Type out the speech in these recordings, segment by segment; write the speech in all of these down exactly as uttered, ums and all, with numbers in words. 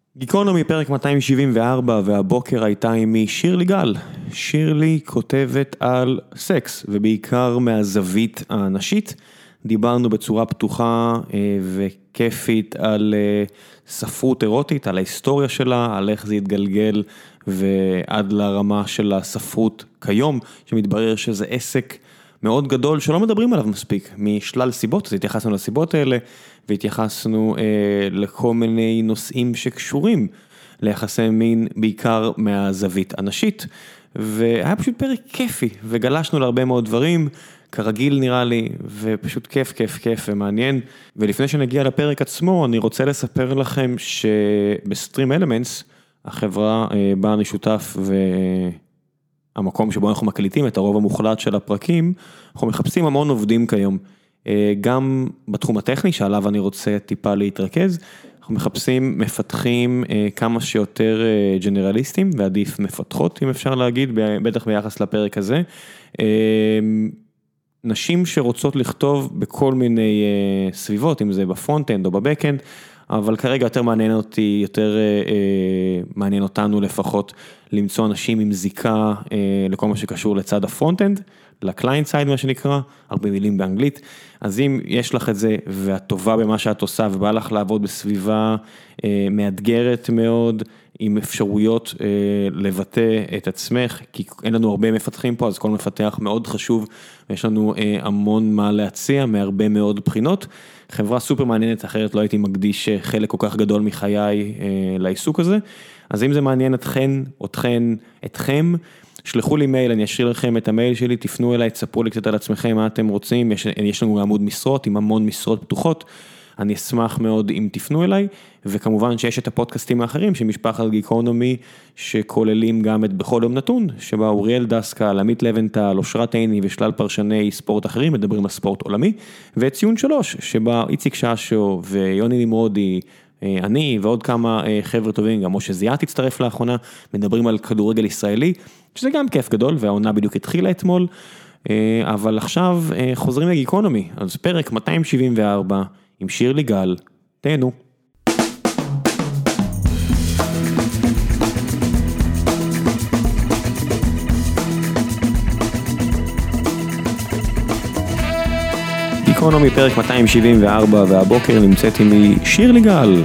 גיקונומי פרק מאתיים שבעים וארבע, והבוקר הייתה עימי שירלי גל. שירלי כותבת על סקס, ובעיקר מהזווית הנשית. דיברנו בצורה פתוחה וכיפית על ספרות אירוטית, על ההיסטוריה שלה, על איך זה התגלגל, ועד לרמה של הספרות כיום, שמתברר שזה עסק מאוד גדול שלא מדברים עליו מספיק, משלל סיבות. אז התייחסנו לסיבות האלה, והתייחסנו אה, לכל מיני נושאים שקשורים ליחסי מין, בעיקר מהזווית הנשית, והיה פשוט פרק כיפי, וגלשנו להרבה מאוד דברים, כרגיל נראה לי, ופשוט כיף, כיף, כיף ומעניין. ולפני שנגיע לפרק עצמו, אני רוצה לספר לכם שבסטרים אלמנטס, החברה אה, בה אני שותף ו... המקום שבו אנחנו מקליטים את הרוב המוחלט של הפרקים, אנחנו מחפשים המון עובדים כיום, גם בתחום הטכני שעליו אני רוצה טיפה להתרכז, אנחנו מחפשים מפתחים כמה שיותר ג'נרליסטים, ועדיף מפתחות אם אפשר להגיד, בטח ביחס לפרק הזה, נשים שרוצות לכתוב בכל מיני סביבות, אם זה בפרונט-אנד או בבק-אנד, אבל כרגע יותר מעניין אותי, יותר אה, מעניין אותנו לפחות, למצוא אנשים עם זיקה אה, לכל מה שקשור לצד הפרונט-אנד, לקליינט סייד מה שנקרא, הרבה מילים באנגלית, אז אם יש לך את זה, והטובה במה שאת עושה, ובא לך לעבוד בסביבה אה, מאתגרת מאוד, עם אפשרויות אה, לבטא את עצמך, כי אין לנו הרבה מפתחים פה, אז כל מפתח מאוד חשוב, ויש לנו אה, המון מה להציע, מהרבה מאוד בחינות, חברה סופר מעניינת, אחרת לא הייתי מקדיש חלק כל כך גדול מחיי אה, לעיסוק הזה, אז אם זה מעניין אתכן, אתכן, אתכם, שלחו לי מייל, אני אשאיר לכם את המייל שלי, תפנו אליי, תספרו לי קצת על עצמכם, מה אתם רוצים, יש, יש לנו עמוד משרות, עם המון משרות פתוחות, אני אשמח מאוד אם תפנו אליי, וכמובן שיש את הפודקאסטים האחרים, שמשפחת גיקונומי, שכוללים גם את בכל יום נתון, שבה אוריאל דסקל, עמית לבנטל, אושרת עיני ושלל פרשני ספורט אחרים, מדברים על ספורט עולמי, ואת ציון שלוש, שבה איציק ששו ויוני נמרודי, אני ועוד כמה חבר'ה טובים, גם משה זיאת הצטרף לאחרונה, מדברים על כדורגל ישראלי, שזה גם כיף גדול, והעונה בדיוק התחילה אתמול, אבל עכשיו חוזרים לגיקונומי, אז פרק מאתיים שבעים וארבע, עם שירלי גל, תהנו. גיקונומי פרק מאתיים שבעים וארבע, והבוקר נמצאת עימי שירלי גל.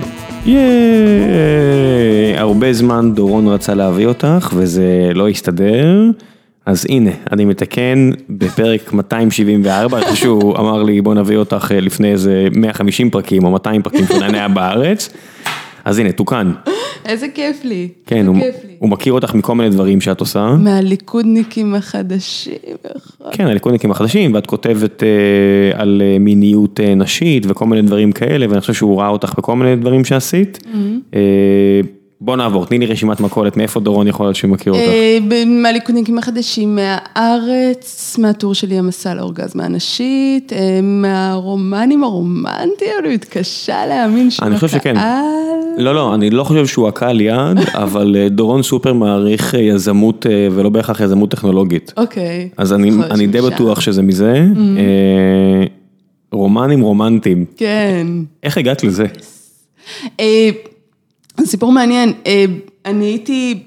יאיי, הרבה זמן דורון רצה להביא אותך, וזה לא הסתדר. אז הנה, אני מתקן בפרק מאתיים שבעים וארבע, אני חושב שהוא אמר לי בוא נביא אותך לפני איזה מאה וחמישים פרקים או מאתיים פרקים שנעניה בארץ, אז הנה, תוקן. איזה כיף לי. כן, הוא, הוא מכיר אותך מכל מיני דברים שאת עושה. מהליכודניקים החדשים. כן, הליכודניקים החדשים, ואת כותבת אה, על מיניות אה, נשית וכל מיני דברים כאלה, ואני חושב שהוא ראה אותך בכל מיני דברים שעשית. Mm-hmm. אה, בוא נעבור, תני לי רשימת מכולת, מאיפה דורון יכול להיות שמכיר אותך? מהליכודניקים החדשים, מהארץ, מהטור שלי המסע לאורגזמה הנשית, מהרומנים הרומנטיים, אני מתקשה להאמין שהוא הקהל. אני חושב שכן. לא, לא, אני לא חושב שהוא הקהל יעד, אבל דורון סופר מעריך יזמות, ולא בהכרח יזמות טכנולוגית. אוקיי. אז אני די בטוח שזה מזה. רומנים רומנטיים. כן. איך הגעת לזה? סיפור מעניין, אני הייתי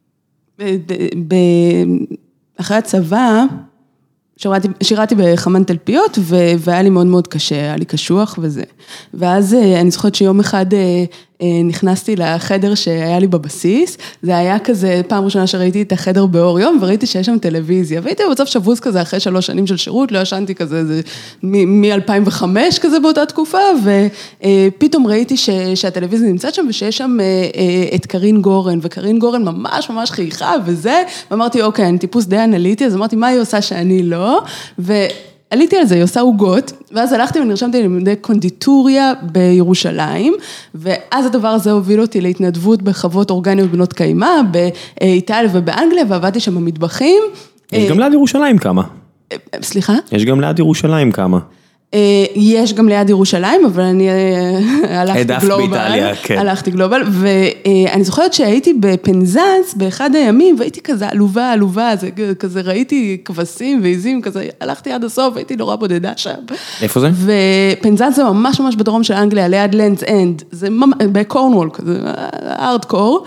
אחרי הצבא, שירתי בחמן תלפיות, והיה לי מאוד מאוד קשה, היה לי קשוח וזה. ואז אני זוכרת שיום אחד נכנסתי לחדר שהיה לי בבסיס, זה היה כזה פעם ראשונה שראיתי את החדר באור יום, וראיתי שיש שם טלוויזיה, והייתי במצב שבוז כזה אחרי שלוש שנים של שירות, לא ישנתי כזה מ-אלפיים וחמש כזה באותה תקופה, ופתאום ראיתי שהטלוויזיה נמצאת שם, ושיש שם את קרין גורן, וקרין גורן ממש ממש חייכה וזה, ואמרתי אוקיי, אני טיפוס די אנליטי, אז אמרתי מה היא עושה שאני לא, ו... עליתי על זה, היא עושה עוגות, ואז הלכתי ונרשמתי ללימודי קונדיטוריה בירושלים, ואז הדבר הזה הוביל אותי להתנדבות בחוות אורגניות בנות קיימה, באיטליה ובאנגליה, ועבדתי שם במטבחים. יש גם ליד ירושלים כמה. סליחה? יש גם ליד ירושלים כמה. יש גם ליד ירושלים, אבל אני הלכתי גלובל, הלכתי גלובל, ואני זוכרת שהייתי בפנזנס באחד הימים, והייתי כזה עלובה, עלובה, כזה ראיתי כבשים ועיזים, כזה הלכתי עד הסוף, הייתי נורא בודדה שם. איפה זה? ופנזנס זה ממש ממש בדרום של אנגליה, ליד לנדס אנד, זה בקורנוול, כזה הארדקור,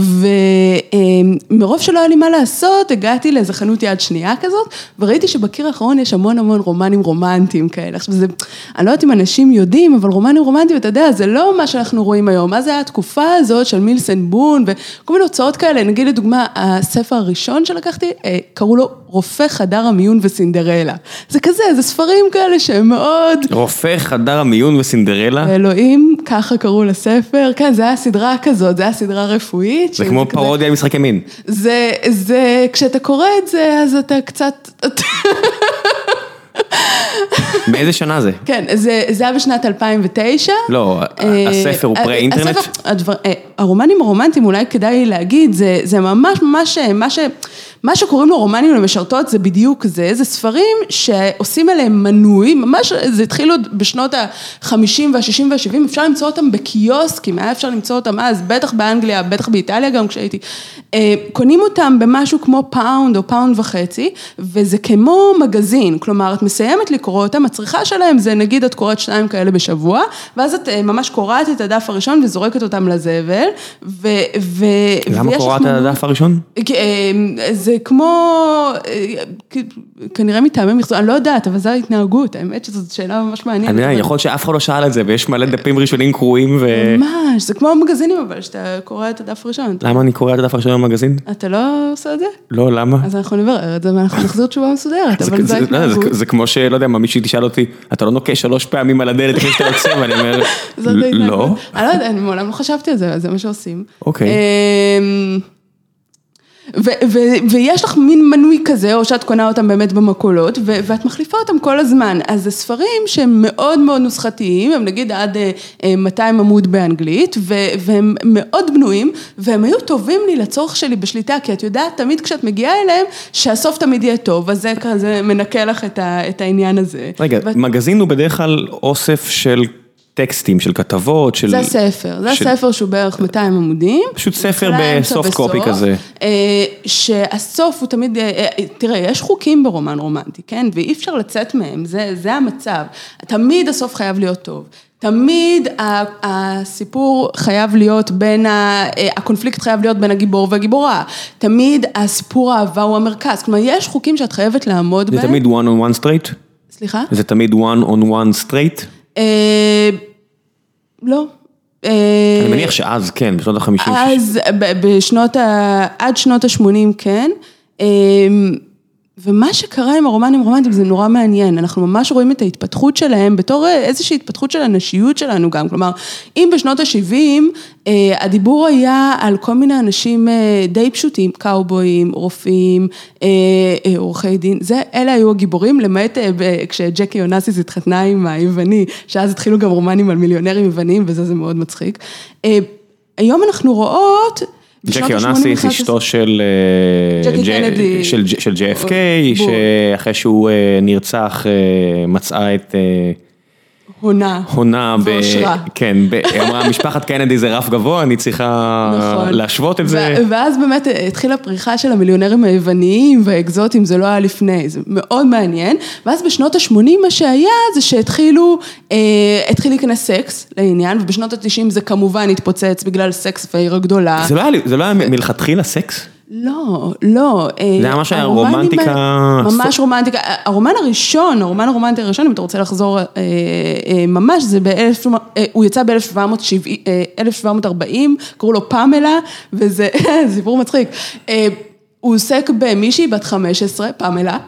ומרוב שלא היה לי מה לעשות, הגעתי לאיזו חנות יד שנייה כזאת, וראיתי שבקיר האחרון יש המון המון רומנים רומנטיים כאלה. עכשיו זה, אני לא יודעת אם אנשים יודעים, אבל רומנים רומנטיים, אתה יודע, זה לא מה שאנחנו רואים היום. מה זה היה התקופה הזאת של מילסן בון, וכל מיני הוצאות כאלה, נגיד לדוגמה, הספר הראשון שלקחתי, קראו לו רופא חדר המיון וסינדרלה. זה כזה, זה ספרים כאלה שהם מאוד... רופא חדר המיון וסינדרלה? אלוהים, ככה קראו לספר, כן, זה היה סדרה כזאת, זה היה סדרה רפואית. זה כמו פרודיה משחק ימין. זה, זה, כשאתה קורא את זה, אז אתה קצת... באיזה שנה זה? כן, זה, זה היה בשנת אלפיים ותשע. לא, הספר הוא פרה-אינטרנט? הספר, הרומנים הרומנטיים, אולי כדאי להגיד, זה, זה ממש ממש, מה ש... מה שקוראים לו רומנים למשרתות זה בדיוק זה, זה ספרים שעושים עליהם מנוי, ממש זה התחיל עוד בשנות ה-חמישים וה-שישים וה-שבעים, אפשר למצוא אותם בקיוסקים, היה אפשר למצוא אותם אז, בטח באנגליה, בטח באיטליה גם כשהייתי, קונים אותם במשהו כמו פאונד או פאונד וחצי, וזה כמו מגזין, כלומר את מסיימת לקרוא אותם, הצריכה שלהם זה נגיד את קוראת שניים כאלה בשבוע, ואז את ממש קוראת את הדף הראשון וזורקת אותם לזבל, ו... למה קוראת את הדף הראשון? זה כמו, כנראה מטעמים מחזור, אני לא יודעת, אבל זו ההתנהגות, האמת שזאת שאלה ממש מעניינת. אני יודע, יכול להיות שאף אחד לא שאל את זה, ויש מלא דפים ראשונים קרועים ו... ממש, זה כמו מגזינים, אבל שאתה קורא את הדף הראשון. למה אני קורא את הדף הראשון במגזין? אתה לא עושה את זה? לא, למה? אז אנחנו נברר את זה, ואנחנו נחזיר תשובה מסודרת, אבל זו ההתנהגות. זה כמו שלא יודע מה, מישהי תשאל אותי, אתה לא נוקש שלוש פעמים על הדלת אחרי שאתה יוצא, ואני אומר, לא. אני לא יודע, אני מעולם לא חשבתי על זה, זה מה שעושים. אוקיי. ויש לך מין מנוי כזה, או שאת קונה אותם באמת במקולות, ואת מחליפה אותם כל הזמן. אז זה ספרים שהם מאוד מאוד נוסחתיים, הם נגיד עד מאתיים עמוד באנגלית, והם מאוד בנויים, והם היו טובים לי לצורך שלי בשליטה, כי את יודעת תמיד כשאת מגיעה אליהם, שהסוף תמיד יהיה טוב, אז זה כזה מנקה לך את העניין הזה. רגע, מגזין הוא בדרך כלל אוסף של... טקסטים של כתבות, של... זה ספר, זה ספר שהוא בערך מאתיים עמודים. פשוט ספר בסופט קופי כזה. שהסוף הוא תמיד, תראה, יש חוקים ברומן רומנטי, כן? ואי אפשר לצאת מהם, זה, זה המצב. תמיד הסוף חייב להיות טוב. תמיד הסיפור חייב להיות בין, הקונפליקט חייב להיות בין הגיבור והגיבורה. תמיד הסיפור האהבה הוא המרכז. כלומר, יש חוקים שאת חייבת לעמוד בהם. זה תמיד one on one straight? סליחה? זה תמיד one on one straight? לא. אני מניח שאז כן, בשנות ה-חמישים. אז בשנות, עד שנות ה-שמונים כן. ומה שקרה עם הרומנים רומנטיים זה נורא מעניין, אנחנו ממש רואים את ההתפתחות שלהם בתור איזושהי התפתחות של הנשיות שלנו גם, כלומר, אם בשנות ה-שבעים הדיבור היה על כל מיני אנשים די פשוטים, קאובויים, רופאים, עורכי דין, זה, אלה היו הגיבורים, למעט כשג'קי אונסיס התחתנה עם היווני, שאז התחילו גם רומנים על מיליונרים יווניים, וזה זה מאוד מצחיק. היום אנחנו רואות... ג'קי אונסיס, אשתו של ג'יי אף קיי, שאחרי שהוא נרצח מצאה את... הונה. הונה. כן, אמרה, משפחת קנדי זה רף גבוה, אני צריכה להשוות את זה. ואז באמת התחילה פריחה של המיליונרים היווניים והאקזוטיים, זה לא היה לפני, זה מאוד מעניין. ואז בשנות ה-שמונים מה שהיה זה שהתחילו, התחיל להיכנס סקס לעניין, ובשנות ה-תשעים זה כמובן התפוצץ בגלל סקס והעיר הגדולה. זה לא היה מלכתחילה סקס? לא, לא. זה היה ממש היה רומנטיקה... ממש רומנטיקה. הרומן הראשון, הרומן הרומנטי הראשון, אם אתה רוצה לחזור ממש, זה באלף, הוא יצא ב-אלף שבע מאות וארבעים, קראו לו פמלה, וזה סיפור מצחיק. הוא עוסק במישהי בת חמש עשרה, פמלה,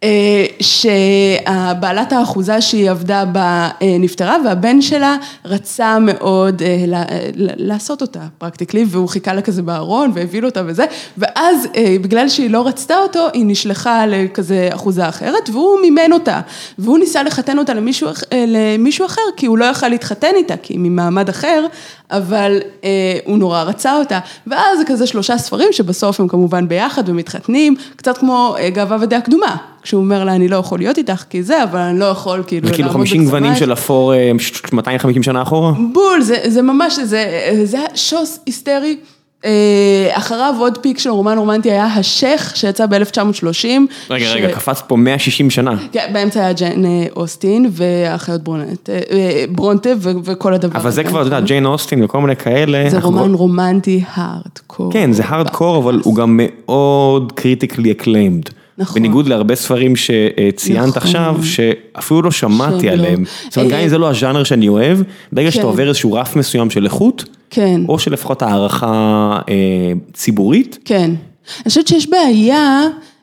שהבעלת האחוזה שהיא עבדה בה נפטרה, והבן שלה רצה מאוד לעשות אותה פרקטיקלי, והוא חיכה לה כזה בארון, והביא לו אותה וזה, ואז בגלל שהיא לא רצתה אותו, היא נשלחה לכזה אחוזה אחרת, והוא מימן אותה, והוא ניסה לחתן אותה למישהו, למישהו אחר, כי הוא לא יכל להתחתן איתה, כי היא ממעמד אחר, אבל הוא נורא רצה אותה, ואז זה כזה שלושה ספרים, שבסוף הם כמובן ביחד ומתחתנים, קצת כמו גאווה ודעה קדומה, כשהוא אומר לה, אני לא יכול להיות איתך, כי זה, אבל אני לא יכול, כאילו... זה כאילו חמישים גוונים של אפור, מאתיים וחמישים שנה אחורה? בול, זה ממש, זה שוס היסטרי, אחריו עוד פיק של רומן רומנטי היה השייך שיצא ב-אלף תשע מאות שלושים. רגע, רגע, קפץ פה מאה ושישים שנה. כן, באמצע היה ג'יין אוסטין והאחיות ברונטה וכל הדבר. אבל זה כבר, אתה יודע, ג'יין אוסטין וכל מיני כאלה. זה רומן רומנטי הארדקור. כן, זה הארדקור, אבל הוא גם מאוד קריטיקלי אקליימד. נכון. בניגוד להרבה ספרים שציינת עכשיו, שאפילו לא שמעתי עליהם. זאת אומרת, גם אם זה לא הז'אנר שאני אוהב, ברגע שאתה עובר איזשהו רף מסוים של איכות, או שלפחות הערכה ציבורית. כן. אני חושבת שיש בעיה,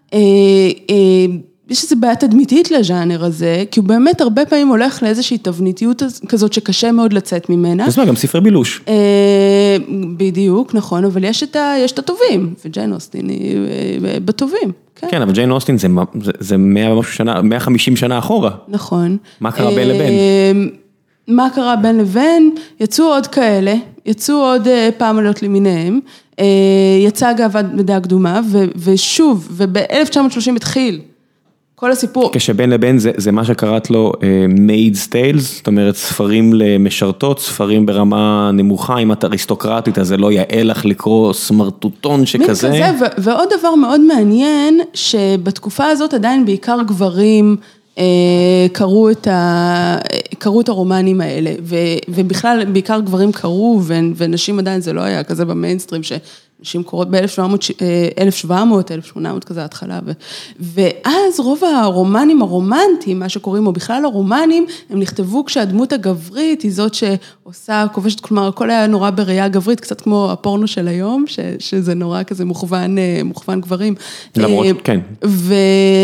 יש איזו בעיה תדמיתית לז'אנר הזה, כי הוא באמת הרבה פעמים הולך לאיזושהי תבניתיות כזאת שקשה מאוד לצאת ממנה. זאת אומרת, גם ספרי בילוש. בדיוק, נכון, אבל יש את הטובים, וג'יין אוסטין היא בטובים. כן, אבל ג'יין אוסטין זה מאה וחמישים שנה אחורה. נכון. מה קרה בין לבין? מה קרה בין לבין? יצאו עוד כאלה, יצאו עוד פעמלות למיניהם, יצא גאוות מדעה קדומה, ושוב, וב-אלף תשע מאות שלושים התחיל כל הסיפור. כשבין לבין זה, זה מה שקראת לו Maid's Tales, זאת אומרת ספרים למשרתות, ספרים ברמה נמוכה, אם את אריסטוקרטית, אז זה לא יאה לך לקרוא סמרטוטון שכזה. מין כזה, ו- ועוד דבר מאוד מעניין, שבתקופה הזאת עדיין בעיקר גברים אה, קראו, את ה- קראו את הרומנים האלה, ו- ובכלל בעיקר גברים קראו, ו- ונשים עדיין זה לא היה כזה במיינסטרים, ש... נשים קורות ב-אלף שבע מאות, אלף שמונה מאות כזה התחלה, ו... ואז רוב הרומנים הרומנטיים, מה שקוראים, או בכלל הרומנים, הם נכתבו כשהדמות הגברית היא זאת שעושה, כובשת, כלומר, הכל היה נורא בראייה גברית, קצת כמו הפורנו של היום, ש... שזה נורא כזה מוכוון, מוכוון גברים. למרות, כן. ו...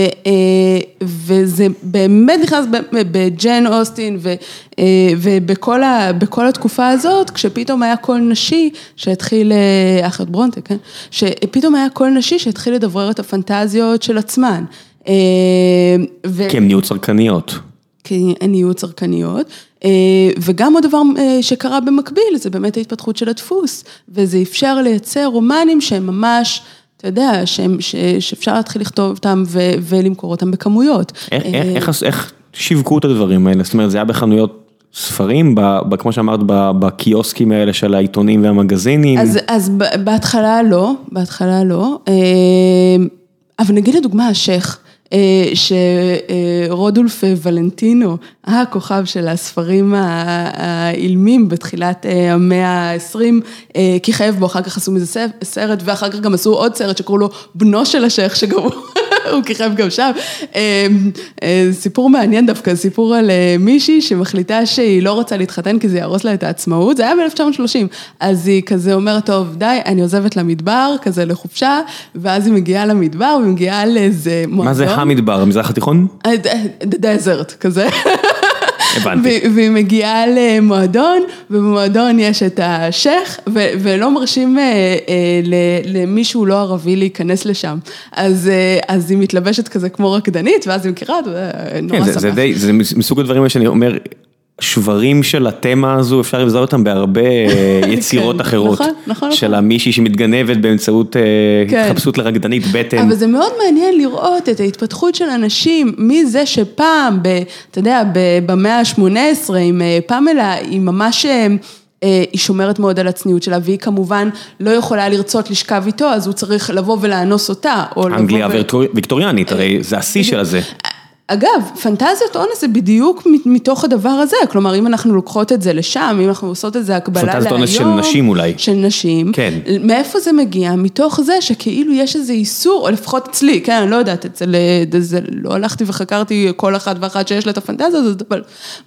וזה באמת נכנס בג'יין אוסטין, ו... ובכל ה... בכל התקופה הזאת, כשפתאום היה קול נשי, שהתחיל אחת ברון, כן? שפתאום היה קול נשי שהתחיל לדברר את הפנטזיות של עצמן. כי הם נהיו צרכניות. כי הם נהיו צרכניות, וגם עוד דבר שקרה במקביל, זה באמת ההתפתחות של הדפוס, וזה אפשר לייצר רומנים שהם ממש, אתה יודע, שאפשר להתחיל לכתוב אותם ולמכור אותם בכמויות. איך שיווקו את הדברים האלה? זאת אומרת, זה היה בחנויות ספרים, כמו שאמרת, בקיוסקים האלה של העיתונים והמגזינים? אז, אז בהתחלה לא, בהתחלה לא, אבל נגיד לדוגמה השייך, שרודולף ולנטינו, הכוכב של הספרים האילמים בתחילת המאה ה-עשרים, כיכב בו, אחר כך עשו מזה סרט, ואחר כך גם עשו עוד סרט שקראו לו בנו של השייך, שגם הוא כיכב גם שם. סיפור מעניין דווקא, סיפור על מישהי שמחליטה שהיא לא רוצה להתחתן, כי זה יהרוס לה את העצמאות, זה היה ב-אלף תשע מאות שלושים, אז היא כזה אומרת, טוב, די, אני עוזבת למדבר, כזה לחופשה, ואז היא מגיעה למדבר, והיא מגיעה לאיזה מועדון. מה זה המדבר, המזרח התיכון? דזרט, כזה. הבנתי. והיא מגיעה למועדון, ובמועדון יש את השייך, ולא מרשים למישהו לא ערבי להיכנס לשם. אז היא מתלבשת כזה כמו רקדנית, ואז היא מכירה, נורא שמח. זה מסוג הדברים שאני אומר, שברים של התמה הזו, אפשר לבזור אותם בהרבה יצירות אחרות. של המישהי שמתגנבת באמצעות התחפשות לרקדנית בטן. אבל זה מאוד מעניין לראות את ההתפתחות של אנשים, מזה שפעם, אתה יודע, במאה ה-שמונה עשרה, עם פמלה, היא ממש... היא שומרת מאוד על הצניעות שלה, והיא כמובן לא יכולה לרצות לשכב איתו, אז הוא צריך לבוא ולאנוס אותה. אנגליה ויקטוריאנית, הרי זה השיא של הזה. אגב, פנטזיות אונס זה בדיוק מתוך הדבר הזה, כלומר, אם אנחנו לוקחות את זה לשם, אם אנחנו עושות את זה הקבלה להיום. פנטזיות אונס של נשים אולי. של נשים. כן. מאיפה זה מגיע? מתוך זה שכאילו יש איזה איסור, או לפחות אצלי, כן, אני לא יודעת, אצל, זה, לא הלכתי וחקרתי כל אחד ואחת שיש לה את הפנטזיה הזאת, אבל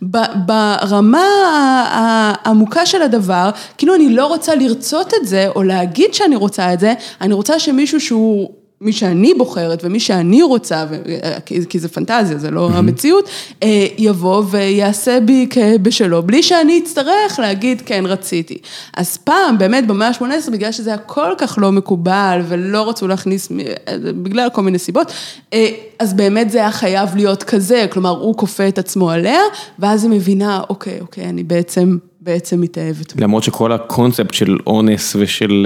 ברמה העמוקה של הדבר, כאילו אני לא רוצה לרצות את זה, או להגיד שאני רוצה את זה, אני רוצה שמישהו שהוא... מי שאני בוחרת ומי שאני רוצה, כי זה פנטזיה, זה לא המציאות, יבוא ויעשה בי בשלו, בלי שאני אצטרך להגיד, כן, רציתי. אז פעם, באמת, במאה ה-שמונה עשרה, בגלל שזה היה כל כך לא מקובל, ולא רצו להכניס, בגלל כל מיני סיבות, אז באמת זה היה חייב להיות כזה, כלומר, הוא כופה את עצמו עליה, ואז היא מבינה, אוקיי, אוקיי, אני בעצם, בעצם מתאהבת. למרות שכל הקונספט של אונס ושל...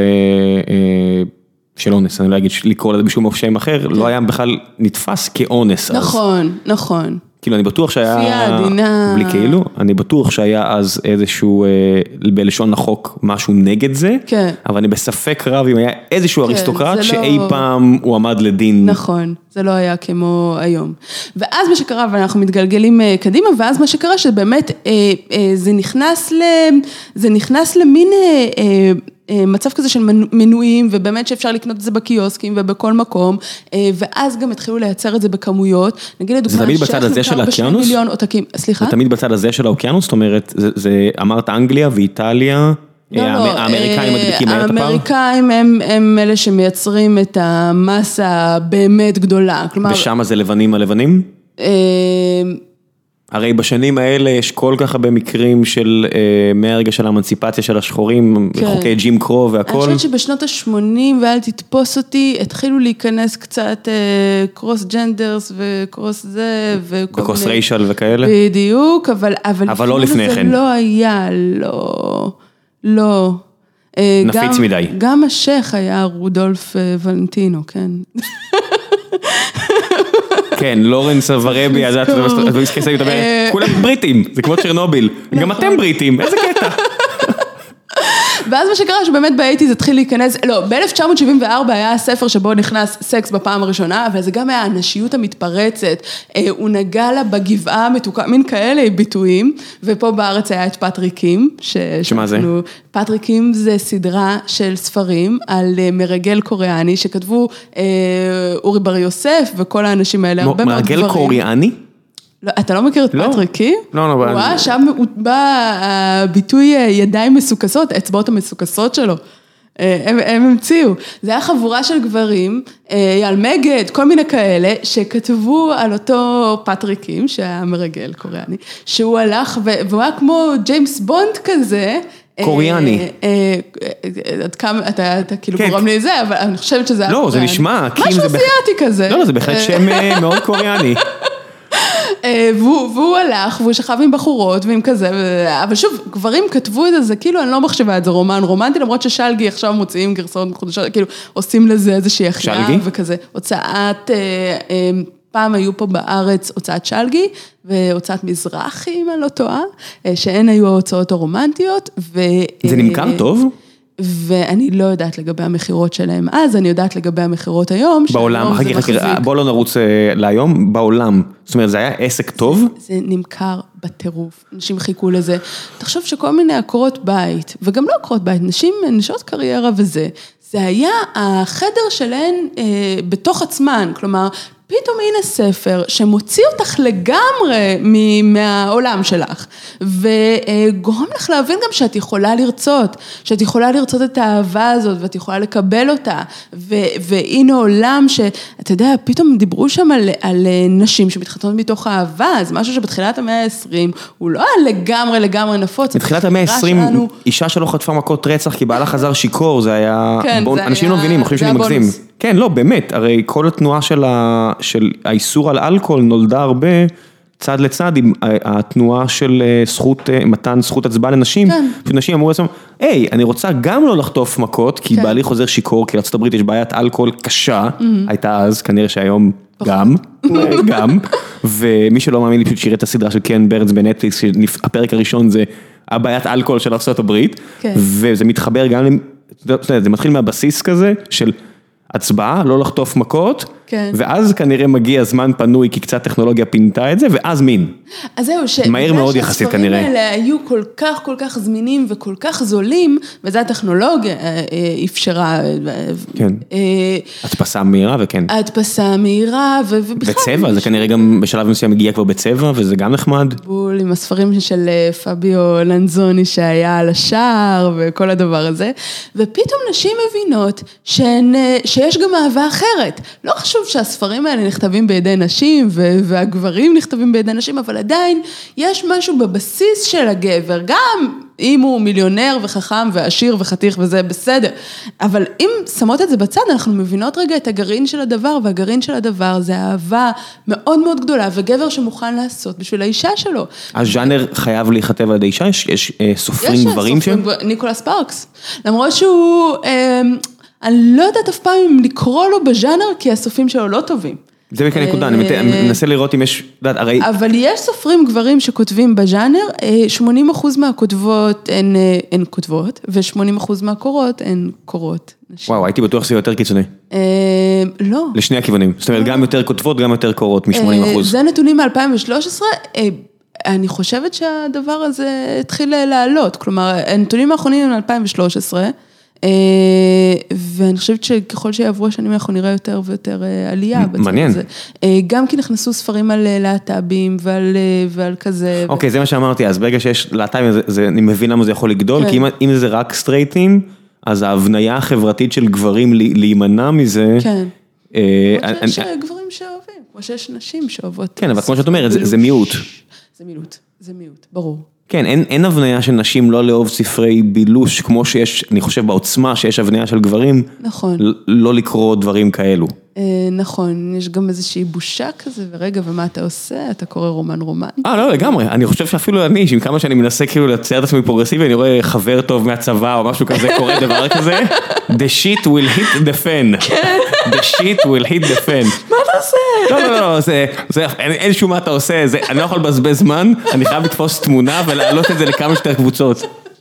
של אונס, אני לא אגיד לקרוא לזה בשום שם אחר, לא היה בכלל נתפס כאונס. נכון, נכון. כאילו, אני בטוח שהיה... כפייה עדינה. בלי כאילו, אני בטוח שהיה אז איזשהו, בלשון החוק, משהו נגד זה, כן. אבל אני בספק רב אם היה איזשהו כן, אריסטוקרט, זה שאי לא... פעם הוא עמד לדין. נכון, זה לא היה כמו היום. ואז מה שקרה, ואנחנו מתגלגלים קדימה, ואז מה שקרה שבאמת זה נכנס, ל... זה נכנס למין... מצב כזה של מנויים, ובאמת שאפשר לקנות את זה בקיוסקים ובכל מקום, ואז גם התחילו לייצר את זה בכמויות. נגיד לדוגמה, זה תמיד בצד הזה של האוקיינוס? סליחה? זה תמיד בצד הזה של האוקיינוס? זאת אומרת, זה, זה אמרת אנגליה ואיטליה, לא, לא, האמריקאים מדביקים את הפער? האמריקאים הם, הם אלה שמייצרים את המסה הבאמת גדולה. כלומר, ושם זה לבנים הלבנים? הרי בשנים האלה יש כל כך הרבה מקרים של, מהרגע של האמנציפציה של השחורים, כן. חוקי ג'ים קרו והכל. אני חושבת שבשנות ה-שמונים, ואל תתפוס אותי, התחילו להיכנס קצת קרוס ג'נדרס וקרוס זה, וקרוס ריישל וכאלה. בדיוק, אבל, אבל, אבל לא לפני כן. זה לא היה, לא, לא. נפיץ גם, מדי. גם השייך היה רודולף ולנטינו, כן. כן, לורנס ורבי, אז את מדברת, כולם בריטים, זה כמו צ'רנוביל, גם אתם בריטים, איזה קטע. ואז מה שקרה שבאמת באייטיז התחיל להיכנס, לא, ב-אלף תשע מאות שבעים וארבע היה הספר שבו נכנס סקס בפעם הראשונה, אבל זה גם היה הנשיות המתפרצת, הוא נגע לה בגבעה המתוקה, מין כאלה ביטויים, ופה בארץ היה את פטריקים, שמה זה? פטריקים זה סדרה של ספרים על מרגל קוריאני, שכתבו אורי בר יוסף וכל האנשים האלה, הרבה מאוד דברים. מרגל קוריאני? לא, אתה לא מכיר את פטריקי? לא, לא. וואה, שם בא הביטוי ידיים מסוכסות, האצבעות המסוכסות שלו. הם, הם המציאו. זה היה חבורה של גברים, על מגד, כל מיני כאלה, שכתבו על אותו פטריקים, שהיה מרגל קוריאני, שהוא הלך, והוא היה כמו ג'יימס בונד כזה, קוריאני. עד כמה, אתה כאילו גורם לי זה, אבל אני חושבת שזה היה קוריאני. לא, זה נשמע. משהו אסיאתי כזה. לא, זה בהחלט שם מאוד קוריאני. והוא, והוא הלך, והוא שכב עם בחורות ועם כזה, אבל שוב, גברים כתבו את זה, כאילו אני לא מחשבה את זה רומן רומנטי, למרות ששלגי עכשיו מוציאים גרסאות חודשות, כאילו עושים לזה איזושהי החיה וכזה, הוצאת, פעם היו פה בארץ הוצאת שלגי, והוצאת מזרחי, אם אני לא טועה, שהן היו ההוצאות הרומנטיות. ו... זה נמכר טוב? ואני לא יודעת לגבי המחירות שלהם אז, אני יודעת לגבי המחירות היום. בעולם, חכי, חכי, בוא לא נרוץ להיום, בעולם. זאת אומרת, זה היה עסק טוב? זה, זה נמכר בטירוף, אנשים חיכו לזה. תחשוב שכל מיני עקרות בית, וגם לא עקרות בית, נשים, נשות קריירה וזה, זה היה החדר שלהן אה, בתוך עצמן, כלומר, פתאום הנה ספר שמוציא אותך לגמרי מהעולם שלך, וגורם לך להבין גם שאת יכולה לרצות, שאת יכולה לרצות את האהבה הזאת, ואת יכולה לקבל אותה, והנה עולם שאתה יודע, פתאום דיברו שם על, על נשים שמתחתנות מתוך האהבה, זה משהו שבתחילת המאה ה-עשרים, הוא לא היה לגמרי לגמרי נפוץ. בתחילת המאה ה-עשרים, שלנו... אישה שלא חטפה מכות רצח, כי בעלה חזר שיקור, זה היה... כן, בוא... זה אנשים היה... לא מבינים, חושבים שאני מגזים. כן, לא, באמת, הרי כל התנועה של, ה... של האיסור על אלכוהול נולדה הרבה צד לצד עם התנועה של זכות, מתן זכות הצבעה לנשים. כן. נשים אמרו לעצמם, היי, אני רוצה גם לא לחטוף מכות, כי כן. בעלי חוזר שיקור, כי לארצות הברית יש בעיית אלכוהול קשה, mm-hmm. הייתה אז, כנראה שהיום גם, גם, ומי שלא מאמין לי פשוט שירת את הסדרה של קן ברנס בנטפליקס, שהפרק הראשון זה הבעיית אלכוהול של ארצות הברית, כן. וזה מתחבר גם, זה מתחיל מהבסיס כזה של הצבעה, לא לחטוף מכות, כן. ואז כנראה מגיע זמן פנוי, כי קצת טכנולוגיה פינתה את זה, ואז מין. אז זהו, ש... מהר מאוד יחסית כנראה. שהספרים האלה היו כל כך, כל כך זמינים וכל כך זולים, וזה הטכנולוגיה אפשרה. כן. הדפסה מהירה וכן. הדפסה מהירה ובכלל. בצבע, זה כנראה גם בשלב מסוים מגיע כבר בצבע, וזה גם נחמד. בול, עם הספרים של פביו לנזוני שהיה על השער, וכל הדבר הזה. ופתאום נשים מבינות שהן, שיש גם אהבה אחרת. לא חשוב שהספרים האלה נכתבים בידי נשים, והגברים נכתבים בידי נשים, אבל עדיין יש משהו בבסיס של הגבר, גם אם הוא מיליונר וחכם ועשיר וחתיך וזה בסדר, אבל אם שמות את זה בצד, אנחנו מבינות רגע את הגרעין של הדבר, והגרעין של הדבר זה אהבה מאוד מאוד גדולה, וגבר שמוכן לעשות בשביל האישה שלו. הז'אנר חייב להיכתב על ידי אישה? יש, יש אה, סופרים יש גברים שם? יש, ניקולס פארקס, למרות שהוא... אה, אני לא יודעת אף פעם אם לקרוא לו בז'אנר, כי הסופים שלו לא טובים. זה בכלל נקודה, אני מנסה לראות אם יש, הרי... אבל יש סופרים גברים שכותבים בז'אנר, שמונים אחוז מהכותבות הן כותבות, ו-שמונים אחוז מהקורות הן קורות. וואו, הייתי בטוח שזה יותר קיצוני. לא. לשני הכיוונים, זאת אומרת, גם יותר כותבות, גם יותר קורות, מ-שמונים אחוז. זה נתונים מ-אלפיים ושלוש עשרה, אני חושבת שהדבר הזה התחיל לעלות, כלומר, הנתונים האחרונים הם מ-אלפיים ושלוש עשרה, ואני חושבת שככל שיעברו השנים אנחנו נראה יותר ויותר עלייה. מעניין. גם כי נכנסו ספרים על להט"בים ועל כזה. אוקיי, זה מה שאמרתי, אז ברגע שיש להט"בים, אני מבין למה זה יכול לגדול, כי אם זה רק סטרייטים, אז ההבניה החברתית של גברים להימנע מזה. כן. כמו שיש גברים שאוהבים, כמו שיש נשים שאוהבות. כן, אבל כמו שאת אומרת, זה מיעוט. זה מיעוט, זה מיעוט, ברור. כן, אין, אין הבניה של נשים לא לאהוב ספרי בילוש, כמו שיש, אני חושב בעוצמה שיש הבניה של גברים, נכון. לא לקרוא דברים כאלו. נכון, יש גם איזושהי בושה כזה, ורגע, ומה אתה עושה? אתה קורא רומן רומן? אה, לא, לגמרי. אני חושב שאפילו אני, שעם כמה שאני מנסה כאילו לצייר את עצמי פרוגרסיבי, אני רואה חבר טוב מהצבא או משהו כזה, קורא דבר כזה, the shit will hit the fan. the shit will hit the fan. מה אתה עושה? לא, לא, לא, זה, זה, אין, אין שום מה אתה עושה, זה, אני לא יכול לבזבז זמן, אני חייב לתפוס תמונה ולהעלות את זה לכמה שיותר קבוצות.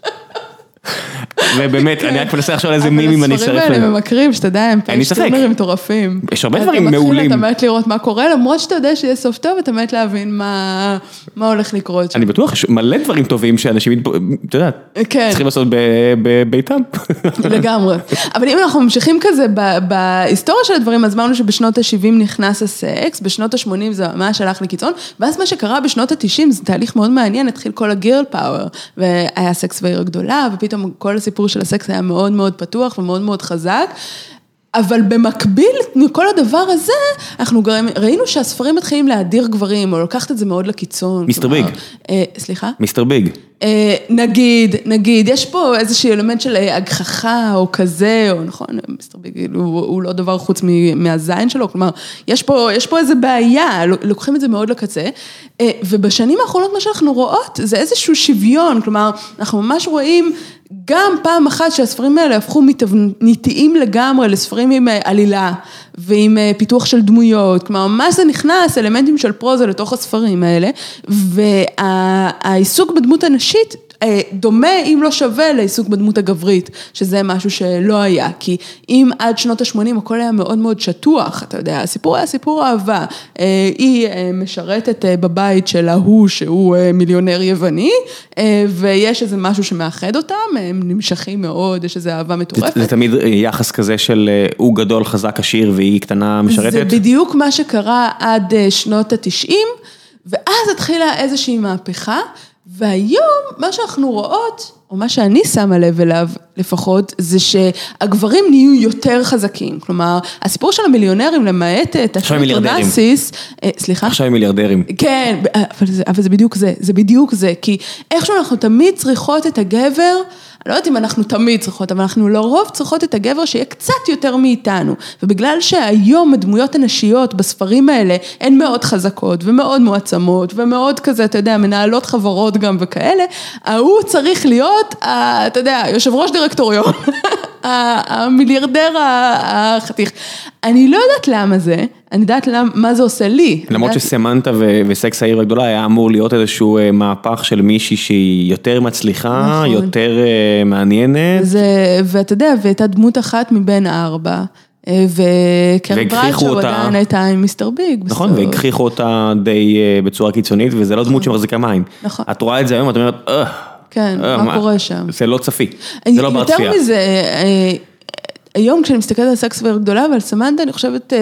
ובאמת, אני רק מנסה עכשיו על איזה מימים אני אצטרף להם. אבל הספרים האלה ממכרים, שאתה יודע, הם פייסטונרים מטורפים. יש הרבה דברים מעולים. אתה מת לראות מה קורה, למרות שאתה יודע שיהיה סוף טוב, אתה מת להבין מה הולך לקרות שם. אני בטוח, יש מלא דברים טובים שאנשים, אתה יודע, צריכים לעשות בביתם. לגמרי. אבל אם אנחנו ממשיכים כזה, בהיסטוריה של הדברים, אז אמרנו שבשנות ה-שבעים נכנס הסקס, בשנות ה-שמונים זה ממש הלך לקיצון, ואז מה שקרה בשנות ה-תשעים, זה תהליך מאוד מעניין, התחיל כל הגירל פאוור, והיה סקס בעיר הגדולה, ופתאום כל הסיפור של הסקס היה מאוד מאוד פתוח ומאוד מאוד חזק, אבל במקביל מכל הדבר הזה, אנחנו ראינו שהספרים מתחילים להדיר גברים, או לקחת את זה מאוד לקיצון. מיסטר ביג. סליחה? מיסטר ביג. נגיד, נגיד, יש פה איזושהי אלמנט של הגחכה או כזה, או נכון, מיסטר ביג הוא לא דבר חוץ מהזין שלו, כלומר, יש פה, יש פה איזו בעיה, לוקחים את זה מאוד לקצה, ובשנים האחרונות מה שאנחנו רואות, זה איזשהו שוויון, כלומר, אנחנו ממש רואים גם פעם אחת שהספרים האלה הפכו מתבניתיים לגמרי לספרים עם עלילה ועם פיתוח של דמויות, כלומר ממש זה נכנס אלמנטים של פרוזה לתוך הספרים האלה, והעיסוק בדמות הנשית דומה אם לא שווה לעיסוק בדמות הגברית, שזה משהו שלא היה, כי אם עד שנות ה-שמונים הכל היה מאוד מאוד שטוח, אתה יודע, הסיפור היה סיפור אהבה, היא משרתת בבית של ההוא שהוא מיליונר יווני, ויש איזה משהו שמאחד אותם, הם נמשכים מאוד, יש איזו אהבה מטורפת. זה תמיד יחס כזה של הוא גדול, חזק, עשיר, והיא קטנה משרתת? זה בדיוק מה שקרה עד שנות ה-תשעים, ואז התחילה איזושהי מהפכה, והיום מה שאנחנו רואות, או מה שאני שמה לב אליו לפחות, זה שהגברים נהיו יותר חזקים. כלומר, הסיפור של המיליונרים למעט תשלום טרנסיס, סליחה? עכשיו הם מיליארדרים. כן, אבל זה, אבל זה בדיוק זה, זה בדיוק זה, כי איכשהו אנחנו תמיד צריכות את הגבר, אני לא יודעת אם אנחנו תמיד צריכות, אבל אנחנו לרוב צריכות את הגבר שיהיה קצת יותר מאיתנו, ובגלל שהיום הדמויות הנשיות בספרים האלה, הן מאוד חזקות ומאוד מועצמות, ומאוד כזה, אתה יודע, מנהלות חברות גם וכאלה, הוא צריך להיות, אתה יודע, יושב ראש דירקטוריון, המיליארדר החתיך. אני לא יודעת למה זה, אני יודעת מה זה עושה לי. למרות שסמנטה וסקס העיר הגדולה היה אמור להיות איזשהו מהפך של מישהי שהיא יותר מצליחה, יותר מעניינת. ואתה יודע, והייתה דמות אחת מבין ארבע, וקרן ברייטשו עדיין הייתה עם מיסטר ביג. נכון, והגחיכו אותה די בצורה קיצונית, וזה לא דמות שמחזיקה מים. נכון. את רואה את זה היום, את אומרת, אה, כן, מה קורה שם? זה לא צפי, זה לא בר צפייה. יותר מזה, היום כשאני מסתכלת על סקס בעיר הגדולה ועל סמנטה, אני חושבת,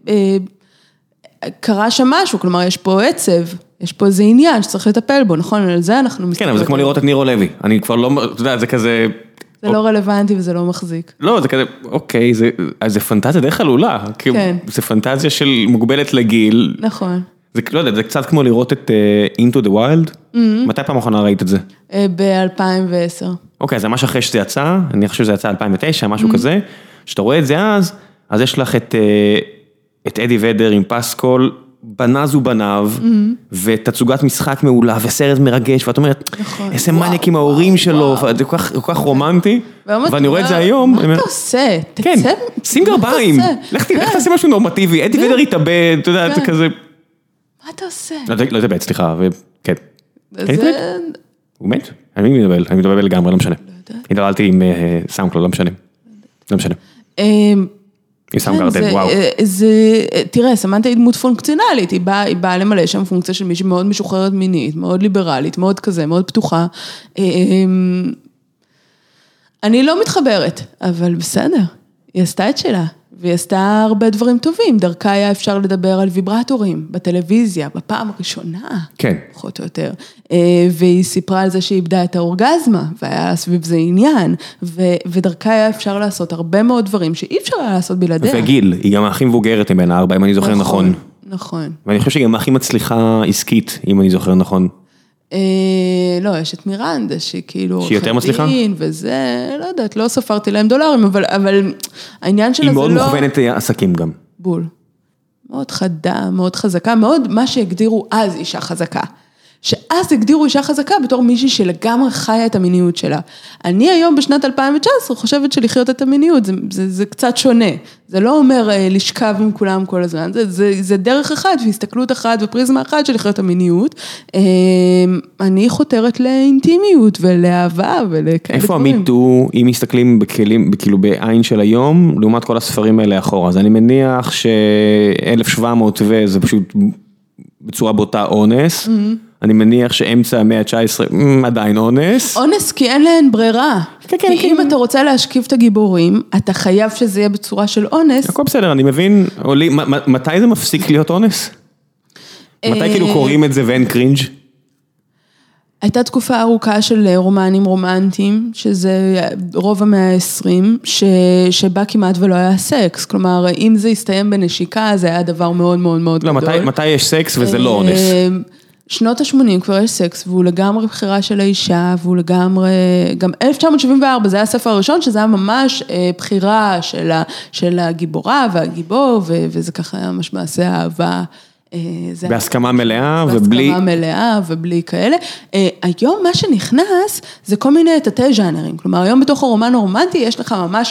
קרה שם משהו, כלומר יש פה עצב, יש פה איזה עניין שצריך לטפל בו, נכון? על זה אנחנו מסתכלות. כן, אבל זה כמו לראות את נירו לוי, אני כבר לא, אתה יודע, זה כזה... זה לא רלוונטי וזה לא מחזיק. לא, זה כזה, אוקיי, זה פנטזיה די חלולה, כן. זה פנטזיה של מוגבלת לגיל. נכון. זה, לא יודע, זה קצת כמו לראות את Into the Wild. מתי פעם אחרונה ראית את זה? ב-אלפיים ועשר. אוקיי, זה ממש אחרי שזה יצא, אני חושב שזה יצא אלפיים ותשע, משהו כזה, שאתה רואה את זה אז, אז יש לך את אדי ודר עם פסקול, בנז ובניו, ותצוגת משחק מעולה, וסרט מרגש, ואת אומרת, איזה מניאק עם ההורים שלו, זה כל כך רומנטי, ואני רואה את זה היום. מה אתה עושה? כן, שים גרביים, לך תעשה משהו נורמטיבי, אדי ודר יתאבד, אתה יודע, זה כזה. מה אתה עושה? לא יתאבד, סליחה, כן. הוא מת? אני מתאבל, אני מתאבל לגמרי, לא משנה. התאבלתי עם סאונדקלאוד, לא משנה. לא משנה. עם סאונדגרדן, וואו. תראה, סמנטה היא דמות פונקציונלית, היא באה למלא שם פונקציה של מישהי מאוד משוחררת מינית, מאוד ליברלית, מאוד כזה, מאוד פתוחה. אני לא מתחברת, אבל בסדר, היא עשתה את שלה, והיא עשתה הרבה דברים טובים, דרכה היה אפשר לדבר על ויברטורים, בטלוויזיה, בפעם הראשונה, כן. פחות או יותר, והיא סיפרה על זה שהיא איבדה את האורגזמה, והיה סביב זה עניין, ודרכה היה אפשר לעשות הרבה מאוד דברים, שאי אפשר היה לעשות בלעדיה. וגיל, היא גם הכי מבוגרת מבין הארבע, אם אני זוכר נכון. נכון. ואני חושב שהיא גם הכי מצליחה עסקית, אם אני זוכר נכון. לא, יש את מירנדה, שהיא כאילו... שהיא יותר מצליחה? וזה, לא יודעת, לא ספרתי להם דולרים, אבל העניין שלה זה לא... היא מאוד מוכוונת עסקים גם. בול. מאוד חדה, מאוד חזקה, מאוד מה שהגדירו אז אישה חזקה. שאז הגדירו אישה חזקה בתור מישהי שלגמרי חיה את המיניות שלה. אני היום בשנת אלפיים תשע עשרה חושבת שלחיות את המיניות, זה, זה, זה קצת שונה. זה לא אומר לשכב עם כולם כל הזמן, זה, זה, זה דרך אחת והסתכלות אחת ופריזמה אחת של לחיות את המיניות. אני חותרת לאינטימיות ולאהבה ולכאלה איפה המיטו, אם מסתכלים בכלים, כאילו בעין של היום, לעומת כל הספרים האלה אחורה, אז אני מניח ש-אלף שבע מאות וזה פשוט בצורה בוטה אונס, אני מניח שאמצע המאה ה-תשע עשרה עדיין אונס. אונס כי אין להן ברירה. כן, כן, כי אם אתה רוצה להשקיף את הגיבורים, אתה חייב שזה יהיה בצורה של אונס. הכל בסדר, אני מבין, מתי זה מפסיק להיות אונס? מתי כאילו קוראים את זה ואין קרינג'? הייתה תקופה ארוכה של רומנים רומנטיים, שזה רוב המאה ה-עשרים, שבה כמעט ולא היה סקס. כלומר, אם זה הסתיים בנשיקה, זה היה דבר מאוד מאוד מאוד גדול. לא, מתי יש סקס וזה לא אונס? שנות ה-שמונים כבר יש סקס, והוא לגמרי בחירה של האישה, והוא לגמרי, גם אלף תשע מאות שבעים וארבע, זה היה הספר הראשון, שזה היה ממש בחירה של הגיבורה והגיבור, וזה ככה היה ממש מעשה אהבה. בהסכמה מלאה ובלי... בהסכמה מלאה ובלי כאלה. היום מה שנכנס, זה כל מיני תתי ז'אנרים, כלומר, היום בתוך הרומן הרומנטי, יש לך ממש...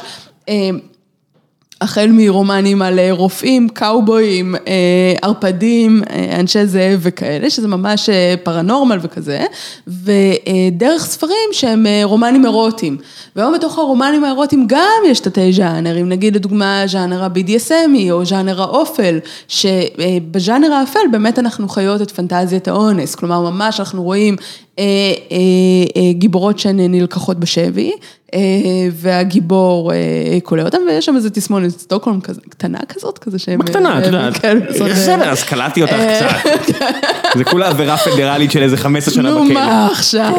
החל מרומנים על רופאים, קאובויים, ערפדים, אנשי זאב וכאלה, שזה ממש פרנורמל וכזה, ודרך ספרים שהם רומנים אירוטיים. והיום בתוך הרומנים האירוטיים גם יש תתי ז'אנרים, נגיד לדוגמה ז'אנר ה-בי די אס אם או ז'אנר האופל, שבז'אנר האפל באמת אנחנו חיות את פנטזיית האונס, כלומר ממש אנחנו רואים גיבורות שהן נלקחות בשבי, והגיבור קולה אותם, ויש שם איזה תסמונת סטוקהולם קטנה כזאת, כזה שהם... בקטנה, את יודעת. בסדר, אז קלטתי אותך קצת. זה כולה עבירה פדרלית של איזה חמש עשרה שנה בכלא. נו מה עכשיו?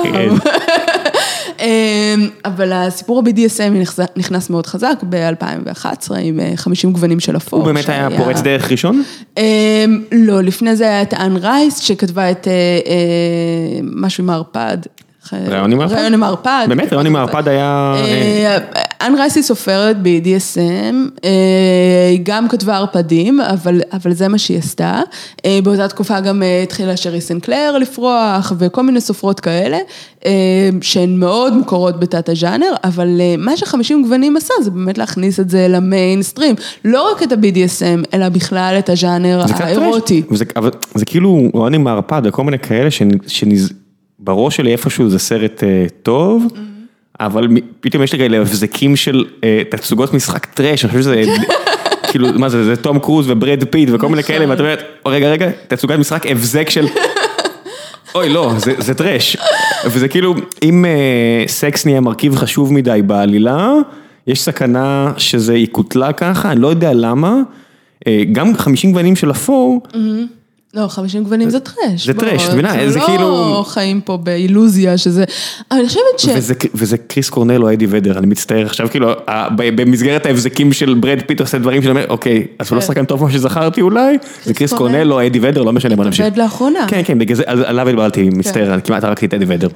אבל הסיפור ה-בי די אס אם נכנס מאוד חזק ב-אלפיים ואחת עשרה עם חמישים גוונים של אפור. הוא באמת היה פורץ דרך ראשון? לא, לפני זה היה את אן רייס שכתבה את משהו עם הערפד. רעיון עם הערפד? רעיון עם הערפד. באמת, רעיון עם הערפד היה... אן רייס היא סופרת ב-בי די אס אם, היא גם כתבה ערפדים, אבל זה מה שהיא עשתה. באותה תקופה גם התחילה שרי סנקלר לפרוח, וכל מיני סופרות כאלה, שהן מאוד מוכרות בתת הז'אנר, אבל מה שחמישים גוונים עשה, זה באמת להכניס את זה למיינסטרים, לא רק את ה-בי די אס אם, אלא בכלל את הז'אנר האירוטי. אבל זה כאילו, רעיון עם הערפד, וכל מיני כאלה שבראש שלי איפשהו זה סרט טוב, אבל פתאום יש לי כאלה הבזקים של תצוגות משחק טרש, אני חושב שזה, כאילו, מה זה, זה תום קרוז וברד פיט וכל מיני כאלה, ואתה אומרת, רגע, רגע, תצוגת משחק הבזק של, אוי, לא, זה טרש. וזה כאילו, אם סקס נהיה מרכיב חשוב מדי בעלילה, יש סכנה שזה יקוטלה ככה, אני לא יודע למה, גם חמישים גוונים של אפור, לא, חמישים גוונים זה טרש. זה טרש, אתה מבינה, זה כאילו... לא חיים פה באילוזיה שזה... אבל אני חושבת ש... וזה קריס קורנל או אדי ודר, אני מצטער עכשיו, כאילו, במסגרת ההבזקים של ברד פיט עושה דברים שאתה אומר, אוקיי, אז הוא לא שחקן טוב כמו שזכרתי אולי, זה קריס קורנל או אדי ודר, לא משנה מה נמשיך. התאבד לאחרונה. כן, כן, בגלל זה, עליו התבלתי, מצטער, אני כמעט הרגתי את אדי ודר.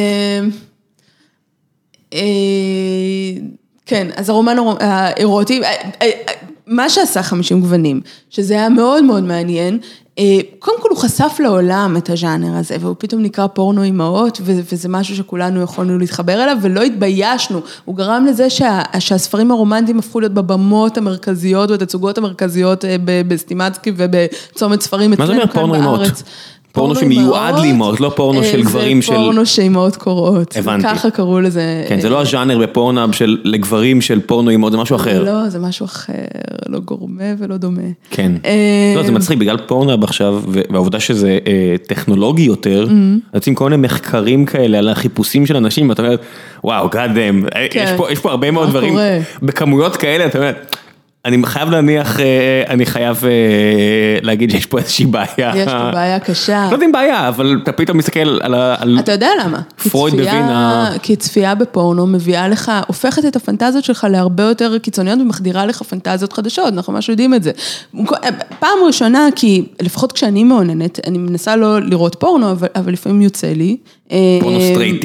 כן, אז הרומן האירוטי, מה שעשה חמישים גוונים, שזה היה מאוד מאוד מעניין, קודם כל הוא חשף לעולם את הז'אנר הזה, והוא פתאום נקרא פורנו אימהות, וזה משהו שכולנו יכולנו להתחבר אליו, ולא התביישנו. הוא גרם לזה שה, שהספרים הרומנטיים הפכו להיות בבמות המרכזיות, ובתצוגות המרכזיות בסטימצקי ובצומת ספרים. מה זה אומר פורנו אימהות? פורנו שמיועד לאימהות, לא פורנו של גברים של... זה פורנו שאימהות קוראות. הבנתי. ככה קראו לזה. כן, זה לא הז'אנר בפורנאב של לגברים של פורנו אימהות, זה משהו אחר. לא, זה משהו אחר, לא גורמה ולא דומה. כן. לא, זה מצחיק, בגלל פורנאב עכשיו, והעובדה שזה טכנולוגי יותר, יוצאים כל מיני מחקרים כאלה על החיפושים של אנשים, ואתה אומר, וואו, גאדם, יש פה הרבה מאוד דברים, בכמויות כאלה, אתה אומר... אני חייב להניח, אני חייב להגיד שיש פה איזושהי בעיה. יש פה בעיה קשה. לא יודע אם בעיה, אבל אתה פתאום מסתכל על... אתה יודע למה? פרויד בווינה. כי צפייה בפורנו מביאה לך, הופכת את הפנטזיות שלך להרבה יותר קיצוניות ומחדירה לך פנטזיות חדשות, אנחנו ממש יודעים את זה. פעם ראשונה, כי לפחות כשאני מעוננת, אני מנסה לא לראות פורנו, אבל לפעמים יוצא לי. פורנו סטרייטי.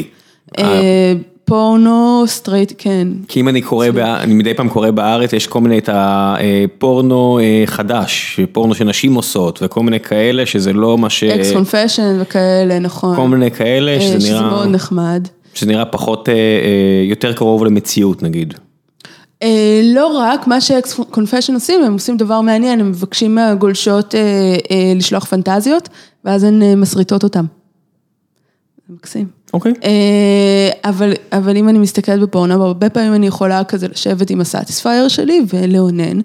פורנו סטרייט, כן. כי אם אני קורא, אני מדי פעם קורא בארץ, יש כל מיני את הפורנו חדש, פורנו שנשים עושות, וכל מיני כאלה שזה לא מה ש... אקס קונפשן וכאלה, נכון. כל מיני כאלה שזה נראה... שזה מאוד נחמד. שזה נראה פחות, יותר קרוב למציאות נגיד. לא רק, מה שאקס קונפשן עושים, הם עושים דבר מעניין, הם מבקשים מהגולשות לשלוח פנטזיות, ואז הן מסריטות אותם. זה מקסים. אוקיי. אבל, אבל אם אני מסתכלת בפורנו, הרבה פעמים אני יכולה כזה לשבת עם הסאטיספייר שלי ולעונן,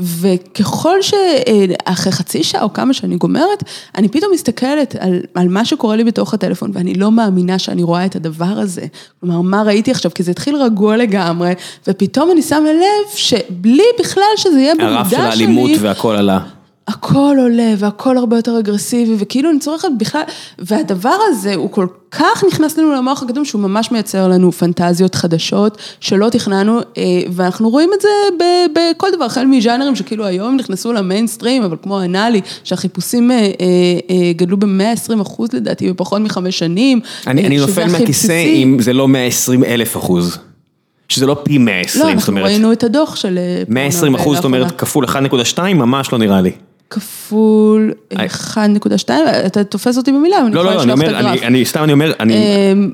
וככל שאחרי חצי שעה או כמה שאני גומרת, אני פתאום מסתכלת על, על מה שקורה לי בתוך הטלפון, ואני לא מאמינה שאני רואה את הדבר הזה. כלומר, מה ראיתי עכשיו? כי זה התחיל רגוע לגמרי, ופתאום אני שמה לב שבלי בכלל שזה יהיה במודע שלי. הרף של האלימות והכל עלה. הכל עולה, והכל הרבה יותר אגרסיבי, וכאילו אני צורכת בכלל, והדבר הזה הוא כל כך נכנס לנו למוח הקדום, שהוא ממש מייצר לנו פנטזיות חדשות, שלא תכננו, ואנחנו רואים את זה בכל דבר, החל מז'אנרים שכאילו היום נכנסו למיינסטרים, אבל כמו אנאלי, שהחיפושים גדלו ב-מאה ועשרים אחוז לדעתי, בפחות מחמש שנים. אני נופל מהכיסא אם זה לא מאה ועשרים אלף אחוז. שזה לא פי מאה ועשרים, לא, אנחנו ראינו את הדוח של... מאה ועשרים אחוז, זאת אומרת, כפול אחת נקודה שתיים, ממש לא נראה לי. כפול אחת נקודה שתיים, אתה תופס אותי במילה, לא, לא, אני אומר, אני, סתם אני אומר, אני...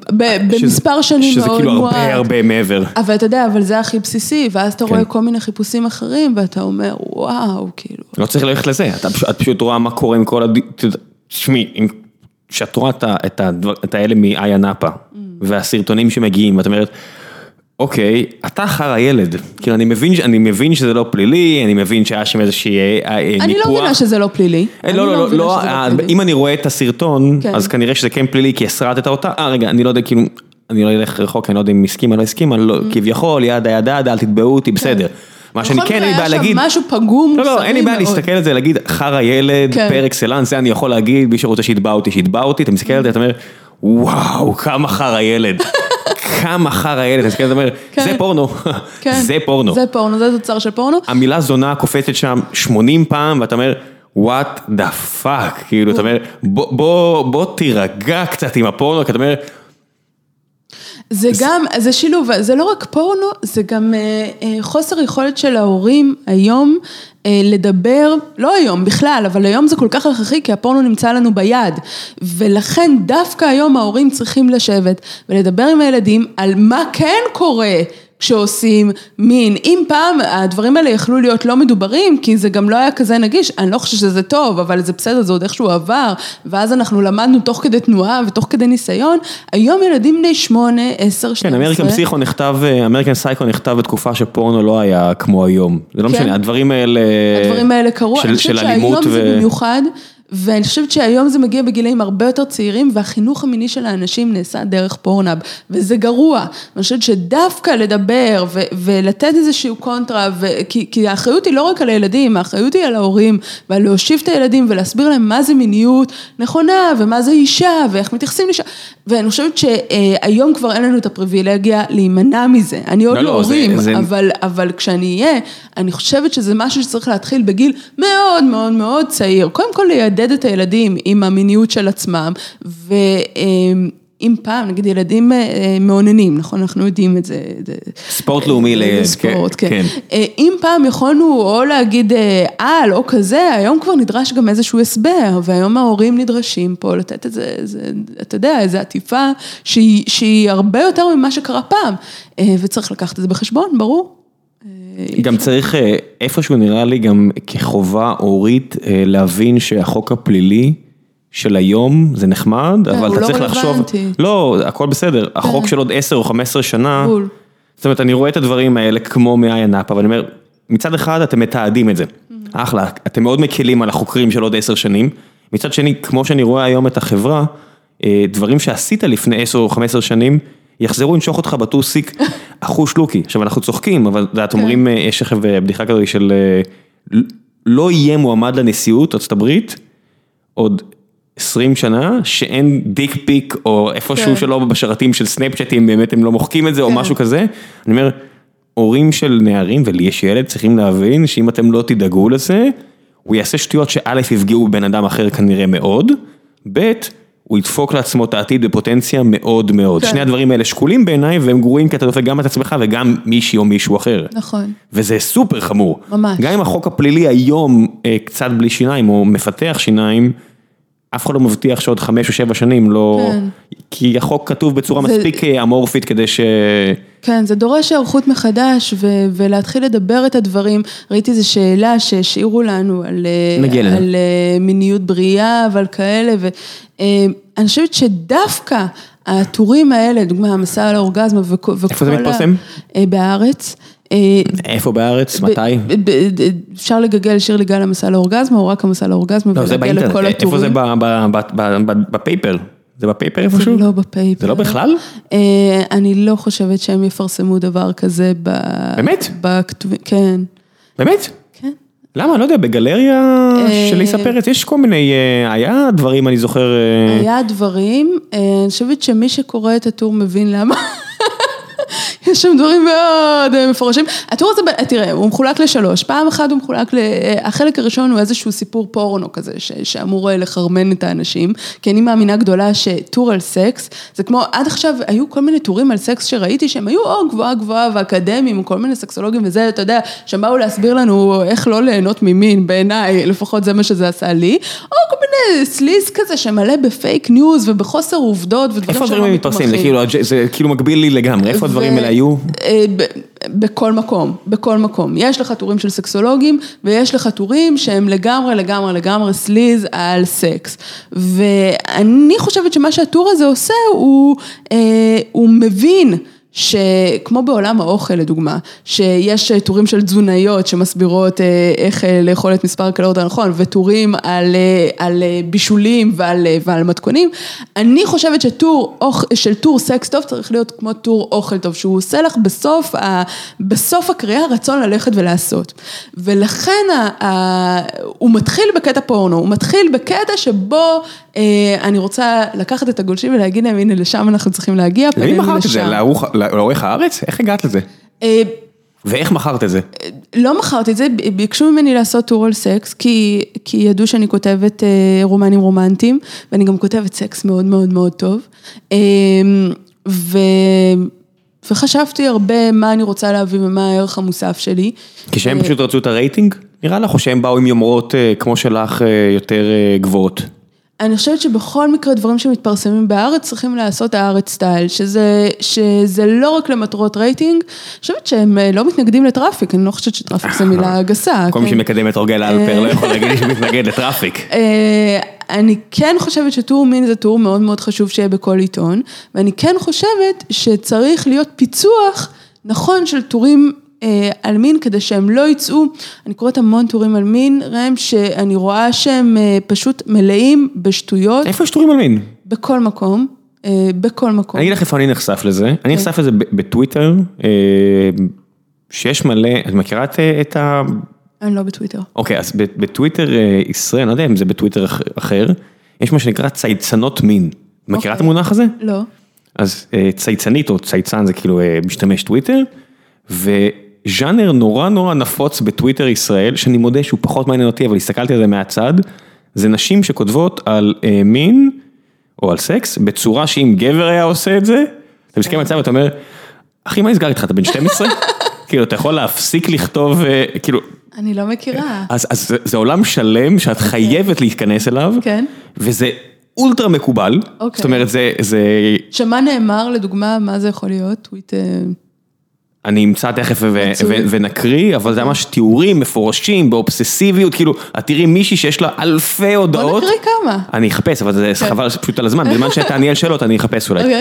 במספר שנים מאוד שזה כאילו הרבה הרבה מעבר. אבל אתה יודע, אבל זה הכי בסיסי, ואז אתה רואה כל מיני חיפושים אחרים, ואתה אומר, וואו, כאילו... לא צריך ללכת לזה, את פשוט רואה מה קורה עם כל ה... תשמעי, כשאת רואה את האלה מאיה נאפה, והסרטונים שמגיעים, ואת אומרת, אוקיי, אתה אחר הילד, כאילו אני מבין, אני מבין שזה לא פלילי, אני מבין שהיה שם איזושהי ניפוח. אני לא מבינה שזה לא פלילי. לא, לא, לא, אם אני רואה את הסרטון, אז כנראה שזה כן פלילי, כי הסרטת אותה, אה רגע, אני לא יודע, כאילו, אני לא אלך רחוק, אני לא יודע אם מסכים, אני לא הסכים, כביכול, ידה ידה, אל תתבעו אותי, בסדר. מה שאני כן, אין לי בעיה להגיד, משהו פגום, לא, לא, אין לי בעיה להסתכל על זה, להגיד, אחר הילד, פר אקסלנס, זה אני יכול להגיד, מי שרוצה שיתבע אותי, שיתבע אותי, אתה מסתכל על זה, אתה אומר, וואו, כמה אחר הילד. כמה אחר הילד, אז אתה אומר, זה פורנו, זה פורנו. זה פורנו, זה תוצר של פורנו. המילה זונה קופצת שם שמונים פעם, ואתה אומר, what the fuck, כאילו, אתה אומר, בוא תירגע קצת עם הפורנו, כי אתה אומר... זה גם, זה שילוב, זה לא רק פורנו, זה גם חוסר יכולת של ההורים היום לדבר, לא היום בכלל, אבל היום זה כל כך הכרחי, כי הפורנו נמצא לנו ביד, ולכן דווקא היום ההורים צריכים לשבת ולדבר עם הילדים על מה כן קורה כשעושים מין. אם פעם הדברים האלה יכלו להיות לא מדוברים, כי זה גם לא היה כזה נגיש, אני לא חושבת שזה טוב, אבל זה בסדר, זה עוד איכשהו עבר, ואז אנחנו למדנו תוך כדי תנועה ותוך כדי ניסיון. היום ילדים בני שמונה, עשר, שתים עשרה. כן, אמריקן פסיכו נכתב, אמריקן סייקו נכתב בתקופה שפורנו לא היה כמו היום. זה לא משנה, הדברים האלה... הדברים האלה קרו, אני חושבת שהיום זה במיוחד, ואני חושבת שהיום זה מגיע בגילאים הרבה יותר צעירים, והחינוך המיני של האנשים נעשה דרך פורנאב, וזה גרוע. אני חושבת שדווקא לדבר ו- ולתת איזשהו קונטרה, ו- כי, כי האחריות היא לא רק על הילדים, האחריות היא על ההורים, ועל להושיב את הילדים ולהסביר להם מה זה מיניות נכונה, ומה זה אישה, ואיך מתייחסים לאישה. ואני חושבת שהיום כבר אין לנו את הפריבילגיה להימנע מזה. אני עוד לא, לא הורים, זה, אבל, זה... אבל כשאני אהיה, אני חושבת שזה משהו שצריך להתחיל בגיל מאוד מאוד מאוד צעיר. קודם כל לידד את הילדים עם המיניות של עצמם, ו... אם פעם, נגיד ילדים מעוננים, נכון, אנחנו יודעים את זה. ספורט לאומי לספורט, כן. אם פעם יכולנו או להגיד על או כזה, היום כבר נדרש גם איזשהו הסבר, והיום ההורים נדרשים פה לתת את זה, אתה יודע, איזו עטיפה שהיא הרבה יותר ממה שקרה פעם, וצריך לקחת את זה בחשבון, ברור. גם צריך, איפשהו נראה לי גם כחובה הורית להבין שהחוק הפלילי של היום זה נחמד, אבל אתה צריך לחשוב, לא, הכל בסדר, החוק של עוד עשר או חמש עשרה שנה, זאת אומרת, אני רואה את הדברים האלה כמו מאיה נאפה, אבל אני אומר, מצד אחד אתם מתעדים את זה, אחלה, אתם מאוד מקלים על החוקרים של עוד עשר שנים, מצד שני, כמו שאני רואה היום את החברה, דברים שעשית לפני עשר או חמש עשרה שנים, יחזרו לנשוך אותך בטוסיק, אחו שלוקי. עכשיו אנחנו צוחקים, אבל אתם אומרים, יש לכם בדיחה כזאת של, לא יהיה מועמד לנשיאות ארצות הברית, עוד עשרים שנה, שאין דיק פיק, או איפשהו שלא בשרתים של סנאפצ'אטים, באמת הם לא מוחקים את זה, או משהו כזה. אני אומר, הורים של נערים, ולי יש ילד, צריכים להבין, שאם אתם לא תדאגו לזה, הוא יעשה שטויות שא' יפגעו בבן אדם אחר כנראה מאוד, ב' הוא ידפוק לעצמו את העתיד בפוטנציה מאוד מאוד. שני הדברים האלה שקולים בעיניי, והם גרועים כי אתה דופק גם את עצמך וגם מישהי או מישהו אחר. נכון. וזה סופר חמור. ממש. גם אם החוק הפלילי היום קצת בלי שיניים, או מפתח שיניים, אף אחד לא מבטיח שעוד חמש או שבע שנים לא... כן. כי החוק כתוב בצורה זה... מספיק אמורפית כדי ש... כן, זה דורש הערכות מחדש, ו... ולהתחיל לדבר את הדברים. ראיתי איזו שאלה שהשאירו לנו על, על מיניות בריאה, ועל כאלה, ואני חושבת שדווקא הטורים האלה, דוגמה, המסע על האורגזמה, וכל... איפה זה מתפרסם? בארץ. איפה בארץ? מתי? אפשר לגגל שיר לגל המסע לאורגזמה, או רק המסע לאורגזמה, לא, זה באינטרנט. איפה זה בפייפר? זה בפייפר איפשהו? זה לא בפייפר. זה לא בכלל? אני לא חושבת שהם יפרסמו דבר כזה באמת? בכתובים, כן. באמת? כן. למה? לא יודע, בגלריה של ליסה פרץ, יש כל מיני, היה דברים, אני זוכר... היה דברים, אני חושבת שמי שקורא את הטור מבין למה... יש שם דברים מאוד מפורשים. הטור הזה, תראה, הוא מחולק לשלוש. פעם אחת הוא מחולק, החלק הראשון הוא איזשהו סיפור פורנו כזה, שאמור לחרמן את האנשים, כי אני מאמינה גדולה שטור על סקס, זה כמו, עד עכשיו היו כל מיני טורים על סקס שראיתי, שהם היו או גבוהה גבוהה ואקדמיים, כל מיני סקסולוגים וזה, אתה יודע, שהם באו להסביר לנו איך לא ליהנות ממין, בעיניי, לפחות זה מה שזה עשה לי, או כל מיני סליס כזה, שמלא בפייק ניוז ובחוסר עובדות, ודברים שלא מתמחים. זה כאילו מקביל לי לגמרי, איפה הדברים האלה היו? בכל מקום, בכל מקום. יש לך טורים של סקסולוגים, ויש לך טורים שהם לגמרי, לגמרי, לגמרי סליז על סקס. ואני חושבת שמה שהטור הזה עושה, הוא, הוא מבין שכמו בעולם האוכל לדוגמה, שיש טורים של תזונאיות שמסבירות איך לאכול את מספר הקלוריות הנכון, וטורים על, על בישולים ועל, ועל מתכונים, אני חושבת שטור, של טור סקס טוב צריך להיות כמו טור אוכל טוב, שהוא עושה לך בסוף, בסוף הקריאה רצון ללכת ולעשות. ולכן הוא מתחיל בקטע פורנו, הוא מתחיל בקטע שבו אני רוצה לקחת את הגולשים ולהגיד להם, הנה לשם אנחנו צריכים להגיע, פנינו לשם. לעורך הארץ? איך הגעת לזה? ואיך מכרת את זה? לא מכרתי את זה, ביקשו ממני לעשות טור על סקס, כי, כי ידעו שאני כותבת רומנים רומנטיים, ואני גם כותבת סקס מאוד מאוד מאוד טוב, ו... וחשבתי הרבה מה אני רוצה להביא ומה הערך המוסף שלי. כשהם פשוט רצו את הרייטינג? נראה לך, או שהם באו עם יומרות כמו שלך יותר גבוהות? אני חושבת שבכל מקרה דברים שמתפרסמים בארץ צריכים לעשות הארץ סטייל, שזה, שזה לא רק למטרות רייטינג, אני חושבת שהם לא מתנגדים לטראפיק, אני לא חושבת שטראפיק זה מילה גסה. כל מי שמקדם את אורגל אלפר לא יכול להגיד לי שמתנגד לטראפיק. אני כן חושבת שטור מין זה טור מאוד מאוד חשוב שיהיה בכל עיתון, ואני כן חושבת שצריך להיות פיצוח נכון של טורים על מין, כדי שהם לא יצאו, אני קוראת המון טורים על מין, רם, שאני רואה שהם פשוט מלאים בשטויות. איפה יש טורים על מין? בכל מקום, בכל מקום. אני אגיד לך איפה אני נחשף לזה, אני נחשף לזה בטוויטר, שיש מלא, את מכירה את ה... אני לא בטוויטר. אוקיי, אז בטוויטר ישראל, אני לא יודע אם זה בטוויטר אחר, יש מה שנקרא צייצנות מין. מכירה את המונח הזה? לא. אז צייצנית או צייצן זה כאילו משתמש טוויטר, וז'אנר נורא נורא נפוץ בטוויטר ישראל, שאני מודה שהוא פחות מעניין אותי, אבל הסתכלתי על זה מהצד, זה נשים שכותבות על מין, או על סקס, בצורה שאם גבר היה עושה את זה, אתה מסכים מצב ואתה אומר, אחי, מה נסגר איתך? אתה בן שתים עשרה? כאילו, אתה יכול להפסיק לכתוב, כאילו... אני לא מכירה. אז, אז זה עולם שלם שאת חייבת להתכנס אליו, כן. וזה אולטרה מקובל, זאת אומרת, זה... זה... שמה נאמר, לדוגמה, מה זה יכול להיות? טוויט... אני אמצא תכף ונקריא, אבל זה ממש תיאורים מפורשים, באובססיביות, כאילו, את תראי מישהי שיש לה אלפי הודעות. בוא נקריא כמה. אני אחפש, אבל זה חבל פשוט על הזמן, בזמן שתעני על שאלות, אני אחפש אולי.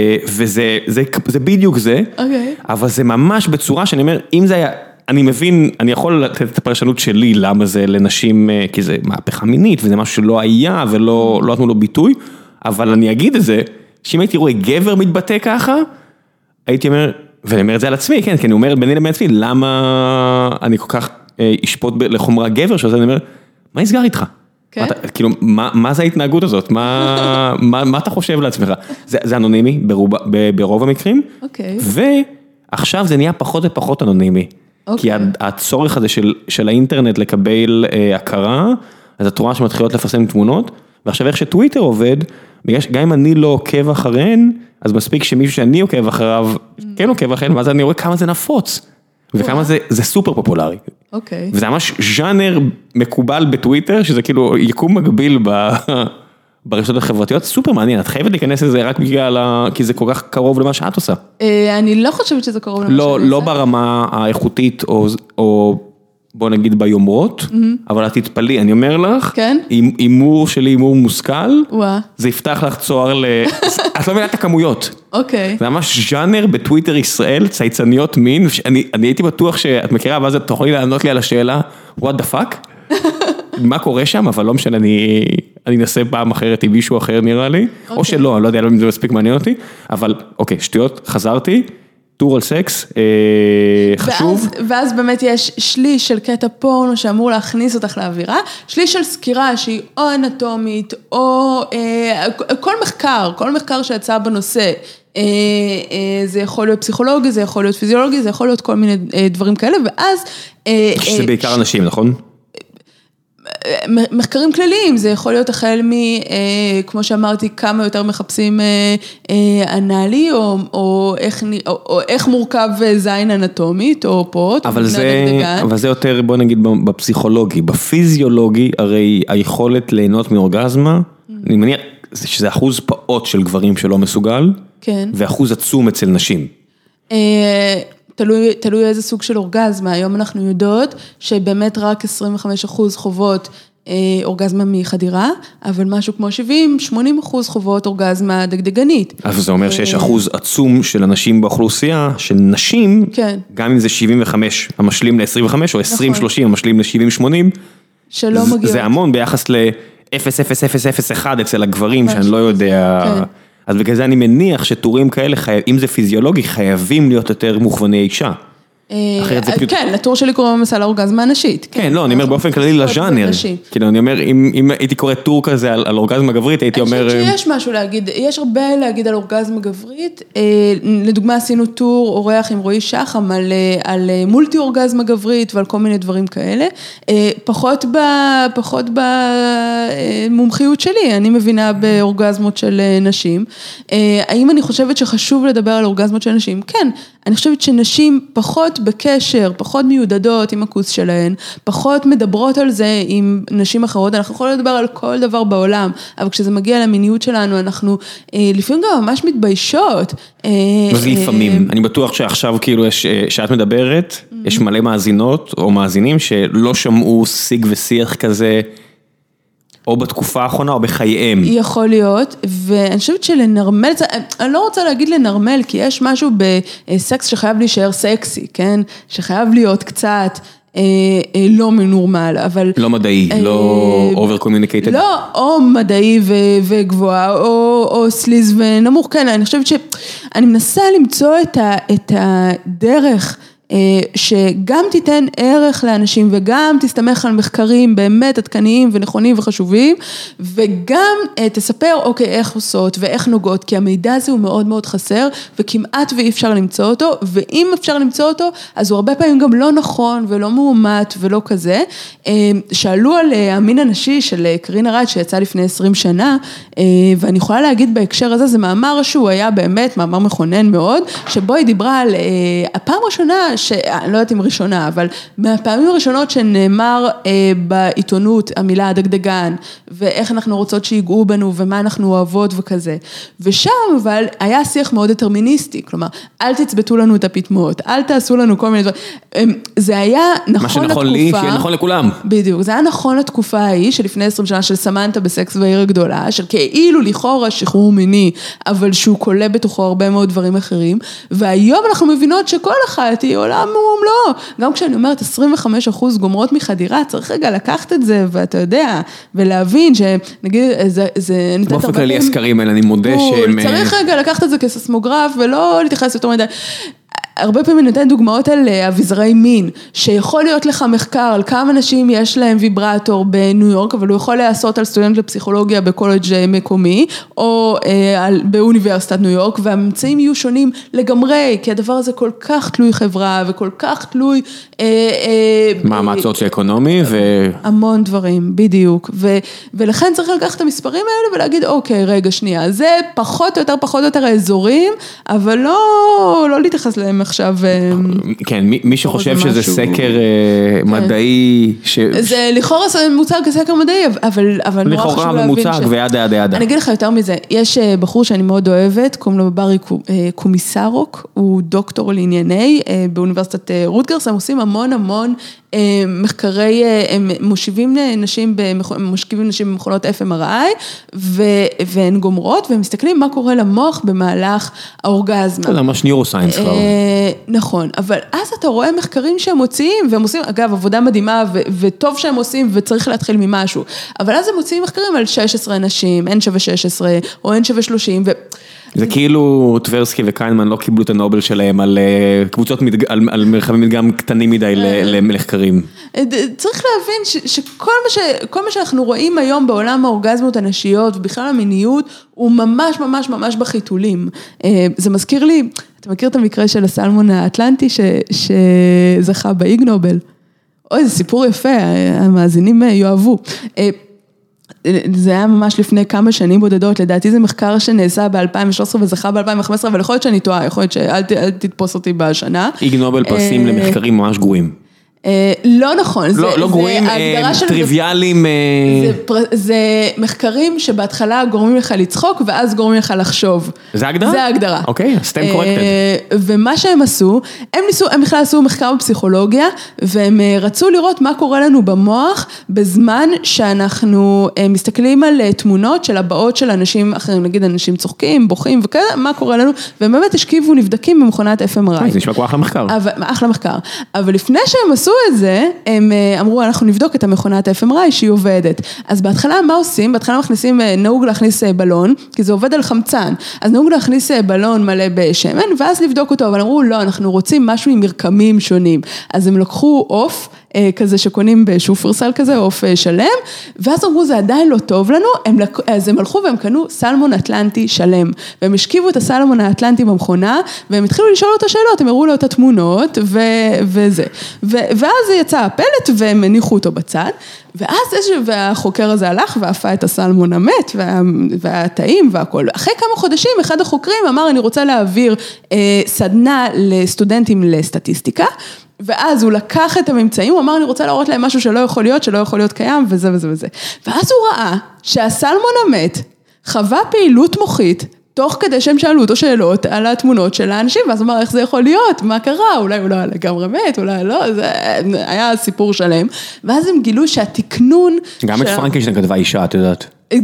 וזה בדיוק זה, אבל זה ממש בצורה שאני אומר, אם זה היה, אני מבין, אני יכול לתת את הפרשנות שלי, למה זה לנשים, כי זה מהפכה מינית, וזה משהו שלא היה, ולא נתנו לו ביטוי, אבל אני אגיד את זה, שאם הייתי רואה גבר מתבטא ככה, הייתי אומר, ואני אומר את זה על עצמי, כן, כי אני אומר ביני לבין עצמי, למה אני כל כך אשפוט לחומרה גבר, שזה אני אומר, מה נסגר איתך? כן? אתה, כאילו, מה, מה זה ההתנהגות הזאת? מה, מה, מה אתה חושב לעצמך? זה, זה אנונימי ברוב, ברוב המקרים, אוקיי. ועכשיו זה נהיה פחות ופחות אנונימי, אוקיי. כי הצורך הזה של, של האינטרנט לקבל אה, הכרה, אז את רואה שמתחילות לפרסם תמונות, ועכשיו איך שטוויטר עובד, גם אם אני לא עוקב אחריהן, אז מספיק שמישהו שאני עוקב אחריו, כן עוקב אחריהן, ואז אני רואה כמה זה נפוץ, וכמה זה, זה סופר פופולרי. אוקיי. וזה ממש ז'אנר מקובל בטוויטר, שזה כאילו יקום מקביל ב... ברשתות החברתיות, סופר מעניין, את חייבת להיכנס לזה רק בגלל, כי זה כל כך קרוב למה שאת עושה. אני לא חושבת שזה קרוב למה שאני עושה. לא ברמה האיכותית, או בוא נגיד ביומרות, אבל את תתפלי, אני אומר לך, אימור שלי, אימור מושכל, זה יפתח לך צוהר ל... את לא מבינה את הכמויות. אוקיי. זה ממש ז'אנר בטוויטר ישראל, צייצניות מין, אני הייתי בטוח שאת מכירה, ואז את תוכלי לענות לי על השאלה, what the fuck? מה קורה שם, אבל לא משנה, אני אנסה פעם אחרת עם מישהו אחר נראה לי, או שלא, אני לא יודע אם זה מספיק מעניין אותי, אבל אוקיי, שטויות, חזרתי, טור על סקס, חשוב. ואז באמת יש שליש של קטע פורנו שאמור להכניס אותך לאווירה, שליש של סקירה שהיא או אנטומית, או כל מחקר, כל מחקר שיצא בנושא, זה יכול להיות פסיכולוגי, זה יכול להיות פיזיולוגי, זה יכול להיות כל מיני דברים כאלה, ואז... שזה בעיקר אנשים, נכון? מחקרים כלליים, זה יכול להיות החל מ, כמו שאמרתי, כמה יותר מחפשים אנאלי, או, או, איך, או, או איך מורכב זין אנטומית, או פוט, אבל זה, אבל זה יותר, בוא נגיד, בפסיכולוגי, בפיזיולוגי, הרי היכולת ליהנות מאורגזמה, אני מניח שזה אחוז פעוט של גברים שלא מסוגל, כן. ואחוז עצום אצל נשים. תלוי, תלוי איזה סוג של אורגזמה, היום אנחנו יודעות שבאמת רק עשרים וחמישה אחוז חוות אה, אורגזמה מחדירה, אבל משהו כמו שבעים שמונים אחוז חוות אורגזמה דגדגנית. אז זה אומר שיש אחוז עצום של אנשים באוכלוסייה, של נשים, כן. גם אם זה שבעים וחמש המשלים ל-עשרים וחמש, או עשרים שלושים המשלים ל-שבעים שמונים, שלא מגיעות. זה המון ביחס ל-אפס אפס אפס אפס אחת אצל הגברים, שאני לא יודע... כן. אז בגלל זה אני מניח שטורים כאלה, אם זה פיזיולוגי, חייבים להיות יותר מוכווני אישה. כן, לטור שלי קוראים מסע לאורגזמה הנשית. כן, לא, אני אומר באופן כללי לז'אנר. כאילו, אני אומר, אם הייתי קורא טור כזה על אורגזמה גברית, הייתי אומר... אני חושבת שיש משהו להגיד, יש הרבה להגיד על אורגזמה גברית. לדוגמה, עשינו טור אורח עם רועי שחם על מולטי אורגזמה גברית ועל כל מיני דברים כאלה. פחות במומחיות שלי, אני מבינה באורגזמות של נשים. האם אני חושבת שחשוב לדבר על אורגזמות של נשים? כן, אני חושבת שנשים פחות בקשר, פחות מיודדות עם הכוס שלהן, פחות מדברות על זה עם נשים אחרות, אנחנו יכולים לדבר על כל דבר בעולם, אבל כשזה מגיע למיניות שלנו, אנחנו לפעמים גם ממש מתביישות. אז לפעמים, אני בטוח שעכשיו כאילו שאת מדברת, יש מלא מאזינות או מאזינים שלא שמעו שיג ושיח כזה, או בתקופה האחרונה, או בחייהם. יכול להיות, ואני חושבת שלנרמל, אני לא רוצה להגיד לנרמל, כי יש משהו בסקס שחייב להישאר סקסי, כן? שחייב להיות קצת אה, אה, לא מנורמל, אבל... לא מדעי, אה, לא over communicated. לא, או מדעי ו, וגבוהה, או, או סליז ונמוך, כן, אני חושבת שאני מנסה למצוא את, ה, את הדרך, שגם תיתן ערך לאנשים וגם תסתמך על מחקרים באמת עדכניים ונכונים וחשובים, וגם תספר אוקיי איך עושות ואיך נוגעות, כי המידע הזה הוא מאוד מאוד חסר, וכמעט ואי אפשר למצוא אותו, ואם אפשר למצוא אותו, אז הוא הרבה פעמים גם לא נכון ולא מאומת ולא כזה. שאלו על המין הנשי של קרינה רייט שיצא לפני עשרים שנה, ואני יכולה להגיד בהקשר הזה, זה מאמר שהוא היה באמת מאמר מכונן מאוד, שבו היא דיברה על הפעם ראשונה, שאני לא יודעת אם ראשונה, אבל מהפעמים הראשונות שנאמר בעיתונות המילה הדגדגן, ואיך אנחנו רוצות שיגעו בנו, ומה אנחנו אוהבות וכזה. ושם אבל היה שיח מאוד דטרמיניסטי, כלומר, אל תצבטו לנו את הפתמות, אל תעשו לנו כל מיני דברים. זה היה נכון לתקופה. מה שנכון לי, שיהיה נכון לכולם. בדיוק, זה היה נכון לתקופה ההיא, שלפני עשרים שנה של סמנטה בסקס בעיר הגדולה, של כאילו לכאורה שחרור מיני, אבל שהוא קולה בתוכו הרבה מאוד דברים אחרים, והיום אנחנו מבינות שכל אחת היא עולם ומלואו. גם כשאני אומרת עשרים וחמישה אחוז גומרות מחדירה, צריך רגע לקחת את זה, ואתה יודע, ולהבין שנגיד, זה, זה ניתן באופן כללי הסקרים האלה, אני מודה שהם... צריך רגע לקחת את זה כססמוגרף, ולא להתייחס יותר מדי. הרבה פעמים נותן דוגמאות על אביזרי מין, שיכול להיות לך מחקר על כמה אנשים יש להם ויברטור בניו יורק, אבל הוא יכול לעשות על סטודנט לפסיכולוגיה בקולג' מקומי, או על, באוניברסיטת ניו יורק, והממצאים יהיו שונים לגמרי, כי הדבר הזה כל כך תלוי חברה, וכל כך תלוי... מעמד סוציו-אקונומי, ו... המון דברים, בדיוק. ו, ולכן צריך לקחת את המספרים האלה, ולהגיד, אוקיי, רגע, שנייה, זה פחות או יותר, פחות או יותר האזורים, אבל לא, לא להתייחס להם עכשיו... כן, מי שחושב שזה סקר מדעי... זה לכאורה מוצג כסקר מדעי, אבל נורא חשוב להבין... לכאורה ממוצג וידה ידה ידה. אני אגיד לך יותר מזה, יש בחור שאני מאוד אוהבת, קוראים לו ברי קומיסרוק, הוא דוקטור לענייני באוניברסיטת רוטגרס, הם עושים המון המון מחקרי, הם מושיבים נשים, מושכים נשים במכונות אף אם אר איי, והן גומרות, והם מסתכלים מה קורה למוח במהלך האורגזמה. זה ממש ניורוסיינס כבר. נכון, אבל אז אתה רואה מחקרים שהם מוציאים, והם עושים, אגב, עבודה מדהימה, וטוב שהם עושים, וצריך להתחיל ממשהו, אבל אז הם מוציאים מחקרים על שש עשרה נשים, N שווה שש עשרה, או N שווה שלושים, ו... זה כאילו טברסקי וקיינמן לא קיבלו את הנובל שלהם על קבוצות, על מרחבי מדגם קטנים מדי למחקרים. צריך להבין שכל מה ש, כל מה שאנחנו רואים היום בעולם האורגזמות הנשיות, ובכלל המיניות, הוא ממש ממש ממש בחיתולים. זה מזכיר לי, אתה מכיר את המקרה של הסלמון האטלנטי שזכה באיג נובל? אוי, זה סיפור יפה, המאזינים יאהבו. זה היה ממש לפני כמה שנים בודדות, לדעתי זה מחקר שנעשה ב-אלפיים ושלוש עשרה וזכה ב-אלפיים וחמש עשרה, אבל יכול להיות שאני טועה, יכול להיות שאל תתפוס אותי בשנה. איג נובל פרסים למחקרים ממש גרועים. לא נכון, לא גרועים, טריוויאליים. זה מחקרים שבהתחלה גורמים לך לצחוק, ואז גורמים לך לחשוב. זה ההגדרה? זה ההגדרה. אוקיי, אז אתם קורקטד. ומה שהם עשו, הם ניסו, הם בכלל עשו מחקר בפסיכולוגיה, והם רצו לראות מה קורה לנו במוח, בזמן שאנחנו מסתכלים על תמונות של הבאות של אנשים אחרים, נגיד אנשים צוחקים, בוכים וכאלה, מה קורה לנו, והם באמת השכיבו נבדקים במכונת אף אם אר איי. זה נשמע כמו אחלה מחקר. אחלה מחקר. אבל לפני שהם עשו את זה, הם אמרו, אנחנו נבדוק את המכונת אף אם אר איי שהיא עובדת. אז בהתחלה מה עושים? בהתחלה מכניסים, נהוג להכניס בלון, כי זה עובד על חמצן. אז נהוג להכניס בלון מלא בשמן, ואז לבדוק אותו. אבל אמרו, לא, אנחנו רוצים משהו עם מרקמים שונים. אז הם לקחו עוף, כזה שקונים בשופרסל כזה, עוף שלם, ואז אמרו, זה עדיין לא טוב לנו, הם, אז הם הלכו והם קנו סלמון אטלנטי שלם, והם השכיבו את הסלמון האטלנטי במכונה, והם התחילו לשאול אותה שאלות, הם הראו לו את התמונות, ו, וזה, ו, ואז יצא הפלט, והם הניחו אותו בצד, ואז והחוקר הזה הלך, ואפה את הסלמון המת, וה, והטעים והכל, אחרי כמה חודשים, אחד החוקרים אמר, אני רוצה להעביר אה, סדנה לסטודנטים לסטטיסטיקה, ואז הוא לקח את הממצאים, הוא אמר, אני רוצה להראות להם משהו שלא יכול להיות, שלא יכול להיות קיים, וזה וזה וזה. ואז הוא ראה שהסלמון המת חווה פעילות מוחית, תוך כדי שהם שאלו אותו שאלות על התמונות של האנשים, ואז הוא אמר, איך זה יכול להיות? מה קרה? אולי הוא לא היה לגמרי מת, אולי לא, זה היה סיפור שלם. ואז הם גילו שהתקנון... גם את פרנקנשטיין כתבה אישה, את יודעת.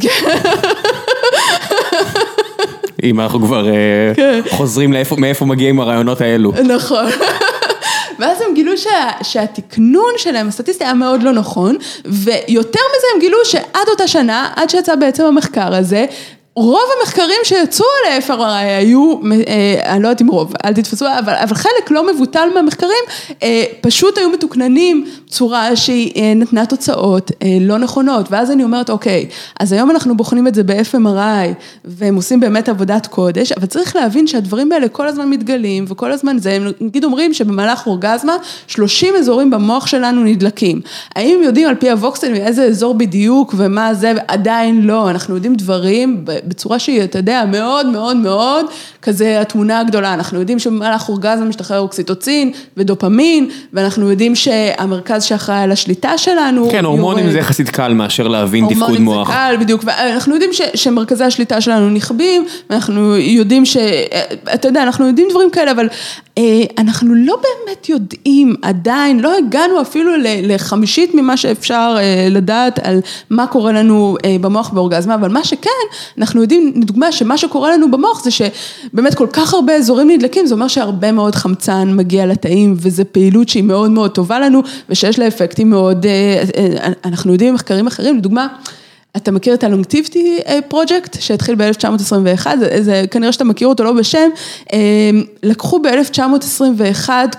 אם אנחנו כבר חוזרים מאיפה מגיעים הרעיונות האלו. נכון. ואז הם גילו שה, שהתקנון שלהם, הסטטיסטי, היה מאוד לא נכון, ויותר מזה הם גילו שעד אותה שנה, עד שיצא בעצם המחקר הזה, רוב המחקרים שיצאו על ה-אף אר איי היו, אני לא יודעת אם רוב, אל תתפסו, אבל, אבל חלק לא מבוטל מהמחקרים, פשוט היו מתוקננים צורה שהיא נתנה תוצאות לא נכונות, ואז אני אומרת, אוקיי, אז היום אנחנו בוחנים את זה ב-אף אם אר איי, והם עושים באמת עבודת קודש, אבל צריך להבין שהדברים האלה כל הזמן מתגלים, וכל הזמן זה, הם נגיד אומרים שבמהלך אורגזמה, שלושים אזורים במוח שלנו נדלקים. האם יודעים על פי הווקסל מאיזה אזור בדיוק, ומה זה, עדיין לא, אנחנו יודעים דברים בצורה שהיא, אתה יודע, מאוד מאוד מאוד, כזה התמונה הגדולה, אנחנו יודעים שבמהלך אורגזמה משתחרר אוקסיטוצין ודופמין, ואנחנו יודעים שהמרכז שאחראי על השליטה שלנו, כן, הורמונים זה יחסית קל מאשר להבין תפקוד מוח. הורמונים זה קל, בדיוק, ואנחנו יודעים ש, שמרכזי השליטה שלנו נכבים, ואנחנו יודעים ש, אתה יודע, אנחנו יודעים דברים כאלה, אבל אנחנו לא באמת יודעים, עדיין, לא הגענו אפילו לחמישית ממה שאפשר לדעת על מה קורה לנו במוח באורגזמה, אבל מה שכן, אנחנו יודעים, לדוגמה, שמה שקורה לנו במוח זה שבאמת כל כך הרבה אזורים נדלקים, זה אומר שהרבה מאוד חמצן מגיע לתאים, וזו פעילות שהיא מאוד מאוד טובה לנו, ושיש לה אפקטים מאוד, אנחנו יודעים ממחקרים אחרים, לדוגמה, אתה מכיר את הלונגטיביטי פרויקט שהתחיל ב-אלף תשע מאות עשרים ואחת, זה, זה כנראה שאתה מכיר אותו לא בשם, לקחו ב-אלף תשע מאות עשרים ואחת